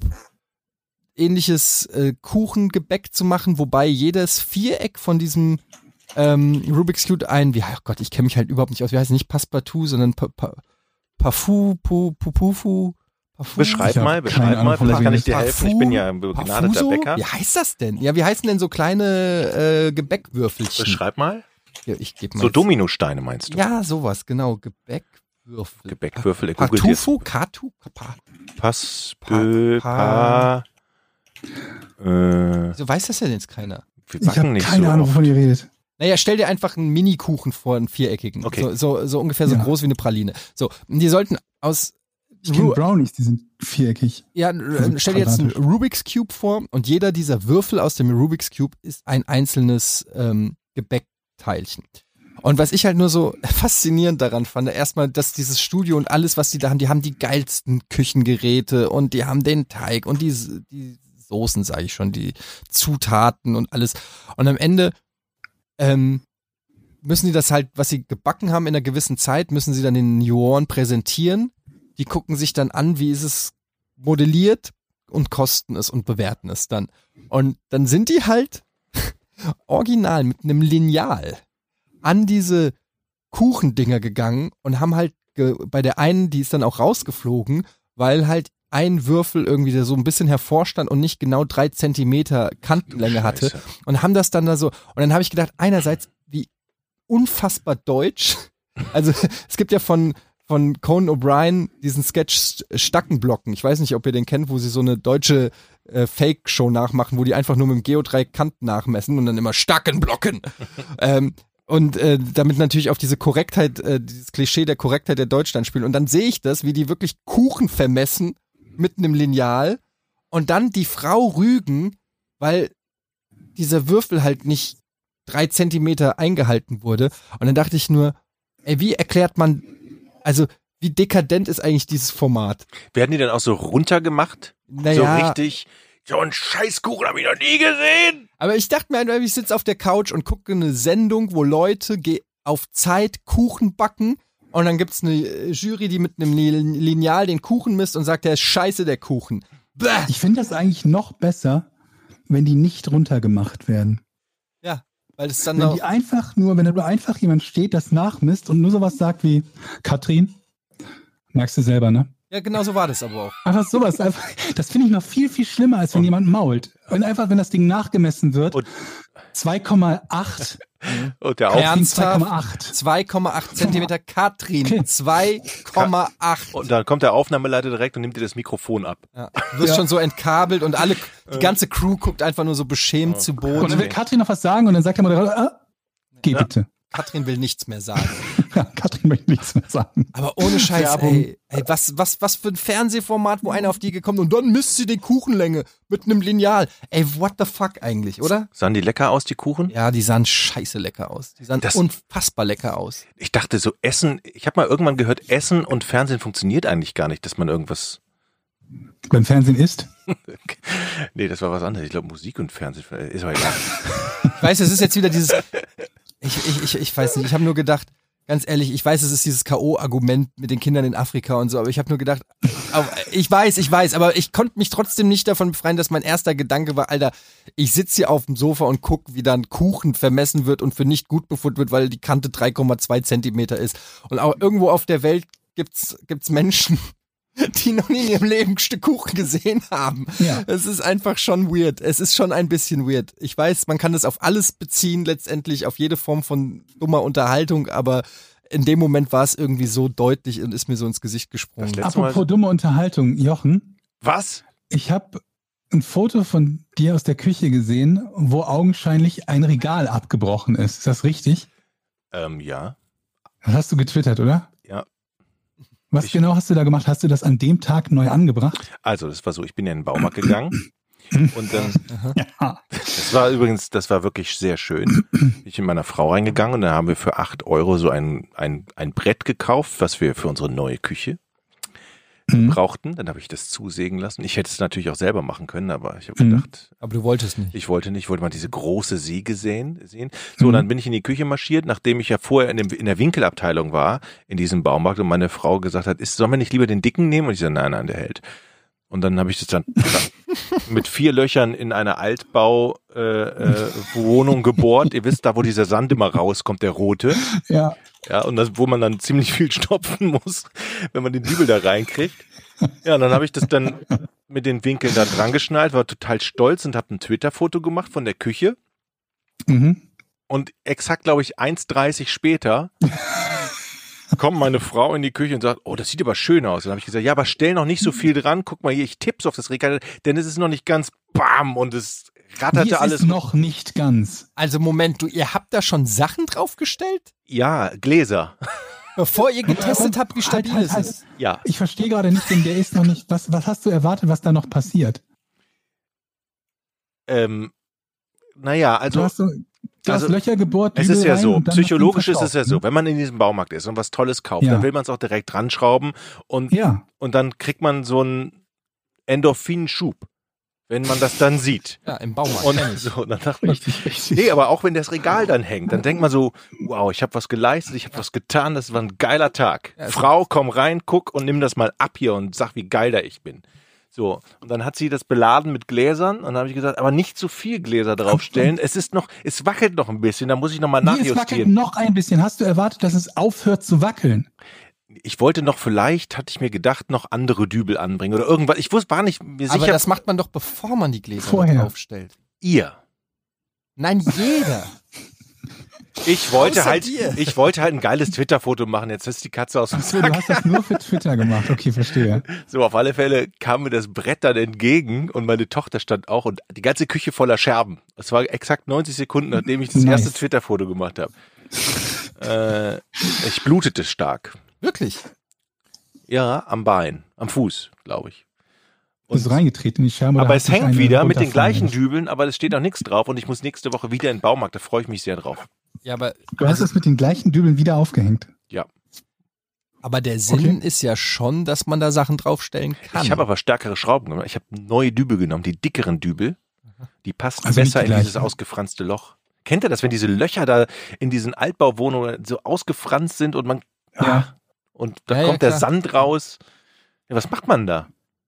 ähnliches äh, Kuchengebäck zu machen, wobei jedes Viereck von diesem ähm, Rubik's Cube ein, wie, oh Gott, ich kenne mich halt überhaupt nicht aus, wie heißt es nicht Passepartout, sondern pa, pa, Pafu, Pu, Pu, Pufu, Pafu. Beschreib Ich hab mal, keine beschreib Ahnung, mal, von vielleicht der kann ich Welt. dir helfen. Ich bin ja ein begnadeter Pafuso? Bäcker. Wie heißt das denn? Ja, wie heißen denn so kleine äh, Gebäckwürfelchen? Beschreib mal. Hier, ich gebe mal So jetzt- Dominosteine meinst du? Ja, sowas, genau, Gebäckwürfel. Gebäckwürfel, er googelt jetzt. Patufu, Katu, Pa- Pass, Pa- Bö, Pa. Äh, Wieso weiß das denn jetzt keiner? wir Ich backen habe nicht keine so Ahnung, oft. wovon ihr redet. Naja, stell dir einfach einen Mini-Kuchen vor, einen viereckigen. Okay. So, so, so ungefähr so Ja. groß wie eine Praline. So, und die sollten aus. Ich kenne Ru Brownies, die sind viereckig. ja, äh, stell dir jetzt einen quadratisch. Rubik's Cube vor und jeder dieser Würfel aus dem Rubik's Cube ist ein einzelnes ähm, Gebäckteilchen. Und was ich halt nur so faszinierend daran fand, erstmal, dass dieses Studio und alles, was die da haben, die haben die geilsten Küchengeräte und die haben den Teig und die, die Soßen, sage ich schon, die Zutaten und alles. Und am Ende ähm, müssen die das halt, was sie gebacken haben in einer gewissen Zeit, müssen sie dann den Juroren präsentieren. Die gucken sich dann an, wie ist es modelliert und kosten es und bewerten es dann. Und dann sind die halt original mit einem Lineal an diese Kuchendinger gegangen und haben halt ge bei der einen, die ist dann auch rausgeflogen, weil halt ein Würfel irgendwie, der so ein bisschen hervorstand und nicht genau drei Zentimeter Kantenlänge hatte. Scheiße. Und haben das dann da so, und dann habe ich gedacht, einerseits, wie unfassbar deutsch. Also es gibt ja von, von Conan O'Brien diesen Sketch Stackenblocken. Ich weiß nicht, ob ihr den kennt, wo sie so eine deutsche äh, Fake-Show nachmachen, wo die einfach nur mit dem Geodreieck Kanten nachmessen und dann immer Stackenblocken. ähm, und äh, damit natürlich auf diese Korrektheit, äh, dieses Klischee der Korrektheit der Deutschen spielen. Und dann sehe ich das, wie die wirklich Kuchen vermessen mit einem Lineal und dann die Frau rügen, weil dieser Würfel halt nicht drei Zentimeter eingehalten wurde. Und dann dachte ich nur, ey, wie erklärt man, also wie dekadent ist eigentlich dieses Format? Werden die dann auch so runtergemacht? Naja, So richtig, so ein Scheißkuchen habe ich noch nie gesehen. aber ich dachte mir einfach, ich sitze auf der Couch und gucke eine Sendung, wo Leute ge- auf Zeit Kuchen backen und dann gibt's eine äh, Jury, die mit einem Li- Lineal den Kuchen misst und sagt, der ist scheiße, der Kuchen. Bäh. Ich finde das eigentlich noch besser, wenn die nicht runtergemacht werden. Ja, weil es dann Wenn noch... die einfach nur, wenn da nur einfach jemand steht, das nachmisst und nur sowas sagt wie, Katrin, merkst du selber, ne? Ja, genau so war das aber auch. Einfach sowas, einfach, das finde ich noch viel, viel schlimmer, als wenn jemand mault. Und einfach, wenn das Ding nachgemessen wird, Und- zwei Komma acht. Und der Auf Ernsthaft? zwei Komma acht. zwei Komma acht Zentimeter Katrin. Okay. zwei Komma acht. und dann kommt der Aufnahmeleiter direkt und nimmt dir das Mikrofon ab. Ja. Du wirst Ja. schon so entkabelt und alle, die ganze Crew guckt einfach nur so beschämt Oh zu Und Boden. dann will Katrin noch was sagen und dann sagt der Moderator, ah, geh Ja. bitte. Katrin will nichts mehr sagen. Ja, Katrin möchte nichts mehr sagen. Aber ohne Scheiß, Werbung. ey, ey was, was, was für ein Fernsehformat, wo einer auf die gekommen und dann misst sie die Kuchenlänge mit einem Lineal. Ey, what the fuck eigentlich, oder? Sahen die lecker aus, die Kuchen? Ja, die sahen scheiße lecker aus. Die sahen Das- unfassbar lecker aus. Ich dachte so, Essen, ich habe mal irgendwann gehört, Essen und Fernsehen funktioniert eigentlich gar nicht, dass man irgendwas... Beim Fernsehen ist. Nee, das war was anderes. Ich glaube, Musik und Fernsehen, ist aber egal. Ich weiß, es ist jetzt wieder dieses, ich, ich, ich, ich weiß nicht, ich habe nur gedacht, ganz ehrlich, ich weiß, es ist dieses K O-Argument mit den Kindern in Afrika und so, aber ich habe nur gedacht, aber ich weiß, ich weiß, aber ich konnte mich trotzdem nicht davon befreien, dass mein erster Gedanke war, Alter, ich sitze hier auf dem Sofa und guck, wie dann Kuchen vermessen wird und für nicht gut befunden wird, weil die Kante drei Komma zwei Zentimeter ist. Und auch irgendwo auf der Welt gibt's, gibt's Menschen, die noch nie in ihrem Leben ein Stück Kuchen gesehen haben. Ja. Es ist einfach schon weird. Es ist schon ein bisschen weird. Ich weiß, man kann das auf alles beziehen, letztendlich auf jede Form von dummer Unterhaltung, aber in dem Moment war es irgendwie so deutlich und ist mir so ins Gesicht gesprungen. Das letzte Mal- Apropos dumme Unterhaltung, Jochen, Was? ich habe ein Foto von dir aus der Küche gesehen, wo augenscheinlich ein Regal abgebrochen ist. Ist das richtig? Ähm, ja. Das hast du getwittert, oder? Ja. Was Ich- genau hast du da gemacht? Hast du das an dem Tag neu angebracht? Also, das war so, ich bin ja in den Baumarkt gegangen und dann, Ja. das war übrigens, das war wirklich sehr schön. Bin ich mit meiner Frau reingegangen und dann haben wir für acht Euro so ein, ein, ein Brett gekauft, was wir für unsere neue Küche Mhm. brauchten. Dann habe ich das zusägen lassen. Ich hätte es natürlich auch selber machen können, aber ich habe Mhm. gedacht, Aber du wolltest nicht. ich wollte nicht, ich wollte mal diese große Säge sehen. sehen. So, Mhm. und dann bin ich in die Küche marschiert, nachdem ich ja vorher in, dem, in der Winkelabteilung war, in diesem Baumarkt und meine Frau gesagt hat, ist, sollen wir nicht lieber den dicken nehmen? Und ich so, nein, nein, der hält. Und dann habe ich das dann mit vier Löchern in eine Altbau äh, äh, Wohnung gebohrt. Ihr wisst, da wo dieser Sand immer rauskommt, der rote. Ja. Ja, und das, wo man dann ziemlich viel stopfen muss, wenn man den Dübel da reinkriegt. Ja, und dann habe ich das dann mit den Winkeln da dran geschnallt, war total stolz und habe ein Twitter-Foto gemacht von der Küche. Mhm. Und exakt, glaube ich, eins dreißig später kommt meine Frau in die Küche und sagt, oh, das sieht aber schön aus. Und dann habe ich gesagt, ja, aber stell noch nicht so viel dran. Guck mal hier, ich tipp's auf das Regal, denn es ist noch nicht ganz bam und es Wie ratterte es alles. ist noch nicht ganz. Also Moment, du, ihr habt da schon Sachen draufgestellt? Ja, Gläser. Bevor ihr getestet habt, wie stabil Halt, es halt, ist. Ja. Ich verstehe gerade nicht, denn der ist noch nicht. Was, was hast du erwartet, was da noch passiert? Ähm, naja, Du also hast, so, du also, hast Löcher gebohrt. es Dübel ist ja rein so, und dann das Ding psychologisch ist es ja verstaubt, so, ne? wenn man in diesem Baumarkt ist und was Tolles kauft, Ja. dann will man es auch direkt dran schrauben und, Ja. und dann kriegt man so einen Endorphinschub, wenn man das dann sieht. Ja, im Baumarkt. Und kenn ich. so, dann dachte ich, Richtig, richtig. nee, aber auch wenn das Regal dann hängt, dann denkt man so, wow, ich habe was geleistet, ich habe was getan, das war ein geiler Tag. Ja, also- Frau, komm rein, guck und nimm das mal ab hier und sag, wie geil da ich bin. So, und dann hat sie das beladen mit Gläsern und dann habe ich gesagt, aber nicht zu viel Gläser draufstellen. Es ist noch, es wackelt noch ein bisschen, da muss ich noch mal Nee, es wackelt nachjustieren. noch ein bisschen. Hast du erwartet, dass es aufhört zu wackeln? Ich wollte noch vielleicht, hatte ich mir gedacht, noch andere Dübel anbringen oder irgendwas. Ich wusste, war nicht mir Aber sicher. das macht man doch, bevor man die Gläser Vorher. draufstellt. Ihr. Nein, jeder. Ich wollte Außer halt, dir. ich wollte halt ein geiles Twitter-Foto machen. Jetzt ist die Katze aus dem So, du hast das nur für Twitter gemacht. Okay, verstehe. So, auf alle Fälle kam mir das Brett dann entgegen und meine Tochter stand auch und die ganze Küche voller Scherben. Es war exakt neunzig Sekunden, nachdem ich das Nice. erste Twitter-Foto gemacht habe. äh, ich blutete stark. Wirklich. Ja, am Bein, am Fuß, glaube ich. Du bist reingetreten in die Scherbe. oder Aber hat es dich hängt eine wieder mit den runterfallen gleichen lassen? Dübeln, aber es steht auch nichts drauf und ich muss nächste Woche wieder in den Baumarkt, da freue ich mich sehr drauf. Ja, aber, Du hast es mit den gleichen Dübeln wieder aufgehängt. Ja. aber der Sinn Okay. ist ja schon, dass man da Sachen draufstellen kann. Ich habe aber stärkere Schrauben gemacht. Ich habe neue Dübel genommen, die dickeren Dübel. Die passten Also nicht besser die in dieses gleichen. ausgefranste Loch. Kennt ihr das, wenn diese Löcher da in diesen Altbauwohnungen so ausgefranst sind und man Ja. ah, und da Ja, ja, kommt der klar. Sand raus. Ja, was macht man da?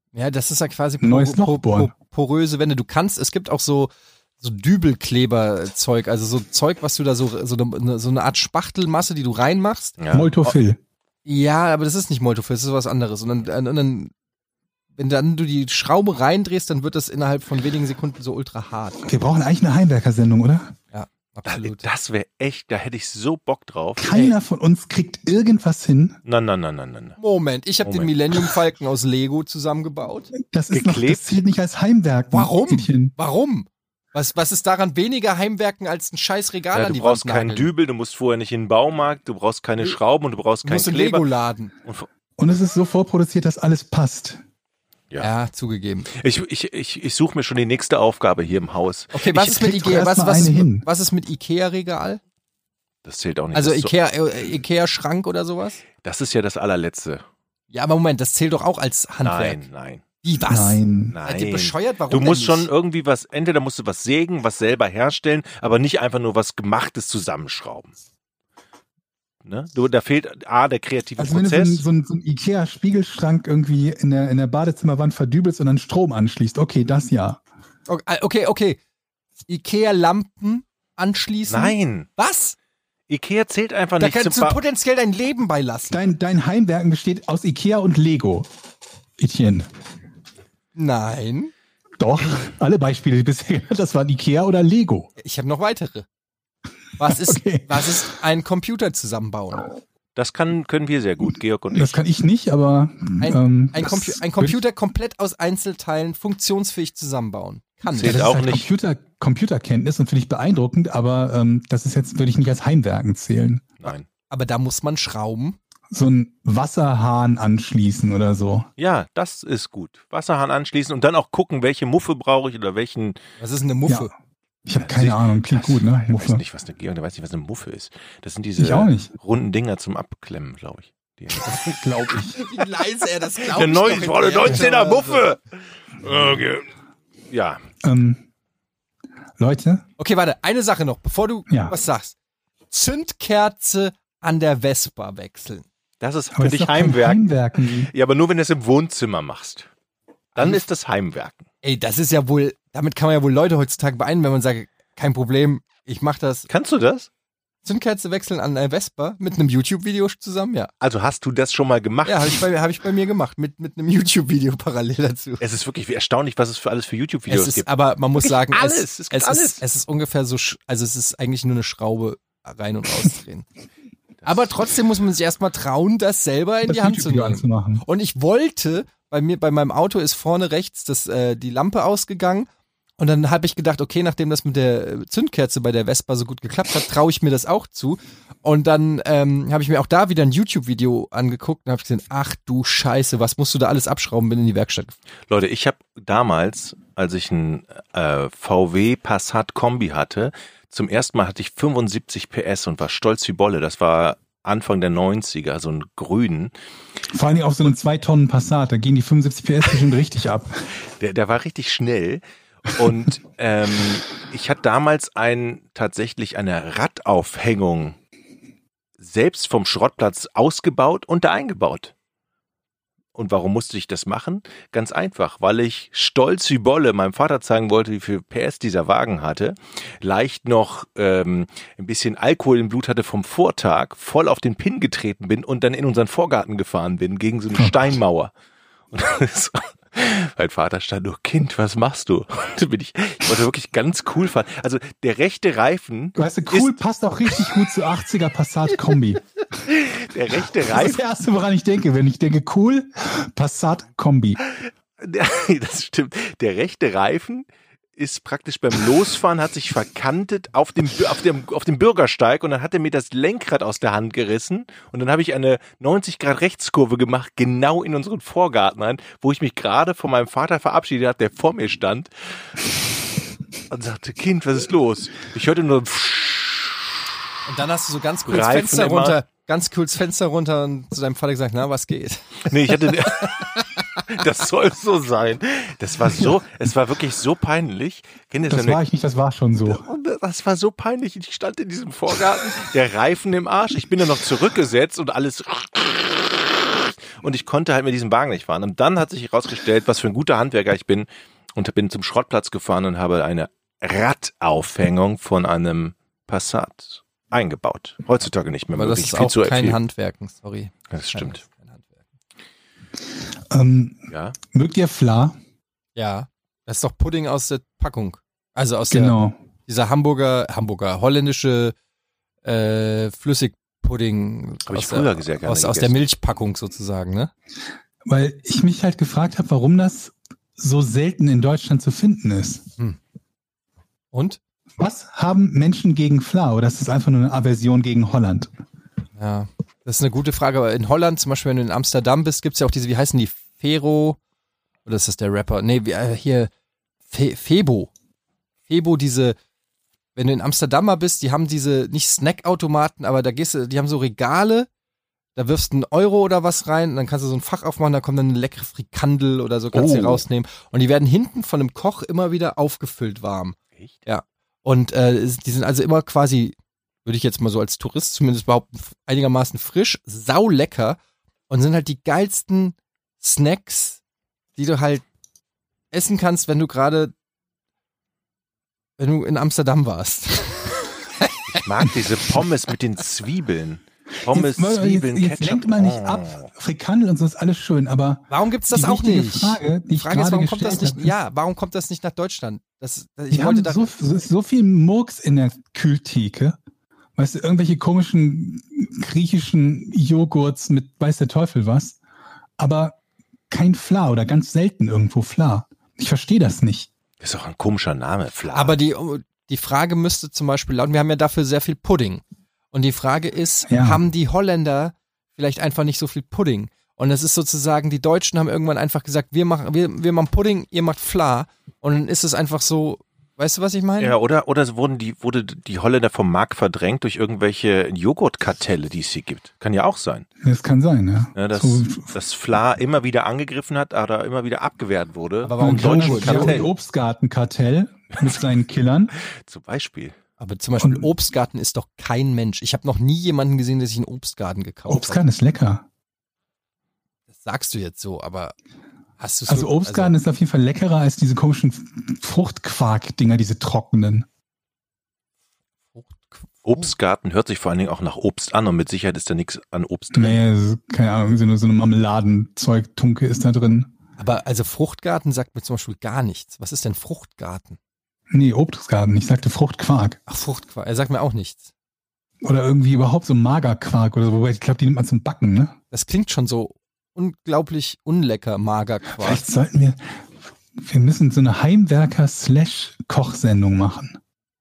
Ja, das ist ja quasi Neues Loch bohren. poröse Wände. Du kannst, es gibt auch so so Dübelkleberzeug, also so Zeug, was du da so so eine, so eine Art Spachtelmasse, die du reinmachst. Ja. Moltofil. Ja, aber das ist nicht Moltofil, das ist was anderes. Und dann, und dann, wenn dann du die Schraube reindrehst, dann wird das innerhalb von wenigen Sekunden so ultra hart. Wir brauchen eigentlich eine Heimwerker-Sendung, oder? Ja, absolut. Das wäre echt, da hätte ich so Bock drauf. Keiner von uns kriegt irgendwas hin. Nein, nein, nein, nein, nein. Moment, ich habe den Moment. Millennium Falcon aus Lego zusammengebaut. Das ist noch, Geklebt? das zählt nicht als Heimwerk. Warum? Mädchen. Warum? Was, was ist daran weniger Heimwerken als ein scheiß Regal Ja, an du die brauchst Wand keinen nageln? Dübel, du musst vorher nicht in den Baumarkt, du brauchst keine Schrauben und du brauchst Du keinen musst in Kleber. Lego laden. Und, Und es ist so vorproduziert, dass alles passt. Ja. Ja, zugegeben. ich ich, ich, ich suche mir schon die nächste Aufgabe hier im Haus. Okay, was Ich ist mit krieg doch Ikea? erst Was, mal was, eine ist, hin. was ist mit Ikea-Regal? Das zählt auch nicht. Also das, ist so, Ikea, äh, Ikea-Schrank oder sowas? das ist ja das allerletzte. Ja, aber Moment, das zählt doch auch als Handwerk. Nein, nein, Wie, was? Nein. Seid ihr nein. bescheuert? Warum Du denn musst nicht? schon irgendwie was, entweder musst du was sägen, was selber herstellen, aber nicht einfach nur was Gemachtes zusammenschrauben. Ne? Du, da fehlt A, der kreative Also wenn du so einen, Prozess. so einen, so einen Ikea-Spiegelschrank irgendwie in der, in der Badezimmerwand verdübelst und dann Strom anschließt, okay, das ja. Okay, okay, okay. Ikea-Lampen anschließen? Nein, Was? Ikea zählt einfach Da nicht kannst zum du Ba- potenziell dein Leben beilassen. Dein, dein Heimwerken besteht aus Ikea und Lego. Etienne. Nein. Doch, alle Beispiele, die bisher genannt, das waren Ikea oder Lego. Ich habe noch weitere. Was ist, Okay. was ist ein Computer zusammenbauen? Das kann, können wir sehr gut, Georg und Das ich. kann ich nicht, aber Ein, ähm, ein, das Compu ein wird- Computer komplett aus Einzelteilen funktionsfähig zusammenbauen. Kann Ja, Zählt das ich. auch ist halt nicht. Computer, Computerkenntnis und finde ich beeindruckend, aber ähm, das ist jetzt, würde ich nicht als Heimwerken zählen. Nein. Aber da muss man schrauben. So einen Wasserhahn anschließen oder so. Ja, das ist gut. Wasserhahn anschließen und dann auch gucken, welche Muffe brauche ich oder welchen. Was ist eine Muffe? Ja. Ich habe keine Ich- Ahnung, klingt gut, ne? Ich weiß Muffe. nicht, was eine Georg, der weiß nicht, was eine Muffe ist. Das sind diese Ich auch nicht. runden Dinger zum Abklemmen, glaube ich. Die- Glaube ich. Wie leise er das glaubt. Der neun- war eine neunzehner Muffe. Okay. Ja, Ähm, Leute, Okay, warte, eine Sache noch, bevor du Ja. was sagst. Zündkerze an der Vespa wechseln. das ist aber für das dich ist doch kein Heimwerk. Heimwerken. Ja, aber nur wenn du es im Wohnzimmer machst. Dann ist das Heimwerken. Ey, das ist ja wohl, damit kann man ja wohl Leute heutzutage beeindrucken, wenn man sagt, kein Problem, ich mach das. Kannst du das? Zündkerze wechseln an der Vespa mit einem YouTube-Video zusammen, ja. Also hast du das schon mal gemacht? Ja, habe ich, bei, hab ich bei mir gemacht, mit, mit einem YouTube-Video parallel dazu. Es ist wirklich erstaunlich, was es für alles für YouTube-Videos Es ist, gibt. aber man muss Wirklich sagen, alles, es, es gibt es, alles. Ist, es ist ungefähr so, sch- also es ist eigentlich nur eine Schraube rein und rausdrehen. aber trotzdem muss man sich erstmal trauen, das selber in Das die Hand zu YouTube-Video nehmen. anzumachen. Und ich wollte, bei mir, bei meinem Auto ist vorne rechts das, äh, die Lampe ausgegangen. Und dann habe ich gedacht, okay, nachdem das mit der Zündkerze bei der Vespa so gut geklappt hat, traue ich mir das auch zu. Und dann ähm, habe ich mir auch da wieder ein YouTube-Video angeguckt und habe gesehen, ach du Scheiße, was musst du da alles abschrauben, bin in die Werkstatt gefahren. Leute, ich habe damals, als ich einen äh, V W Passat Kombi hatte, zum ersten Mal hatte ich fünfundsiebzig P S und war stolz wie Bolle. Das war Anfang der neunziger, so einen grünen. Vor allen Dingen auf so einem zwei Tonnen Passat, da gehen die fünfundsiebzig P S bestimmt richtig ab. Der, der war richtig schnell. Und ähm, ich hatte damals ein, tatsächlich eine Radaufhängung selbst vom Schrottplatz ausgebaut und da eingebaut. Und warum musste ich das machen? Ganz einfach, weil ich stolz wie Bolle meinem Vater zeigen wollte, wie viel P S dieser Wagen hatte, leicht noch ähm, ein bisschen Alkohol im Blut hatte vom Vortag, voll auf den Pin getreten bin und dann in unseren Vorgarten gefahren bin, gegen so eine Steinmauer. Und das, mein Vater stand nur, Kind, was machst du? Und dann bin ich, ich wollte wirklich ganz cool fahren. Also der rechte Reifen, Weißt du, cool passt auch richtig gut zu achtziger Passat Kombi. der rechte Das ist Reifen, das Erste, woran ich denke, wenn ich denke, cool, Passat Kombi. der, das stimmt, der rechte Reifen ist praktisch beim Losfahren, hat sich verkantet auf dem, auf dem, auf dem Bürgersteig und dann hat er mir das Lenkrad aus der Hand gerissen und dann habe ich eine neunzig Grad Rechtskurve gemacht, genau in unseren Vorgarten rein, wo ich mich gerade von meinem Vater verabschiedet habe, der vor mir stand und sagte, Kind, was ist los? Ich hörte nur Und dann hast du so ganz kurz Reifen Fenster immer. runter, ganz kurz Fenster runter und zu deinem Vater gesagt, na, was geht? Nee, ich hatte. Das soll so sein. Das war so, es war wirklich so peinlich. Kennt ihr Das so war eine, ich nicht, das war schon so. und das war so peinlich. Ich stand in diesem Vorgarten, der Reifen im Arsch. Ich bin dann noch zurückgesetzt und alles. und ich konnte halt mit diesem Wagen nicht fahren. Und dann hat sich herausgestellt, was für ein guter Handwerker ich bin und bin zum Schrottplatz gefahren und habe eine Radaufhängung von einem Passat eingebaut. Heutzutage nicht mehr Aber das möglich. ist Viel auch zu kein viel. Handwerken, sorry. Das stimmt. Kein Handwerken. Ähm, Ja. mögt ihr Fla? Ja, das ist doch Pudding aus der Packung. Also aus Genau. der, dieser Hamburger, Hamburger, holländische äh, Flüssigpudding Habe ich aus, früher der, sehr gerne aus, aus der gegessen. Milchpackung sozusagen, ne? Weil ich mich halt gefragt habe, warum das so selten in Deutschland zu finden ist. Und? Was haben Menschen gegen Fla? Oder ist das einfach nur eine Aversion gegen Holland? Ja, das ist eine gute Frage. Aber in Holland, zum Beispiel, wenn du in Amsterdam bist, gibt's ja auch diese, wie heißen die? Fero? Oder ist das der Rapper? Nee, wie, äh, hier, Fe, Febo. Febo, diese, wenn du in Amsterdam mal bist, die haben diese, nicht Snackautomaten, aber da gehst du, die haben so Regale, da wirfst du einen Euro oder was rein und dann kannst du so ein Fach aufmachen, da kommt dann eine leckere Frikandel oder so, kannst du Oh. rausnehmen. Und die werden hinten von einem Koch immer wieder aufgefüllt warm. Echt? Ja. Und äh, die sind also immer quasi, würde ich jetzt mal so als Tourist zumindest behaupten, einigermaßen frisch, saulecker und sind halt die geilsten Snacks, die du halt essen kannst, wenn du gerade, wenn du in Amsterdam warst. Ich mag diese Pommes mit den Zwiebeln. Pommes, jetzt, Zwiebeln, jetzt, jetzt Ketchup. lenkt mal nicht Oh. ab. Frikandel und so ist alles schön, aber Warum gibt's das die auch wichtige nicht? Frage, die die ich Frage ist, gerade warum kommt das gestellt nicht? habe, Ja, warum kommt das nicht nach Deutschland? Das, das, ich die wollte haben da, so, so, so viel Murks in der Kühltheke. Weißt du, irgendwelche komischen griechischen Joghurts mit weiß der Teufel was. Aber kein Fla oder ganz selten irgendwo Fla. Ich verstehe das nicht. Das ist auch ein komischer Name, Fla. aber die, die Frage müsste zum Beispiel lauten, wir haben ja dafür sehr viel Pudding. Und die Frage ist, Ja. haben die Holländer vielleicht einfach nicht so viel Pudding? Und das ist sozusagen, die Deutschen haben irgendwann einfach gesagt, wir machen, wir, wir machen Pudding, ihr macht Fla. Und dann ist es einfach so, weißt du, was ich meine? Ja, oder, oder wurden die, wurde die Holländer vom Markt verdrängt durch irgendwelche Joghurtkartelle, die es hier gibt. Kann ja auch sein. Das kann sein, ja. Ja, dass, so, dass Fla immer wieder angegriffen hat oder immer wieder abgewehrt wurde. Aber warum ein Deutsche Joghurt? Kartell. Kartell Obstgartenkartell mit seinen Killern. zum Beispiel. Aber zum Beispiel Und- Obstgarten ist doch kein Mensch. Ich habe noch nie jemanden gesehen, der sich einen Obstgarten gekauft Obstgarten ist lecker. hat. Das sagst du jetzt so, aber hast du Also Obstgarten ist auf jeden Fall leckerer als diese komischen Fruchtquark-Dinger, diese trockenen. Obstgarten hört sich vor allen Dingen auch nach Obst an und mit Sicherheit ist da nichts an Obst drin. Nee, so, keine Ahnung, so eine, so eine Marmeladenzeug, Tunke ist da drin. Aber also Fruchtgarten sagt mir zum Beispiel gar nichts. Was ist denn Fruchtgarten? Nee, Obstgarten, ich sagte Fruchtquark. Ach, Fruchtquark, er sagt mir auch nichts. Oder irgendwie überhaupt so Magerquark oder so, wobei ich glaube, die nimmt man zum Backen, ne? Das klingt schon so unglaublich unlecker, Magerquark. Vielleicht sollten wir, wir müssen so eine Heimwerker-Slash-Kochsendung machen.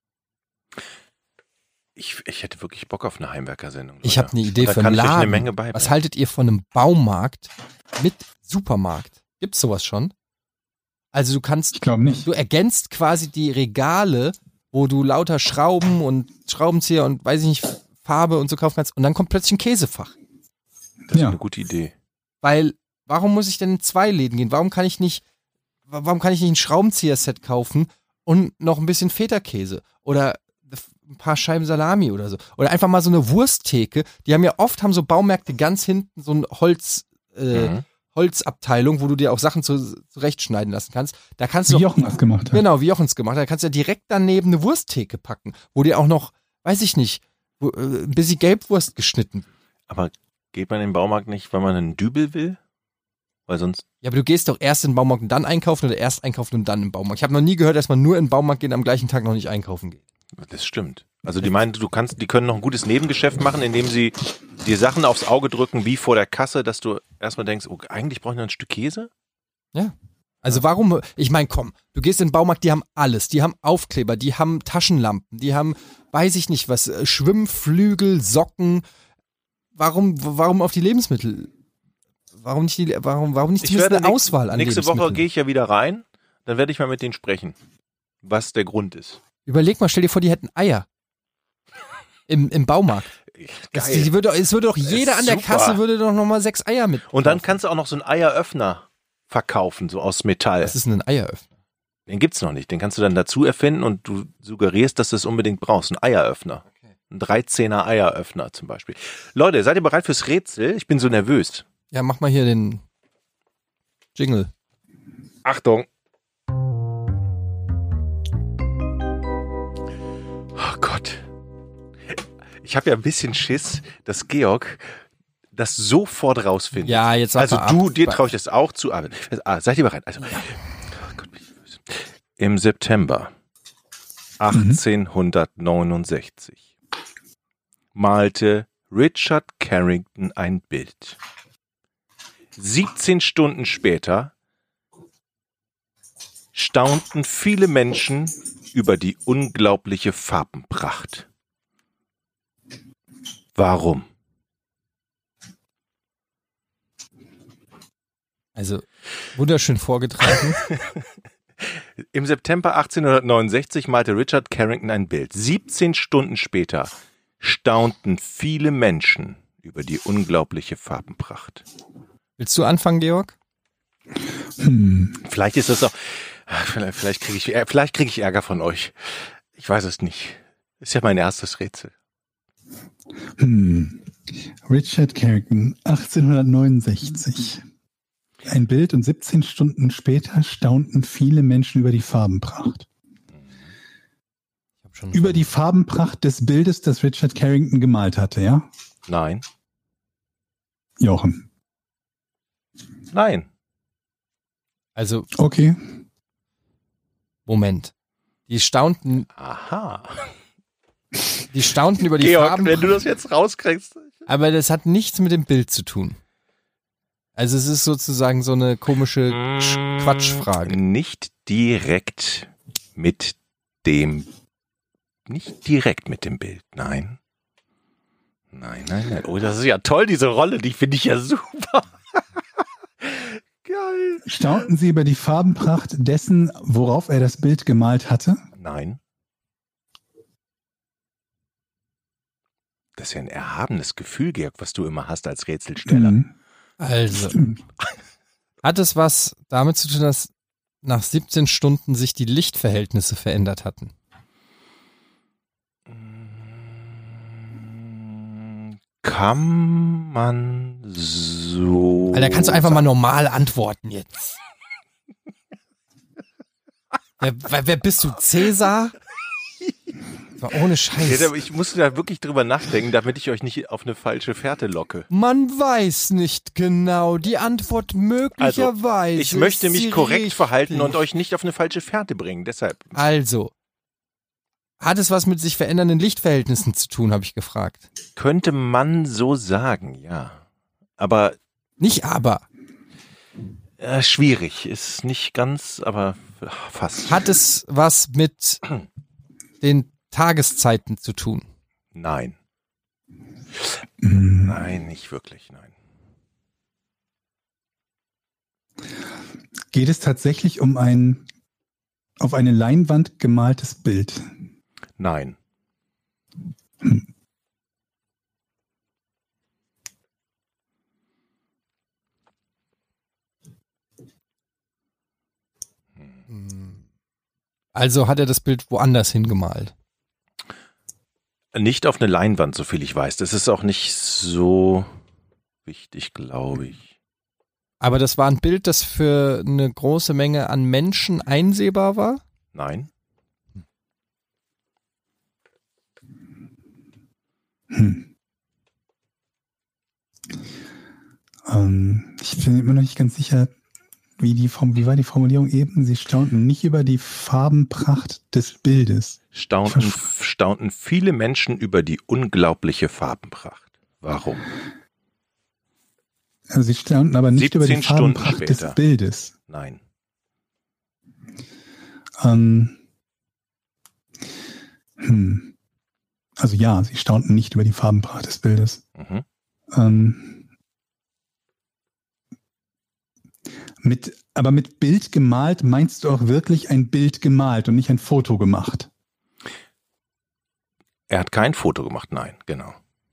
Ich, ich hätte wirklich Bock auf eine Heimwerkersendung. Ich Leute. habe eine Idee Da für kann einen ich euch Laden. eine Menge beibringen. Was haltet ihr von einem Baumarkt mit Supermarkt? Gibt's sowas schon? Also du kannst, Ich glaube nicht. du ergänzt quasi die Regale, wo du lauter Schrauben und Schraubenzieher und weiß ich nicht, Farbe und so kaufen kannst und dann kommt plötzlich ein Käsefach. Das ist Ja. eine gute Idee. Weil, warum muss ich denn in zwei Läden gehen? Warum kann ich nicht, warum kann ich nicht ein Schraubenzieher-Set kaufen und noch ein bisschen Feta-Käse oder ein paar Scheiben Salami oder so? Oder einfach mal so eine Wursttheke. Die haben ja oft, haben so Baumärkte ganz hinten so ein Holz, äh, Mhm. Holzabteilung, wo du dir auch Sachen zu, zurechtschneiden lassen kannst. Da kannst du Wie doch, Jochen das gemacht hat. genau, wie Jochens gemacht hat, da kannst du ja direkt daneben eine Wursttheke packen, wo dir auch noch, weiß ich nicht, wo, äh, ein bisschen Gelbwurst geschnitten. Aber geht man in den Baumarkt nicht, weil man einen Dübel will? Weil sonst. Ja, aber du gehst doch erst in den Baumarkt und dann einkaufen oder erst einkaufen und dann im Baumarkt. Ich habe noch nie gehört, dass man nur in den Baumarkt geht und am gleichen Tag noch nicht einkaufen geht. Das stimmt. Also die meinen, du kannst, die können noch ein gutes Nebengeschäft machen, indem sie dir Sachen aufs Auge drücken, wie vor der Kasse, dass du erstmal denkst, oh, eigentlich brauche ich noch ein Stück Käse. Also warum, ich meine, komm, du gehst in den Baumarkt, die haben alles. Die haben Aufkleber, die haben Taschenlampen, die haben, weiß ich nicht was, äh, Schwimmflügel, Socken. Warum, warum auf die Lebensmittel? Warum nicht, die, warum, warum nicht Ich zumindest werde eine nächst- Auswahl an Nächste Woche Lebensmitteln? gehe ich ja wieder rein, dann werde ich mal mit denen sprechen, was der Grund ist. Überleg mal, stell dir vor, die hätten Eier. Im, im Baumarkt. Das, Geil. die würde, es würde doch jeder an der super. Kasse würde doch nochmal sechs Eier mit. Und dann kannst du auch noch so einen Eieröffner verkaufen, so aus Metall. Was ist denn ein Eieröffner? Den gibt's noch nicht. Den kannst du dann dazu erfinden und du suggerierst, dass du es unbedingt brauchst. Ein Eieröffner. Ein dreizehner Eieröffner zum Beispiel. Leute, seid ihr bereit fürs Rätsel? Ich bin so nervös. Ja, mach mal hier den Jingle. Achtung. Oh Gott. Ich habe ja ein bisschen Schiss, dass Georg das sofort rausfindet. Ja, jetzt sag Also mal du, ab. dir traue ich das auch zu. Aber, ah, seid ihr bereit? Also, oh Gott, bin ich böse. Im September achtzehnhundertneunundsechzig malte Richard Carrington ein Bild. siebzehn Stunden später staunten viele Menschen über die unglaubliche Farbenpracht. Warum? Also, wunderschön vorgetragen. Im September achtzehnhundertneunundsechzig malte Richard Carrington ein Bild. siebzehn Stunden später staunten viele Menschen über die unglaubliche Farbenpracht. Willst du anfangen, Georg? Hm. Vielleicht ist das auch, vielleicht, vielleicht kriege ich, vielleicht kriege ich Ärger von euch. Ich weiß es nicht. Ist ja mein erstes Rätsel. Hm. Richard Carrington, achtzehnhundertneunundsechzig. Ein Bild und siebzehn Stunden später staunten viele Menschen über die Farbenpracht. Ich hab schon Über die Farbenpracht des Bildes, das Richard Carrington gemalt hatte, ja? Nein. Jochen. Nein. Also, Okay. Moment. Die staunten, Aha. die staunten über die Georg, Farben. wenn du das jetzt rauskriegst. Aber das hat nichts mit dem Bild zu tun. Also es ist sozusagen so eine komische Sch- Quatschfrage. Nicht direkt mit dem, nicht direkt mit dem Bild, nein. Nein, nein, nein. Oh, das ist ja toll, diese Rolle, die finde ich ja super. Geil. Staunten Sie über die Farbenpracht dessen, worauf er das Bild gemalt hatte? Nein. Das ist ja ein erhabenes Gefühl, Georg, was du immer hast als Rätselsteller. Mhm. Also, Stimmt. hat es was damit zu tun, dass nach siebzehn Stunden sich die Lichtverhältnisse verändert hatten? Kann man so. Alter, kannst du einfach mal normal antworten jetzt. wer, wer, wer bist du, Cäsar? War ohne Scheiß. Ja, ich musste da wirklich drüber nachdenken, damit ich euch nicht auf eine falsche Fährte locke. Man weiß nicht genau. Die Antwort möglicherweise. Ich möchte ist mich sie korrekt richtig. verhalten und euch nicht auf eine falsche Fährte bringen. Deshalb. Also, hat es was mit sich verändernden Lichtverhältnissen zu tun, habe ich gefragt. Könnte man so sagen, ja. Aber Nicht aber. äh, schwierig. Ist nicht ganz, aber fast. Hat es was mit den Tageszeiten zu tun? Nein. Mhm. Nein, nicht wirklich, nein. Geht es tatsächlich um ein auf eine Leinwand gemaltes Bild? Nein. Also hat er das Bild woanders hingemalt. Nicht auf eine Leinwand, so viel ich weiß. Das ist auch nicht so wichtig, glaube ich. Aber das war ein Bild, das für eine große Menge an Menschen einsehbar war? Nein. Hm. Ähm, ich bin immer noch nicht ganz sicher, wie, die Form, wie war die Formulierung eben? Sie staunten nicht über die Farbenpracht des Bildes. Staunten, Versch- staunten viele Menschen über die unglaubliche Farbenpracht. Warum? Also sie staunten aber nicht über die siebzehn Stunden Farbenpracht später. des Bildes. Nein. Ähm, hm. Also ja, sie staunten nicht über die Farbenpracht des Bildes. Mhm. Ähm, mit, aber mit Bild gemalt meinst du auch wirklich ein Bild gemalt und nicht ein Foto gemacht? Er hat kein Foto gemacht, nein, genau.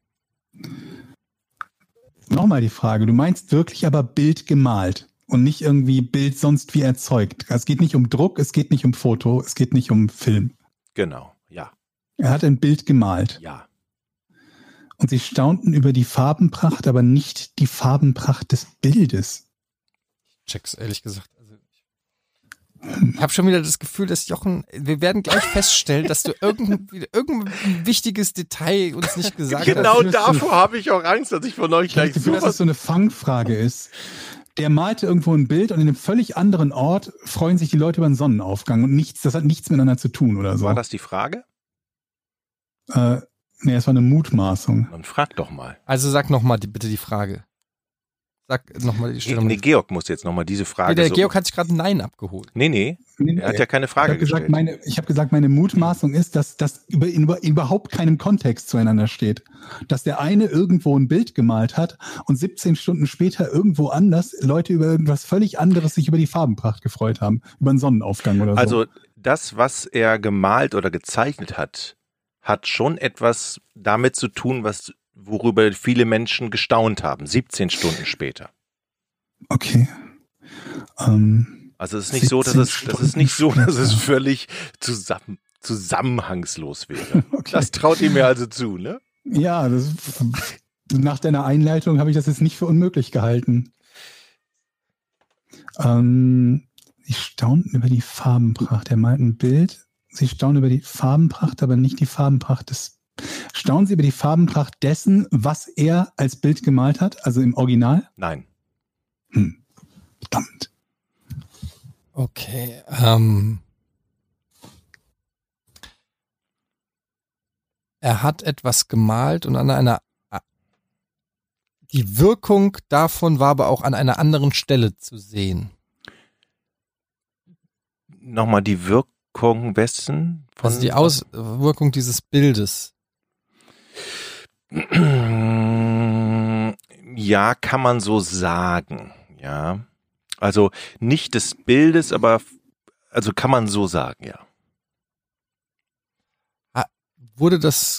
Nochmal die Frage, du meinst wirklich aber Bild gemalt und nicht irgendwie Bild sonst wie erzeugt. Es geht nicht um Druck, es geht nicht um Foto, es geht nicht um Film. Genau, ja, Er hat ein Bild gemalt. ja. Und sie staunten über die Farbenpracht, aber nicht die Farbenpracht des Bildes. Check's ehrlich gesagt. Also ich habe schon wieder das Gefühl, dass Jochen, wir werden gleich feststellen, dass du irgendein, irgendein wichtiges Detail uns nicht gesagt Genau hast. davor habe ich auch Angst, dass ich von euch Ich habe gleich das Gefühl, dass es so eine Fangfrage ist. Der malte irgendwo ein Bild und in einem völlig anderen Ort freuen sich die Leute über den Sonnenaufgang und nichts, das hat nichts miteinander zu tun oder so. War das die Frage? Äh, nee, es war eine Mutmaßung. Dann frag doch mal. Also sag nochmal die, bitte die Frage. Sag nochmal die Stellung. Nee, Georg muss jetzt nochmal diese Frage. Nee, der so Georg hat sich gerade ein Nein abgeholt. Nee, nee. Nee, Er hat ja keine Frage ich hab gesagt, gestellt. meine, ich habe gesagt, meine Mutmaßung ist, dass das über, in, in überhaupt keinem Kontext zueinander steht. Dass der eine irgendwo ein Bild gemalt hat und siebzehn Stunden später irgendwo anders Leute über irgendwas völlig anderes sich über die Farbenpracht gefreut haben. Über einen Sonnenaufgang oder so. Also das, was er gemalt oder gezeichnet hat, hat schon etwas damit zu tun, was worüber viele Menschen gestaunt haben, siebzehn Stunden später. Okay. Ähm, Also es ist nicht so, dass es, das ist nicht so, dass es völlig zusammen, zusammenhangslos wäre. Okay. Das traut ihr mir also zu, ne? ja, das, nach deiner Einleitung habe ich das jetzt nicht für unmöglich gehalten. Ähm, sie staunten über die Farbenpracht. Er malt ein Bild. Sie staunen über die Farbenpracht, aber nicht die Farbenpracht des. Staunen Sie über die Farbenpracht dessen, was er als Bild gemalt hat, also im Original? Nein. Hm. Verdammt. Okay. Ähm, er hat etwas gemalt und an einer die Wirkung davon war aber auch an einer anderen Stelle zu sehen. Nochmal die Wirkung wessen? Von Also die Auswirkung dieses Bildes. Ja, kann man so sagen, ja. Also nicht des Bildes, aber also kann man so sagen, ja. Wurde das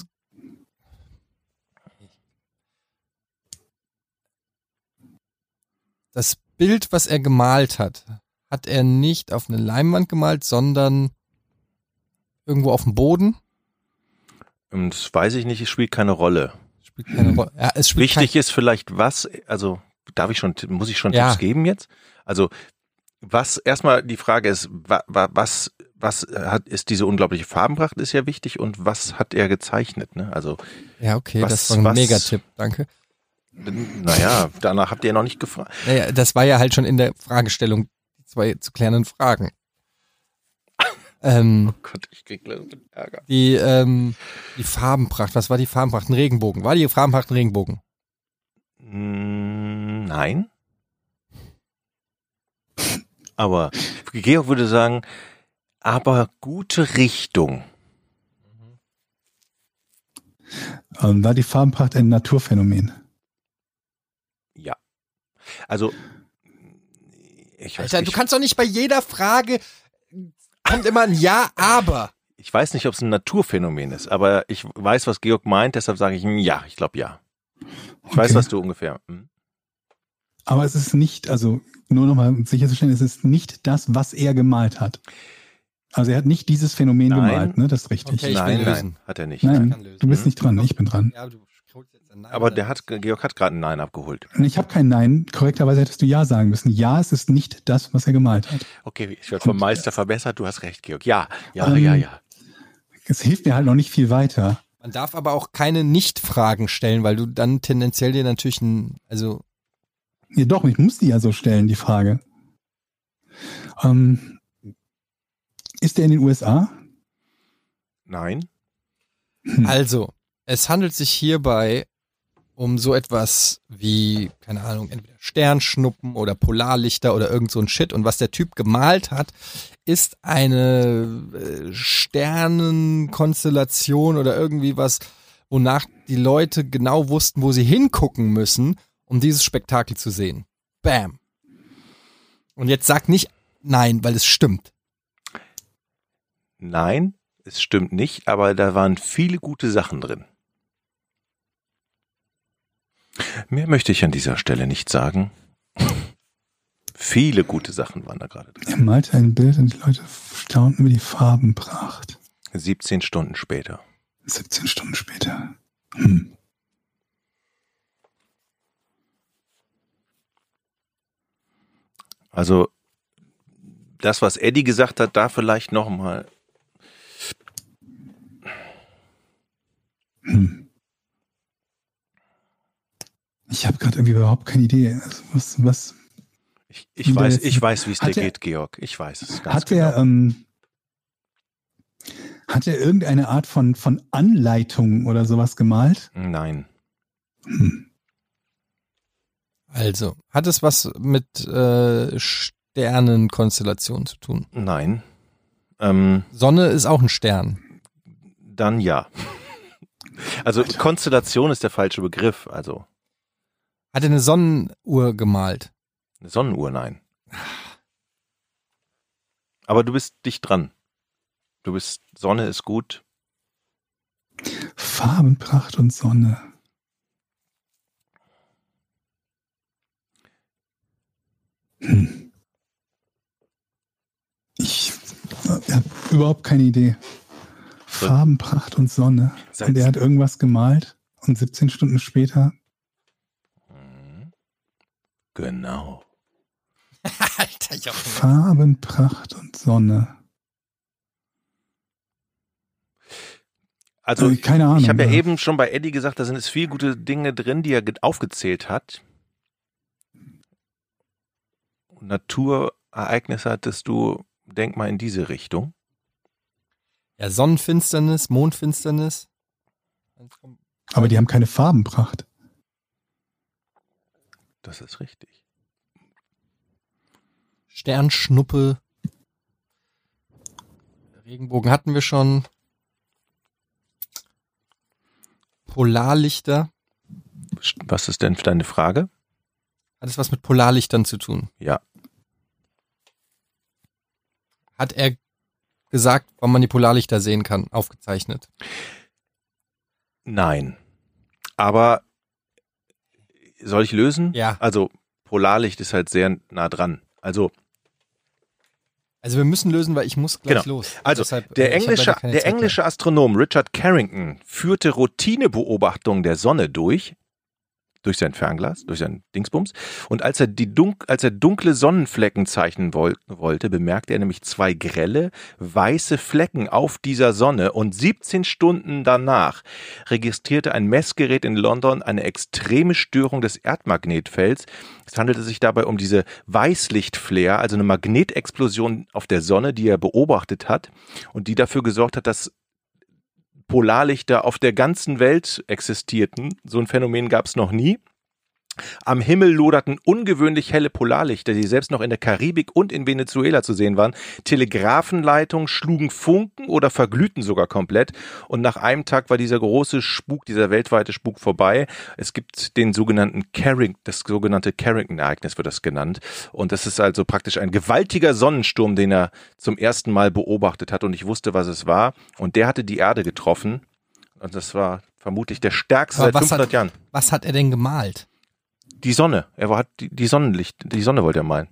das Bild, was er gemalt hat, hat er nicht auf eine Leinwand gemalt, sondern irgendwo auf dem Boden? Und das weiß ich nicht, es spielt keine Rolle. Spielt keine Rolle. Ja, es spielt Wichtig kein, ist vielleicht was, also darf ich schon, muss ich schon Ja. Tipps geben jetzt? Also was, erstmal die Frage ist, wa, wa, was, was hat, ist diese unglaubliche Farbenpracht ist ja wichtig und was hat er gezeichnet, ne? Also, Ja, okay, was- das war ein was- Megatipp, danke. naja, danach habt ihr noch nicht gefragt. Naja, das war ja halt schon in der Fragestellung die zwei zu klärenden Fragen. ähm, Oh Gott, ich krieg gleich Ärger. die, ähm, die Farbenpracht, was war die Farbenpracht? Ein Regenbogen. War die Farbenpracht ein Regenbogen? Mm, Nein. Aber Georg würde sagen, aber gute Richtung. Ähm, war die Farbenpracht ein Naturphänomen? Ja. Also, ich weiß Alter, nicht. du kannst doch nicht bei jeder Frage kommt immer ein Ja, aber. Ich weiß nicht, ob es ein Naturphänomen ist, aber ich weiß, was Georg meint, deshalb sage ich ihm ja, ich glaube ja. Ich Okay. weiß, was du ungefähr. Hm? Aber es ist nicht, also nur nochmal um sicherzustellen, es ist nicht das, was er gemalt hat. Also er hat nicht dieses Phänomen Nein. gemalt, ne? Das ist richtig. Okay, ich Nein, will nein, lösen. hat er nicht. Nein, kann lösen. du bist Hm? nicht dran, ich bin dran. Ja, du holst jetzt ein Nein. Aber der hat, Georg hat gerade ein Nein abgeholt. Und ich habe kein Nein. Korrekterweise hättest du Ja sagen müssen. Ja, es ist nicht das, was er gemalt hat. Okay, ich werde vom Meister verbessert, du hast recht, Georg. Ja, ja, Ähm, ja, ja. Es hilft mir halt noch nicht viel weiter. Man darf aber auch keine Nicht-Fragen stellen, weil du dann tendenziell dir natürlich ein, also Ja, doch, ich muss die ja so stellen, die Frage. Ähm, ist er in den U S A? Nein. Hm. Also, es handelt sich hierbei um so etwas wie, keine Ahnung, entweder Sternschnuppen oder Polarlichter oder irgend so ein Shit. Und was der Typ gemalt hat, ist eine äh, Sternenkonstellation oder irgendwie was, wonach die Leute genau wussten, wo sie hingucken müssen, um dieses Spektakel zu sehen. Bam. Und jetzt sag nicht nein, weil es stimmt. Nein, es stimmt nicht, aber da waren viele gute Sachen drin. Mehr möchte ich an dieser Stelle nicht sagen. Viele gute Sachen waren da gerade drin. Er malte ein Bild und die Leute staunten über die Farbenpracht. siebzehn Stunden später. siebzehn Stunden später. Hm. Also das, was Eddie gesagt hat, da vielleicht nochmal. Hm. Ich habe gerade irgendwie überhaupt keine Idee. Also was, was? Ich, ich weiß, ich weiß, wie es dir der, geht, Georg. Ich weiß es ganz hat genau. Der, ähm, hat er irgendeine Art von, von Anleitung oder sowas gemalt? Nein. Hm. Also, hat es was mit äh, Sternenkonstellationen zu tun? Nein. Ähm, Sonne ist auch ein Stern. Dann ja. Also Alter. Konstellation ist der falsche Begriff. Also Hat er eine Sonnenuhr gemalt? eine Sonnenuhr, nein. Aber du bist dicht dran. Du bist, Sonne ist gut. Farbenpracht und Sonne. Hm. Ich habe überhaupt keine Idee. Farbenpracht und Sonne. Seit- Und der hat irgendwas gemalt und siebzehn Stunden später. Genau. Alter, ich hab Farbenpracht und Sonne. Also Äh, keine Ahnung. ich habe ja ja. eben schon bei Eddie gesagt, da sind es viele gute Dinge drin, die er ge- aufgezählt hat. Und Naturereignisse hattest du, denk mal in diese Richtung. Ja, Sonnenfinsternis, Mondfinsternis. Aber die haben keine Farbenpracht. Das ist richtig. Sternschnuppe. Regenbogen hatten wir schon. Polarlichter. Was ist denn deine Frage? Hat es was mit Polarlichtern zu tun? Ja. Hat er gesagt, wann man die Polarlichter sehen kann, aufgezeichnet? Nein. Aber soll ich lösen? Ja. Also Polarlicht ist halt sehr nah dran. Also Also wir müssen lösen, weil ich muss gleich Genau. los. Also Deshalb, der, äh, ich hab englische, leider keine der Zeit englische Astronom Richard Carrington führte Routinebeobachtungen der Sonne durch, durch sein Fernglas, durch sein Dingsbums. Und als er, die dunk, als er dunkle Sonnenflecken zeichnen woll, wollte, bemerkte er nämlich zwei grelle, weiße Flecken auf dieser Sonne. Und siebzehn Stunden danach registrierte ein Messgerät in London eine extreme Störung des Erdmagnetfelds. Es handelte sich dabei um diese Weißlichtflare, also eine Magnetexplosion auf der Sonne, die er beobachtet hat und die dafür gesorgt hat, dass Polarlichter auf der ganzen Welt existierten. So ein Phänomen gab es noch nie. Am Himmel loderten ungewöhnlich helle Polarlichter, die selbst noch in der Karibik und in Venezuela zu sehen waren. Telegrafenleitungen schlugen Funken oder verglühten sogar komplett. Und nach einem Tag war dieser große Spuk, dieser weltweite Spuk vorbei. Es gibt den sogenannten Carrington, das sogenannte Carrington-Ereignis wird das genannt. Und das ist also praktisch ein gewaltiger Sonnensturm, den er zum ersten Mal beobachtet hat. Und ich wusste, was es war. Und der hatte die Erde getroffen. Und das war vermutlich der stärkste Aber seit was fünfhundert hat- Jahren. Was hat er denn gemalt? Die Sonne. Er war, hat die, die Sonnenlicht, die Sonne wollte er malen.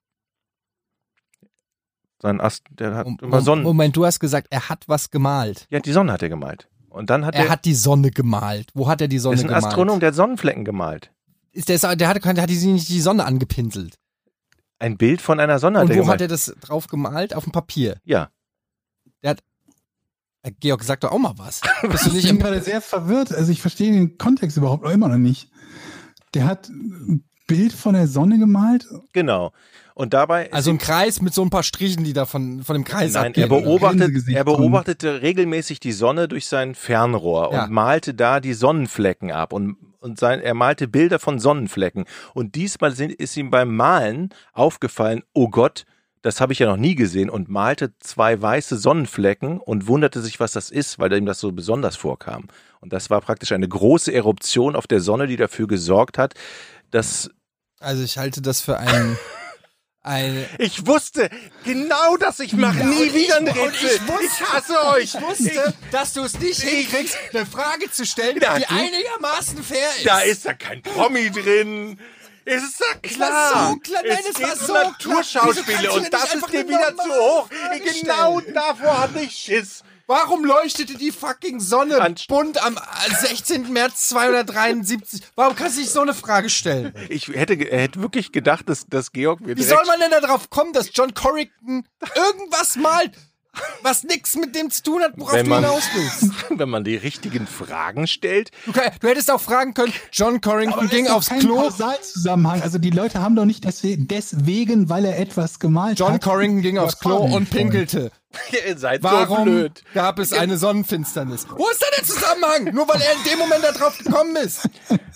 Sein Ast, der hat Mom- immer Sonnen. Moment, du hast gesagt, er hat was gemalt. Ja, die Sonne hat er gemalt. Und dann hat Er er, hat die Sonne gemalt. Wo hat er die das Sonne ist ein gemalt? Astronom, der hat Sonnenflecken gemalt. Ist der, der hat, der hat die nicht die Sonne angepinselt. Ein Bild von einer Sonne Und hat er wo gemalt. hat er das drauf gemalt? Auf dem Papier. ja. Äh, Georg, sag doch auch mal was. Bist du Ich nicht bin im, gerade sehr verwirrt. Also ich verstehe den Kontext überhaupt noch immer noch nicht. Der hat ein Bild von der Sonne gemalt. Genau. Und dabei also ein Kreis mit so ein paar Strichen, die da von, von dem Kreis Nein, abgehen. er beobachtet, Grinsegesicht er beobachtete regelmäßig die Sonne durch sein Fernrohr Ja. und malte da die Sonnenflecken ab und, und sein, er malte Bilder von Sonnenflecken. Und diesmal sind, ist ihm beim Malen aufgefallen, oh Gott, das habe ich ja noch nie gesehen, und malte zwei weiße Sonnenflecken und wunderte sich, was das ist, weil ihm das so besonders vorkam. Und das war praktisch eine große Eruption auf der Sonne, die dafür gesorgt hat, dass Also ich halte das für ein, ein ich wusste genau, dass ich mache nie wieder ein Rätsel. Ich hasse euch. Ich wusste, dass du es nicht hinkriegst, eine Frage zu stellen, Ja, die du- einigermaßen fair ist. Da ist ja kein Promi drin. Es ist ja klar. war so klar. Nein, es es geht war um so klar. Wieso kannst Naturschauspiele du und denn das nicht ist einfach dir eine wieder zu normale hoch. Frage Genau stellen? davor hatte ich Schiss. Warum leuchtete die fucking Sonne An- bunt am sechzehnten März zweihundertdreiundsiebzig? Warum kannst du nicht so eine Frage stellen? Ich hätte, er hätte wirklich gedacht, dass, dass Georg mir Wie direkt... soll man denn da drauf kommen, dass John Corrington irgendwas malt, was nichts mit dem zu tun hat, worauf Wenn du man- hinaus willst? wenn man die richtigen Fragen stellt. Du, kann- du hättest auch fragen können, John Corrington ging aufs kein Klo. Kausalzusammenhang. Also die Leute haben doch nicht deswegen, deswegen weil er etwas gemalt John hat. Corrington ging aufs Klo überfahren und wollen. pinkelte. Ihr seid so Warum blöd. gab es eine Sonnenfinsternis? Wo ist da der Zusammenhang? Nur weil er in dem Moment da drauf gekommen ist.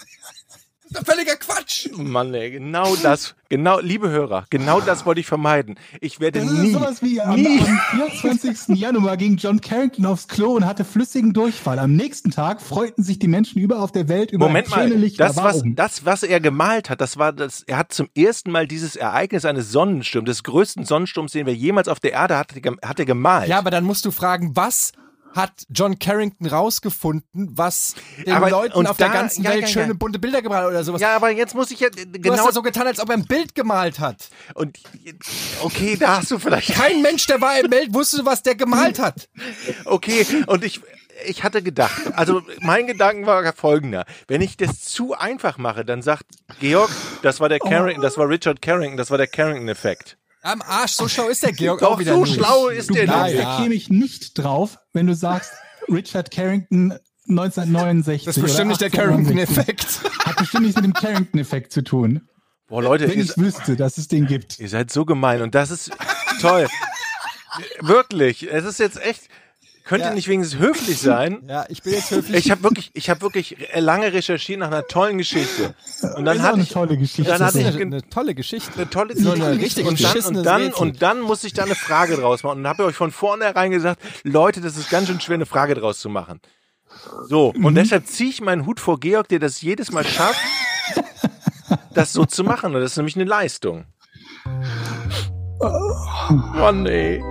Das ist doch völliger Quatsch. Mann, ey, genau das, genau, liebe Hörer, genau das wollte ich vermeiden. Ich werde Das nie, ist sowas wie am, nie, am vierundzwanzigsten Januar ging John Carrington aufs Klo und hatte flüssigen Durchfall. Am nächsten Tag freuten sich die Menschen überall auf der Welt über Moment schöne mal, Lichter. das was, Warum? das, was er gemalt hat, das war das, er hat zum ersten Mal dieses Ereignis eines Sonnensturms, des größten Sonnensturms, den wir jemals auf der Erde hatten, hat er gemalt. Ja, aber dann musst du fragen, was hat John Carrington rausgefunden, was den Aber- Leuten und auf der da- ganzen ja, Welt ja, ja. schöne bunte Bilder gemalt oder sowas? Ja, aber jetzt muss ich ja, äh, Du hast genau, ja so getan, als ob er ein Bild gemalt hat. und, okay, da hast du vielleicht, Kein Mensch, der war im Welt, wusste, was der gemalt hat. okay, und ich, ich hatte gedacht, also mein Gedanken war folgender, wenn ich das zu einfach mache, dann sagt Georg, das war der Carrington, das war Richard Carrington, das war der Carrington-Effekt. Am Arsch, so schlau ist der Georg Doch, auch wieder so nicht. schlau ist Du der bleibst, nicht. da käme ich nicht drauf, wenn du sagst, Richard Carrington neunzehnhundertneunundsechzig. Das ist bestimmt nicht der Carrington-Effekt. Hat bestimmt nichts mit dem Carrington-Effekt zu tun. Boah, Leute, Wenn ihr, ich wüsste, dass es den gibt. ihr seid so gemein und das ist toll. Wirklich, es ist jetzt echt, könnt ihr Ja. nicht wenigstens höflich sein? Ja, ich bin jetzt höflich. Ich habe wirklich, ich habe wirklich lange recherchiert nach einer tollen Geschichte. Und dann ist auch hatte eine ich, tolle Geschichte. dann hatte das ich ist eine, eine tolle Geschichte. eine tolle So eine Geschichte. richtig und dann, beschissenes und dann, Rätsel. und dann musste ich da eine Frage draus machen und habe euch von vornherein gesagt, Leute, das ist ganz schön schwer, eine Frage draus zu machen. So, und deshalb ziehe ich meinen Hut vor Georg, der das jedes Mal schafft, das so zu machen. Und das ist nämlich eine Leistung. Mann, ey.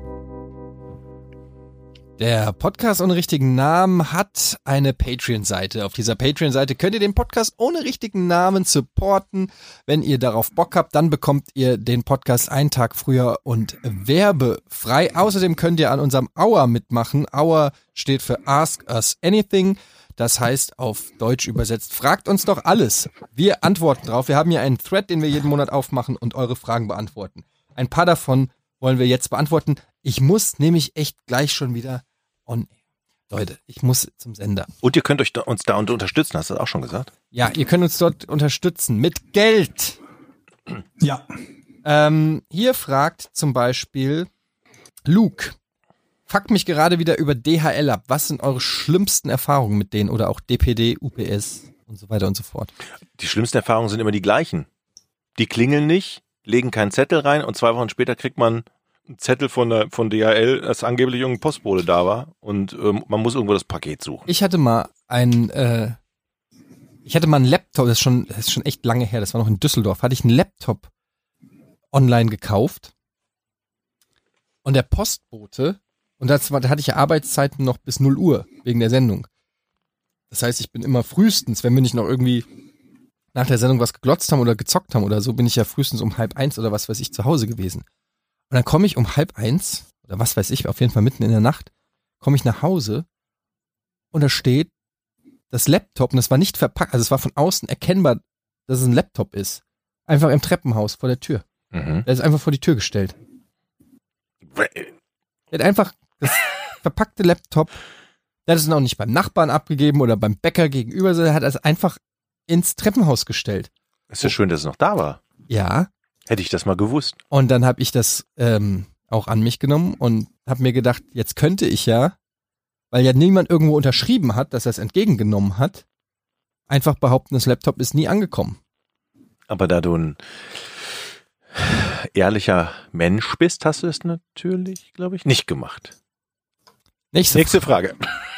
Der Podcast ohne richtigen Namen hat eine Patreon-Seite. Auf dieser Patreon-Seite könnt ihr den Podcast ohne richtigen Namen supporten. Wenn ihr darauf Bock habt, dann bekommt ihr den Podcast einen Tag früher und werbefrei. Außerdem könnt ihr an unserem Hour mitmachen. Hour steht für Ask Us Anything. Das heißt auf Deutsch übersetzt, fragt uns doch alles. Wir antworten drauf. Wir haben hier einen Thread, den wir jeden Monat aufmachen und eure Fragen beantworten. Ein paar davon wollen wir jetzt beantworten. Ich muss nämlich echt gleich schon wieder on air. Leute, ich muss zum Sender. Und ihr könnt euch da, uns da unterstützen, hast du das auch schon gesagt? Ja, ihr könnt uns dort unterstützen mit Geld. Ja. Ähm, hier fragt zum Beispiel Luke. Fuckt mich gerade wieder über D H L ab. Was sind eure schlimmsten Erfahrungen mit denen oder auch D P D, U P S und so weiter und so fort? Die schlimmsten Erfahrungen sind immer die gleichen. Die klingeln nicht, legen keinen Zettel rein und zwei Wochen später kriegt man einen Zettel von, der, von D H L, dass angeblich irgendein Postbote da war und ähm, man muss irgendwo das Paket suchen. Ich hatte mal ein, äh, ich hatte mal einen Laptop, das ist schon, das ist schon echt lange her, das war noch in Düsseldorf, hatte ich einen Laptop online gekauft und der Postbote, und das war, da hatte ich ja Arbeitszeiten noch bis null Uhr wegen der Sendung. Das heißt, ich bin immer frühestens, wenn wir nicht noch irgendwie nach der Sendung was geglotzt haben oder gezockt haben oder so, bin ich ja frühestens um halb eins oder was weiß ich zu Hause gewesen. Und dann komme ich um halb eins, oder was weiß ich, auf jeden Fall mitten in der Nacht, komme ich nach Hause und da steht das Laptop, und das war nicht verpackt, also es war von außen erkennbar, dass es ein Laptop ist. Einfach im Treppenhaus vor der Tür. Mhm. Der ist einfach vor die Tür gestellt. Der hat einfach das verpackte Laptop, der hat es noch nicht beim Nachbarn abgegeben oder beim Bäcker gegenüber, sondern er hat es einfach ins Treppenhaus gestellt. Ist ja schön, dass es noch da war. Ja. Hätte ich das mal gewusst. Und dann habe ich das ähm, auch an mich genommen und habe mir gedacht, jetzt könnte ich ja, weil ja niemand irgendwo unterschrieben hat, dass er es entgegengenommen hat, einfach behaupten, das Laptop ist nie angekommen. Aber da du ein ehrlicher Mensch bist, hast du es natürlich, glaube ich, nicht gemacht. Nächste, Nächste Frage.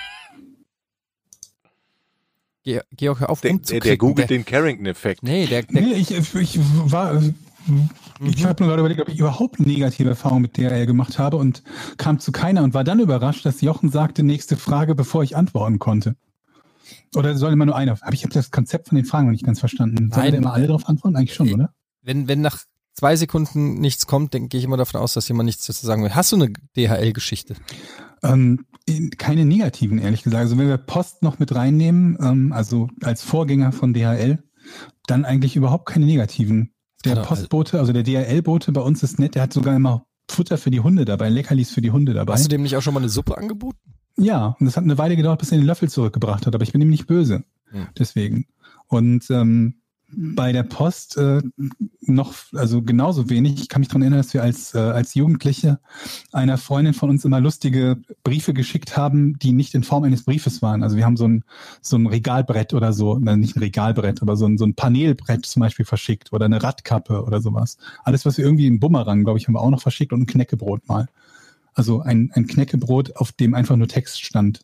Ge Georg, hör auf Der, der, rumzuklicken. der googelt den Carrington-Effekt. Nee, der, der Nee, ich, ich war, ich habe mir gerade überlegt, ob ich überhaupt negative Erfahrungen mit D H L gemacht habe und kam zu keiner und war dann überrascht, dass Jochen sagte, nächste Frage, bevor ich antworten konnte. Oder soll immer nur einer? Aber ich habe das Konzept von den Fragen noch nicht ganz verstanden. Sollen Nein. wir immer alle drauf antworten? Eigentlich schon, oder? wenn, wenn nach zwei Sekunden nichts kommt, dann gehe ich immer davon aus, dass jemand nichts dazu sagen will. Hast du eine D H L-Geschichte? Ähm, keine negativen, ehrlich gesagt. Also wenn wir Post noch mit reinnehmen, ähm, also als Vorgänger von D H L, dann eigentlich überhaupt keine negativen. Der Genau. Postbote, also der D H L-Bote bei uns ist nett, der hat sogar immer Futter für die Hunde dabei, Leckerlis für die Hunde dabei. Hast du dem nicht auch schon mal eine Suppe angeboten? Ja, und das hat eine Weile gedauert, bis er den Löffel zurückgebracht hat, aber ich bin ihm nicht böse. Hm. Deswegen. Und ähm, bei der Post äh, noch, also genauso wenig. Ich kann mich daran erinnern, dass wir als, äh, als Jugendliche einer Freundin von uns immer lustige Briefe geschickt haben, die nicht in Form eines Briefes waren. Also wir haben so ein, so ein Regalbrett oder so, nein, nicht ein Regalbrett, aber so ein, so ein Panelbrett zum Beispiel verschickt oder eine Radkappe oder sowas. Alles, was wir irgendwie in Bumerang, glaube ich, haben wir auch noch verschickt und ein Knäckebrot mal. Also ein, ein Knäckebrot, auf dem einfach nur Text stand.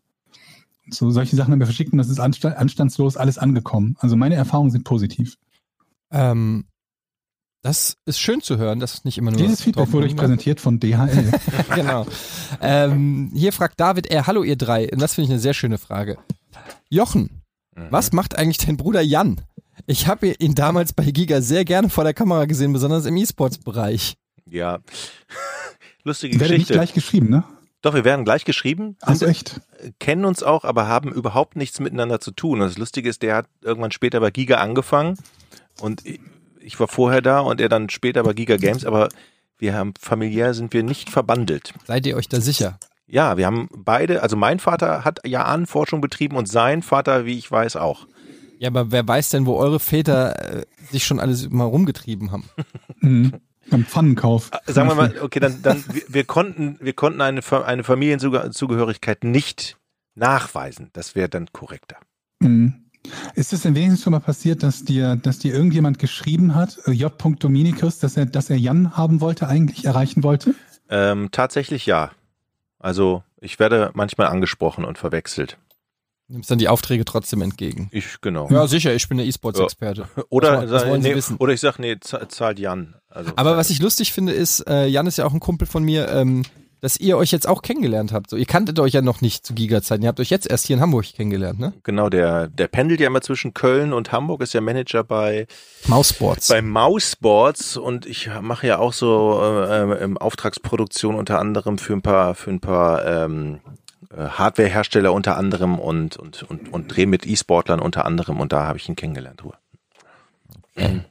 So solche Sachen haben wir verschickt und das ist anstand, anstandslos alles angekommen. Also meine Erfahrungen sind positiv. Ähm, das ist schön zu hören, dass es nicht immer nur... Dieses Feedback wurde euch präsentiert von D H L. Genau. Ähm, hier fragt David R. Hallo ihr drei. Und das finde ich eine sehr schöne Frage. Jochen, mhm. was macht eigentlich dein Bruder Jan? Ich habe ihn damals bei Giga sehr gerne vor der Kamera gesehen, besonders im E-Sports-Bereich. Ja, lustige Werde nicht Geschichte. gleich geschrieben, ne? Doch, wir werden gleich geschrieben, Also echt? kennen uns auch, aber haben überhaupt nichts miteinander zu tun. Und das Lustige ist, der hat irgendwann später bei Giga angefangen und ich war vorher da und er dann später bei Giga Games, aber wir haben familiär sind wir nicht verbandelt. Seid ihr euch da sicher? Ja, wir haben beide, also mein Vater hat ja Ahnenforschung betrieben und sein Vater, wie ich weiß, auch. Ja, aber wer weiß denn, wo eure Väter äh, sich schon alles mal rumgetrieben haben? Mhm. Beim Pfannenkauf. Sagen wir mal, okay, dann, dann wir, wir konnten, wir konnten eine, eine Familienzugehörigkeit nicht nachweisen. Das wäre dann korrekter. Mhm. Ist es denn wenigstens schon mal passiert, dass dir, dass dir irgendjemand geschrieben hat, J. Dominikus, dass er, dass er Jan haben wollte, eigentlich erreichen wollte? Ähm, tatsächlich ja. Also ich werde manchmal angesprochen und verwechselt. Nimmst dann die Aufträge trotzdem entgegen? Ich, genau. Ja, sicher, ich bin der E-Sports-Experte. Oder, was, was wollen Sie nee, wissen? oder ich sag, nee, zahlt Jan. Also, Aber was ich lustig finde, ist, äh, Jan ist ja auch ein Kumpel von mir, ähm, dass ihr euch jetzt auch kennengelernt habt. So, ihr kanntet euch ja noch nicht zu Giga-Zeiten. Ihr habt euch jetzt erst hier in Hamburg kennengelernt, ne? Genau, der, der pendelt ja immer zwischen Köln und Hamburg, ist ja Manager bei Mousesports. Bei Mousesports und ich mache ja auch so äh, ähm, Auftragsproduktion unter anderem für ein paar, für ein paar ähm, Hardware-Hersteller unter anderem und, und, und, und drehe mit E-Sportlern unter anderem und da habe ich ihn kennengelernt. Okay.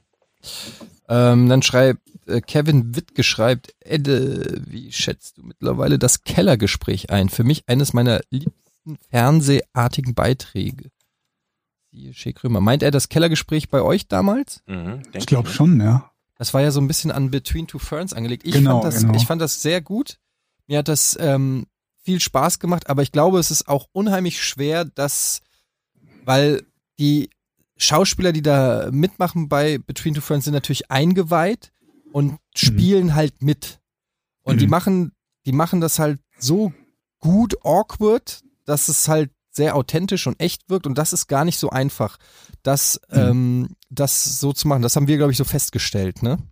Ähm, dann schreibt äh, Kevin Wittke schreibt, Edde, wie schätzt du mittlerweile das Kellergespräch ein? Für mich eines meiner liebsten fernsehartigen Beiträge. Siehe Shea Krömer. Meint er das Kellergespräch bei euch damals? Mhm, Ich glaube schon, ja. Das war ja so ein bisschen an Between Two Ferns angelegt. Ich, Genau, fand, das, genau. ich fand das sehr gut. Mir hat das ähm, viel Spaß gemacht, aber ich glaube, es ist auch unheimlich schwer, dass, weil die Schauspieler, die da mitmachen bei Between Two Ferns, sind natürlich eingeweiht und spielen mhm. halt mit. Und mhm. die machen, die machen das halt so gut awkward, dass es halt sehr authentisch und echt wirkt und das ist gar nicht so einfach, das, mhm. ähm, das so zu machen. Das haben wir, glaube ich, so festgestellt, ne?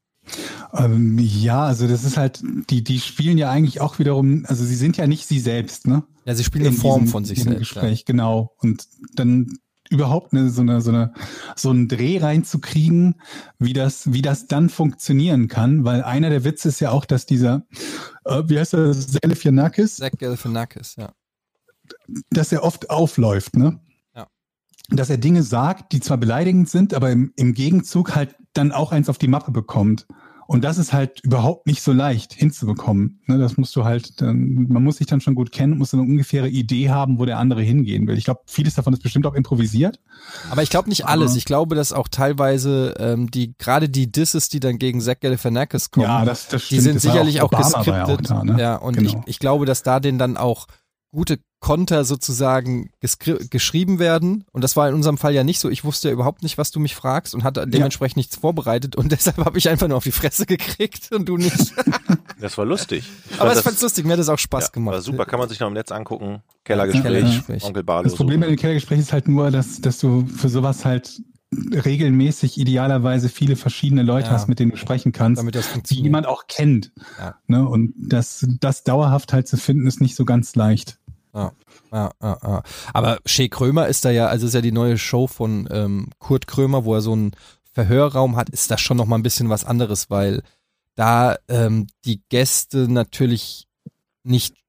Ähm, ja, also das ist halt, die, die spielen ja eigentlich auch wiederum, also sie sind ja nicht sie selbst, ne? Ja, sie spielen eine In Form diesem, von sich diesem selbst. Gespräch, ja. Genau. Und dann überhaupt eine, so eine, so eine, so einen Dreh reinzukriegen, wie das, wie das dann funktionieren kann, weil einer der Witze ist ja auch, dass dieser, äh, wie heißt er, Zach Galifianakis? Zach Galifianakis, ja. Dass er oft aufläuft, ne? Ja. Dass er Dinge sagt, die zwar beleidigend sind, aber im, im Gegenzug halt dann auch eins auf die Mappe bekommt. Und das ist halt überhaupt nicht so leicht hinzubekommen. Ne, das musst du halt, dann, man muss sich dann schon gut kennen, muss eine ungefähre Idee haben, wo der andere hingehen will. Ich glaube, vieles davon ist bestimmt auch improvisiert. Aber ich glaube nicht alles. Ich glaube, dass auch teilweise ähm, die, gerade die Disses, die dann gegen Zach Galifianakis kommen, ja, das, das stimmt. die sind das war sicherlich auch, Obama geskriptet. war ja, auch da, ne? Ja, und genau. ich, ich glaube, dass da denen dann auch gute Konter sozusagen geskri- geschrieben werden. Und das war in unserem Fall ja nicht so. Ich wusste ja überhaupt nicht, was du mich fragst und hatte dementsprechend ja. nichts vorbereitet. Und deshalb habe ich einfach nur auf die Fresse gekriegt und du nicht. Das war lustig. Ich Aber fand ich fand's lustig. Mir hat das auch Spaß ja, gemacht. War super, kann man sich noch im Netz angucken. Kellergespräch, Kellergespräch. Onkel Barlo. Das Problem mit dem Kellergespräch ist halt nur, dass, dass du für sowas halt regelmäßig idealerweise viele verschiedene Leute Ja. hast, mit denen du sprechen kannst, Damit das die funktioniert. jemand auch kennt. Ja. Ne? Und das, das dauerhaft halt zu finden, ist nicht so ganz leicht. Ja, ja, ja, ja. Aber Shea Krömer ist da ja, also ist ja die neue Show von ähm, Kurt Krömer, wo er so einen Verhörraum hat, ist das schon noch mal ein bisschen was anderes, weil da ähm, die Gäste natürlich nicht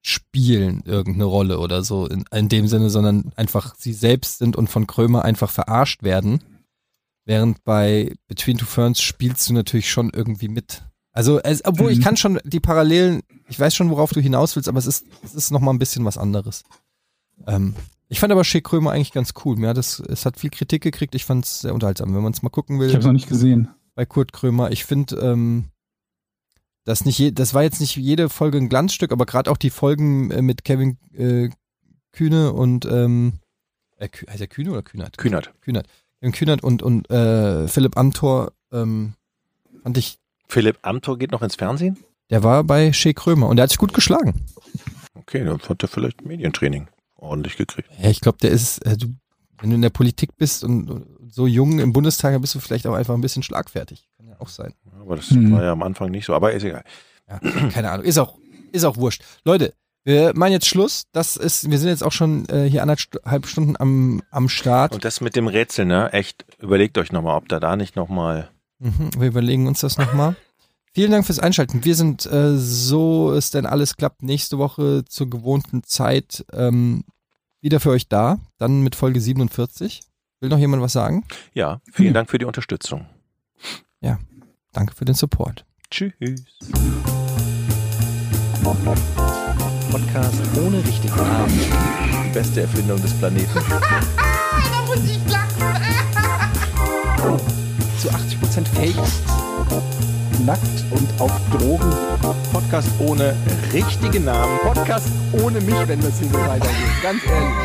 spielen irgendeine Rolle oder so in, in dem Sinne, sondern einfach sie selbst sind und von Krömer einfach verarscht werden. Während bei Between Two Ferns spielst du natürlich schon irgendwie mit. Also, es, obwohl mhm. ich kann schon die Parallelen, ich weiß schon, worauf du hinaus willst, aber es ist, es ist nochmal ein bisschen was anderes. Ähm, ich fand aber Shea Krömer eigentlich ganz cool. Mir hat es, es hat viel Kritik gekriegt, ich fand es sehr unterhaltsam. Wenn man es mal gucken will. Ich habe es noch nicht gesehen. Bei Kurt Krömer. Ich finde, ähm, das nicht je, das war jetzt nicht jede Folge ein Glanzstück, aber gerade auch die Folgen äh, mit Kevin äh, Kühne und ähm, äh, heißt er Kühne oder Kühnert? Kühnert. Kühnert. Kevin Kühnert und, und äh, Philipp Amthor ähm, fand ich. Philipp Amthor geht noch ins Fernsehen? Der war bei Shea Krömer und der hat sich gut geschlagen. Okay, dann hat er vielleicht Medientraining ordentlich gekriegt. Ja, ich glaube, der ist, äh, du, wenn du in der Politik bist und, und so jung im Bundestag, dann bist du vielleicht auch einfach ein bisschen schlagfertig. Kann ja auch sein. Aber das mhm. war ja am Anfang nicht so, aber ist egal. Ja, keine Ahnung, ist auch, ist auch wurscht. Leute, wir machen jetzt Schluss. Das ist, wir sind jetzt auch schon äh, hier anderthalb Stunden am, am Start. Und das mit dem Rätsel, ne? Echt, überlegt euch nochmal, ob da da nicht nochmal. Mhm, wir überlegen uns das nochmal. Vielen Dank fürs Einschalten. Wir sind, äh, so es denn alles klappt, nächste Woche zur gewohnten Zeit ähm, wieder für euch da. Dann mit Folge siebenundvierzig. Will noch jemand was sagen? Ja, vielen Dank für die Unterstützung. Ja, danke für den Support. Tschüss. Podcast ohne richtigen Namen. Die beste Erfindung des Planeten. Da muss ich lachen. Zu achtzig Prozent Fake. Nackt und auf Drogen. Podcast ohne richtigen Namen. Podcast ohne mich, wenn das hier so weitergeht. Ganz ehrlich.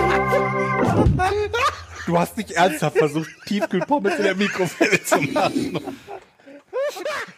Du hast nicht ernsthaft versucht, Tiefkühlpommes in der Mikrowelle zu machen.